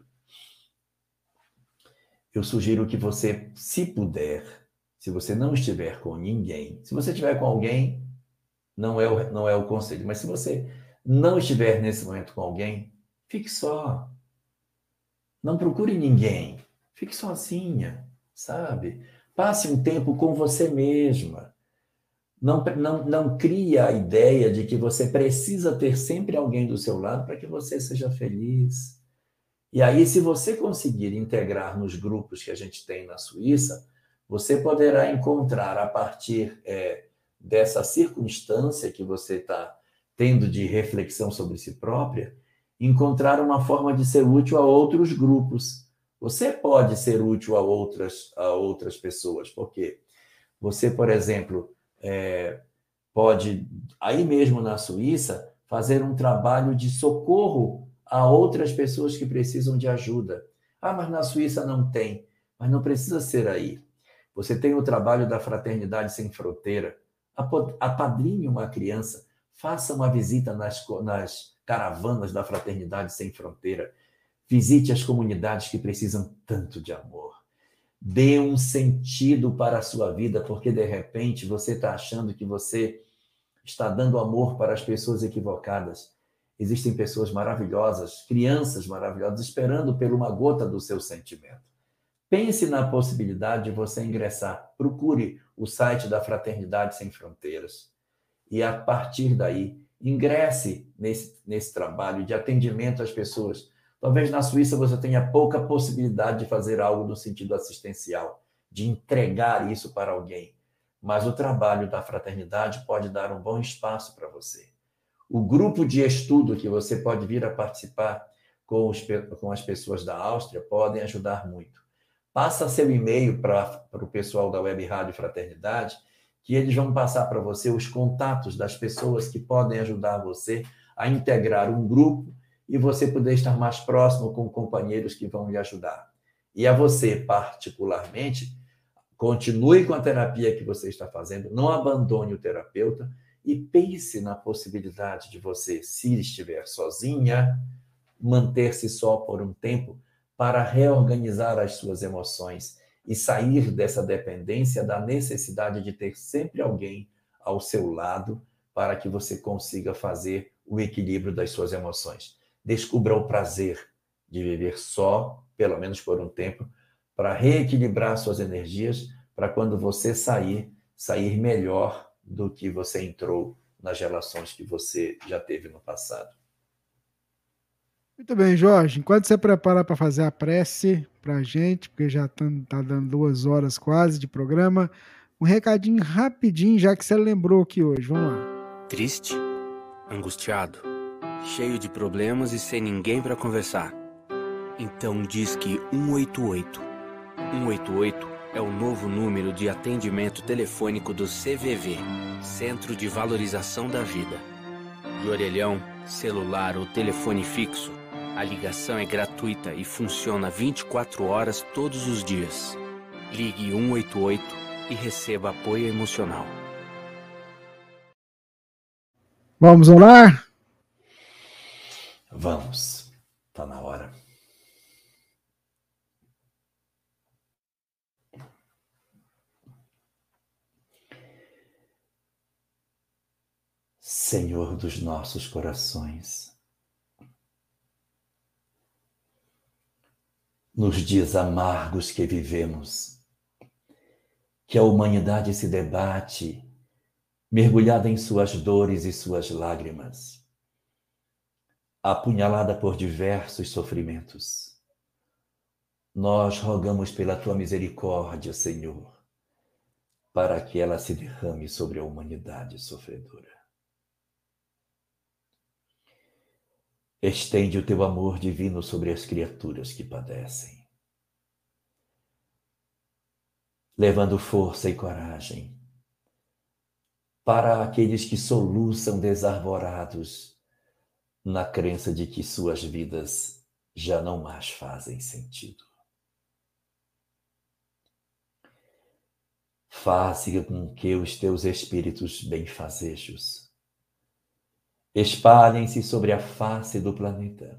Eu sugiro que você, se puder, se você não estiver com ninguém, se você estiver com alguém, não é o conselho, mas se você não estiver nesse momento com alguém, fique só. Não procure ninguém. Fique sozinha, sabe? Passe um tempo com você mesma. Não cria a ideia de que você precisa ter sempre alguém do seu lado para que você seja feliz. E aí, se você conseguir integrar nos grupos que a gente tem na Suíça, você poderá encontrar, a partir dessa circunstância que você está tendo de reflexão sobre si própria, encontrar uma forma de ser útil a outros grupos. Você pode ser útil a outras pessoas, porque você, por exemplo, pode, aí mesmo na Suíça, fazer um trabalho de socorro a outras pessoas que precisam de ajuda. Ah, mas na Suíça não tem. Mas não precisa ser aí. Você tem o trabalho da Fraternidade Sem Fronteira. Apadrinhe uma criança, faça uma visita nas caravanas da Fraternidade Sem Fronteira. Visite as comunidades que precisam tanto de amor. Dê um sentido para a sua vida, porque de repente você está achando que você está dando amor para as pessoas equivocadas. Existem pessoas maravilhosas, crianças maravilhosas, esperando por uma gota do seu sentimento. Pense na possibilidade de você ingressar. Procure o site da Fraternidade Sem Fronteiras. E a partir daí, ingresse nesse trabalho de atendimento às pessoas. Talvez na Suíça você tenha pouca possibilidade de fazer algo no sentido assistencial, de entregar isso para alguém. Mas o trabalho da fraternidade pode dar um bom espaço para você. O grupo de estudo que você pode vir a participar com as pessoas da Áustria podem ajudar muito. Passa seu e-mail para o pessoal da Web Rádio Fraternidade, que eles vão passar para você os contatos das pessoas que podem ajudar você a integrar um grupo e você poder estar mais próximo com companheiros que vão lhe ajudar. E a você, particularmente, continue com a terapia que você está fazendo, não abandone o terapeuta e pense na possibilidade de você, se estiver sozinha, manter-se só por um tempo para reorganizar as suas emoções e sair dessa dependência da necessidade de ter sempre alguém ao seu lado para que você consiga fazer o equilíbrio das suas emoções. Descubra o prazer de viver só, pelo menos por um tempo, para reequilibrar suas energias, para quando você sair melhor do que você entrou nas relações que você já teve no passado. Muito bem, Jorge. Enquanto você prepara para fazer a prece para a gente, porque já tá dando 2 horas quase de programa, um recadinho rapidinho, já que você lembrou aqui hoje. Vamos lá. Triste, angustiado, cheio de problemas e sem ninguém para conversar. Então diz que 188. 188 é o novo número de atendimento telefônico do CVV, Centro de Valorização da Vida. De orelhão, celular ou telefone fixo, a ligação é gratuita e funciona 24 horas todos os dias. Ligue 188 e receba apoio emocional. Vamos orar? Vamos. Está na hora. Senhor dos nossos corações, nos dias amargos que vivemos, que a humanidade se debate, mergulhada em suas dores e suas lágrimas, apunhalada por diversos sofrimentos, nós rogamos pela tua misericórdia, Senhor, para que ela se derrame sobre a humanidade sofredora. Estende o teu amor divino sobre as criaturas que padecem, levando força e coragem para aqueles que soluçam desarvorados na crença de que suas vidas já não mais fazem sentido. Faze com que os teus espíritos benfazejos espalhem-se sobre a face do planeta,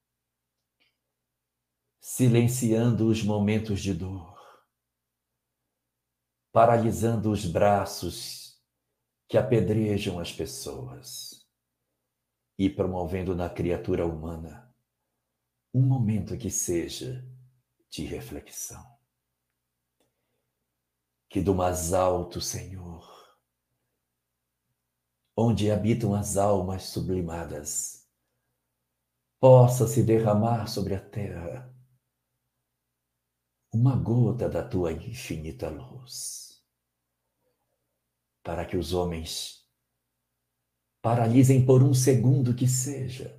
silenciando os momentos de dor, paralisando os braços que apedrejam as pessoas e promovendo na criatura humana um momento que seja de reflexão. Que do mais alto, Senhor, onde habitam as almas sublimadas, possa se derramar sobre a terra uma gota da tua infinita luz, para que os homens paralisem por um segundo que seja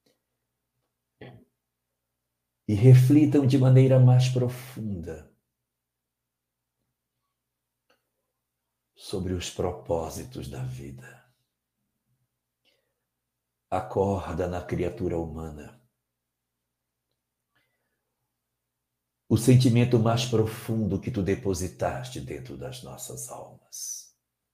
e reflitam de maneira mais profunda sobre os propósitos da vida. Acorda na criatura humana o sentimento mais profundo que tu depositaste dentro das nossas almas.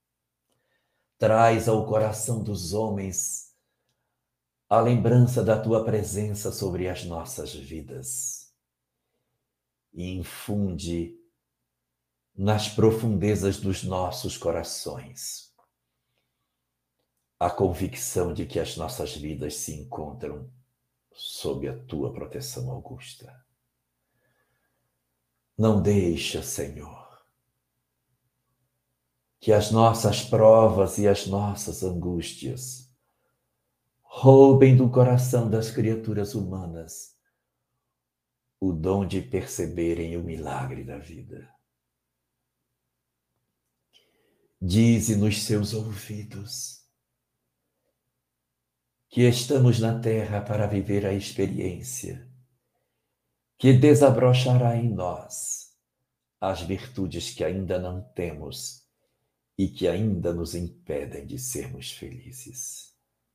Traz ao coração dos homens a lembrança da tua presença sobre as nossas vidas e infunde nas profundezas dos nossos corações, a convicção de que as nossas vidas se encontram sob a tua proteção augusta. Não deixa, Senhor, que as nossas provas e as nossas angústias roubem do coração das criaturas humanas o dom de perceberem o milagre da vida. Dize nos seus ouvidos que estamos na terra para viver a experiência que desabrochará em nós as virtudes que ainda não temos e que ainda nos impedem de sermos felizes.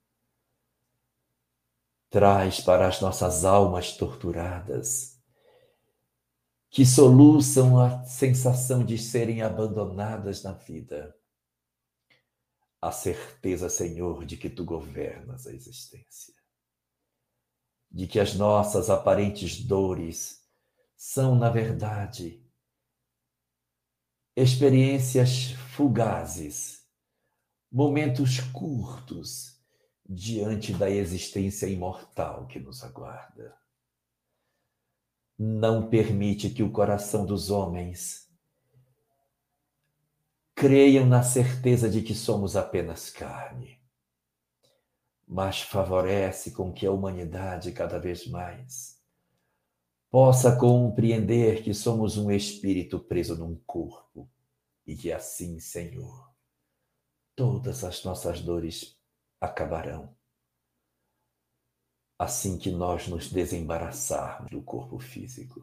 Traz para as nossas almas torturadas, que soluçam a sensação de serem abandonadas na vida, a certeza, Senhor, de que Tu governas a existência, de que as nossas aparentes dores são, na verdade, experiências fugazes, momentos curtos diante da existência imortal que nos aguarda. Não permite que o coração dos homens creiam na certeza de que somos apenas carne, mas favorece com que a humanidade cada vez mais possa compreender que somos um espírito preso num corpo e que assim, Senhor, todas as nossas dores acabarão assim que nós nos desembaraçarmos do corpo físico.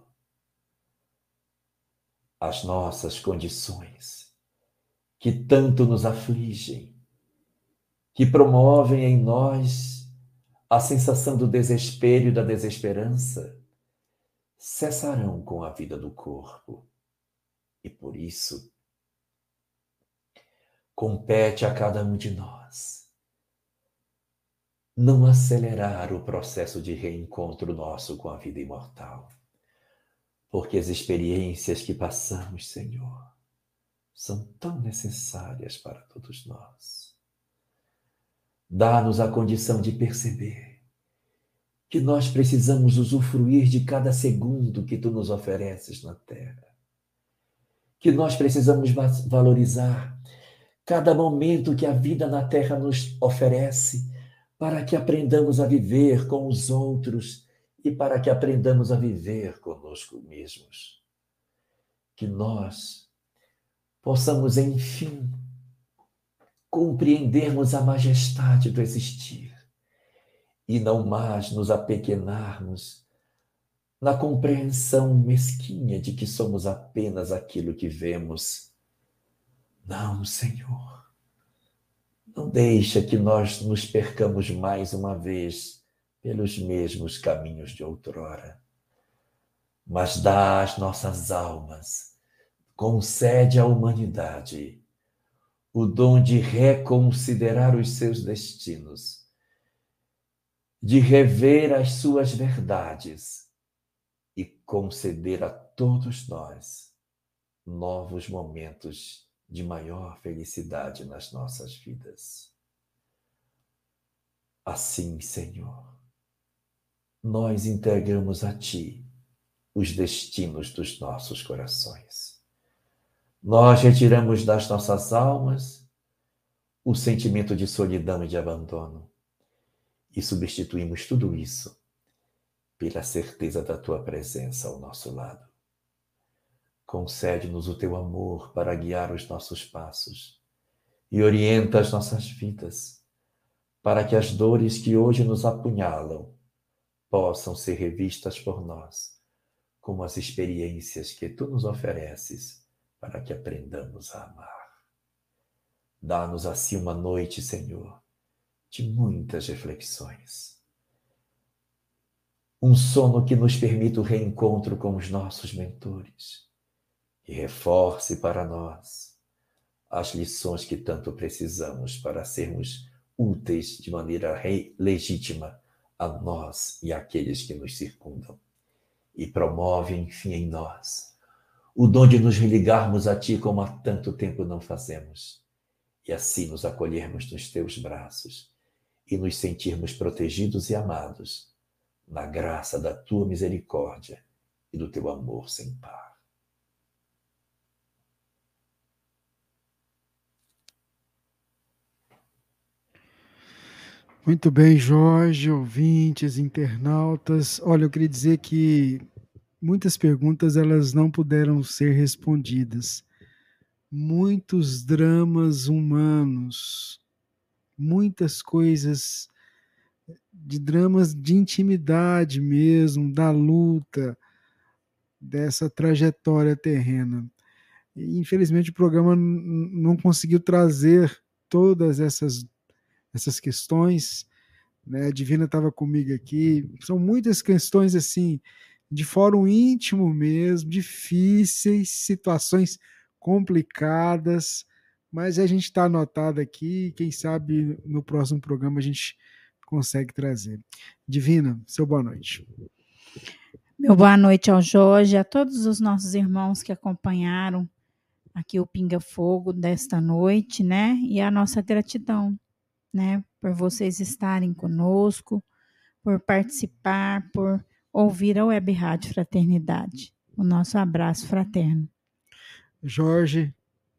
As nossas condições, que tanto nos afligem, que promovem em nós a sensação do desespero e da desesperança, cessarão com a vida do corpo. E por isso, compete a cada um de nós não acelerar o processo de reencontro nosso com a vida imortal, porque as experiências que passamos, Senhor, são tão necessárias para todos nós. Dá-nos a condição de perceber que nós precisamos usufruir de cada segundo que Tu nos ofereces na terra, que nós precisamos valorizar cada momento que a vida na terra nos oferece, para que aprendamos a viver com os outros e para que aprendamos a viver conosco mesmos. Que nós possamos, enfim, compreendermos a majestade do existir e não mais nos apequenarmos na compreensão mesquinha de que somos apenas aquilo que vemos. Não, Senhor. Não deixa que nós nos percamos mais uma vez pelos mesmos caminhos de outrora, mas dá às nossas almas, concede à humanidade o dom de reconsiderar os seus destinos, de rever as suas verdades e conceder a todos nós novos momentos de maior felicidade nas nossas vidas. Assim, Senhor, nós entregamos a Ti os destinos dos nossos corações. Nós retiramos das nossas almas o sentimento de solidão e de abandono e substituímos tudo isso pela certeza da Tua presença ao nosso lado. Concede-nos o Teu amor para guiar os nossos passos e orienta as nossas vidas, para que as dores que hoje nos apunhalam possam ser revistas por nós como as experiências que Tu nos ofereces para que aprendamos a amar. Dá-nos assim uma noite, Senhor, de muitas reflexões. Um sono que nos permita o reencontro com os nossos mentores e reforce para nós as lições que tanto precisamos para sermos úteis de maneira legítima a nós e àqueles que nos circundam. E promove, enfim, em nós o dom de nos religarmos a Ti como há tanto tempo não fazemos, e assim nos acolhermos nos Teus braços e nos sentirmos protegidos e amados na graça da Tua misericórdia e do Teu amor sem par. Muito bem, Jorge, ouvintes, internautas. Olha, eu queria dizer que muitas perguntas elas não puderam ser respondidas. Muitos dramas humanos, muitas coisas, de dramas de intimidade mesmo, da luta, dessa trajetória terrena. E, infelizmente, o programa não conseguiu trazer todas essas questões, né? A Divina estava comigo aqui. São muitas questões assim, de fórum íntimo mesmo, difíceis, situações complicadas, mas a gente está anotado aqui. Quem sabe no próximo programa a gente consegue trazer. Divina, seu boa noite. Meu boa noite ao Jorge, a todos os nossos irmãos que acompanharam aqui o Pinga Fogo desta noite, né? E a nossa gratidão, né, por vocês estarem conosco, por participar, por ouvir a Web Rádio Fraternidade. O nosso abraço fraterno. Jorge.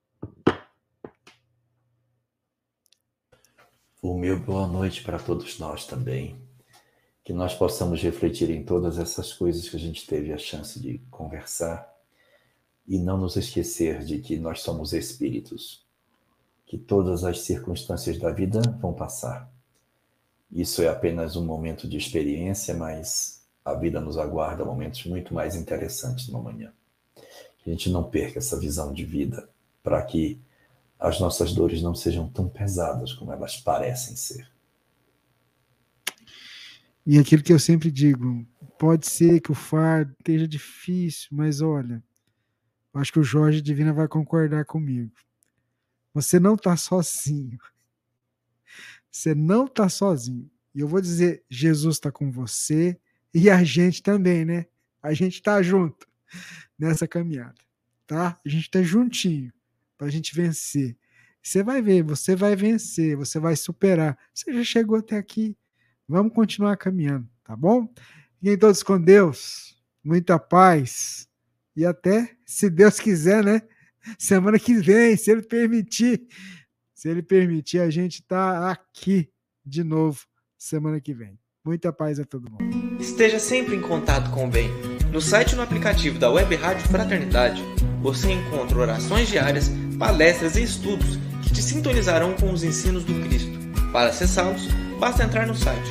O meu boa noite para todos nós também. Que nós possamos refletir em todas essas coisas que a gente teve a chance de conversar e não nos esquecer de que nós somos espíritos, que todas as circunstâncias da vida vão passar. Isso é apenas um momento de experiência, mas a vida nos aguarda momentos muito mais interessantes no amanhã. Que a gente não perca essa visão de vida, para que as nossas dores não sejam tão pesadas como elas parecem ser. E aquilo que eu sempre digo, pode ser que o fardo esteja difícil, mas olha, acho que o Jorge Divina vai concordar comigo. Você não está sozinho. Você não está sozinho. E eu vou dizer, Jesus está com você e a gente também, né? A gente está junto nessa caminhada, tá? A gente está juntinho para a gente vencer. Você vai ver, você vai vencer, você vai superar. Você já chegou até aqui. Vamos continuar caminhando, tá bom? Fiquem todos com Deus, muita paz e até, se Deus quiser, né? Semana que vem, se Ele permitir, a gente tá aqui de novo semana que vem. Muita paz a todo mundo. Esteja sempre em contato com o bem. No site e no aplicativo da Web Rádio Fraternidade, você encontra orações diárias, palestras e estudos que te sintonizarão com os ensinos do Cristo. Para acessá-los, basta entrar no site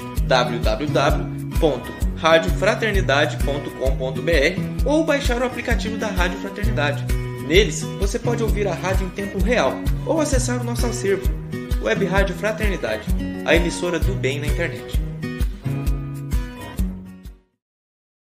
www.radiofraternidade.com.br ou baixar o aplicativo da Rádio Fraternidade. Neles, você pode ouvir a rádio em tempo real ou acessar o nosso acervo, Web Rádio Fraternidade, a emissora do bem na internet.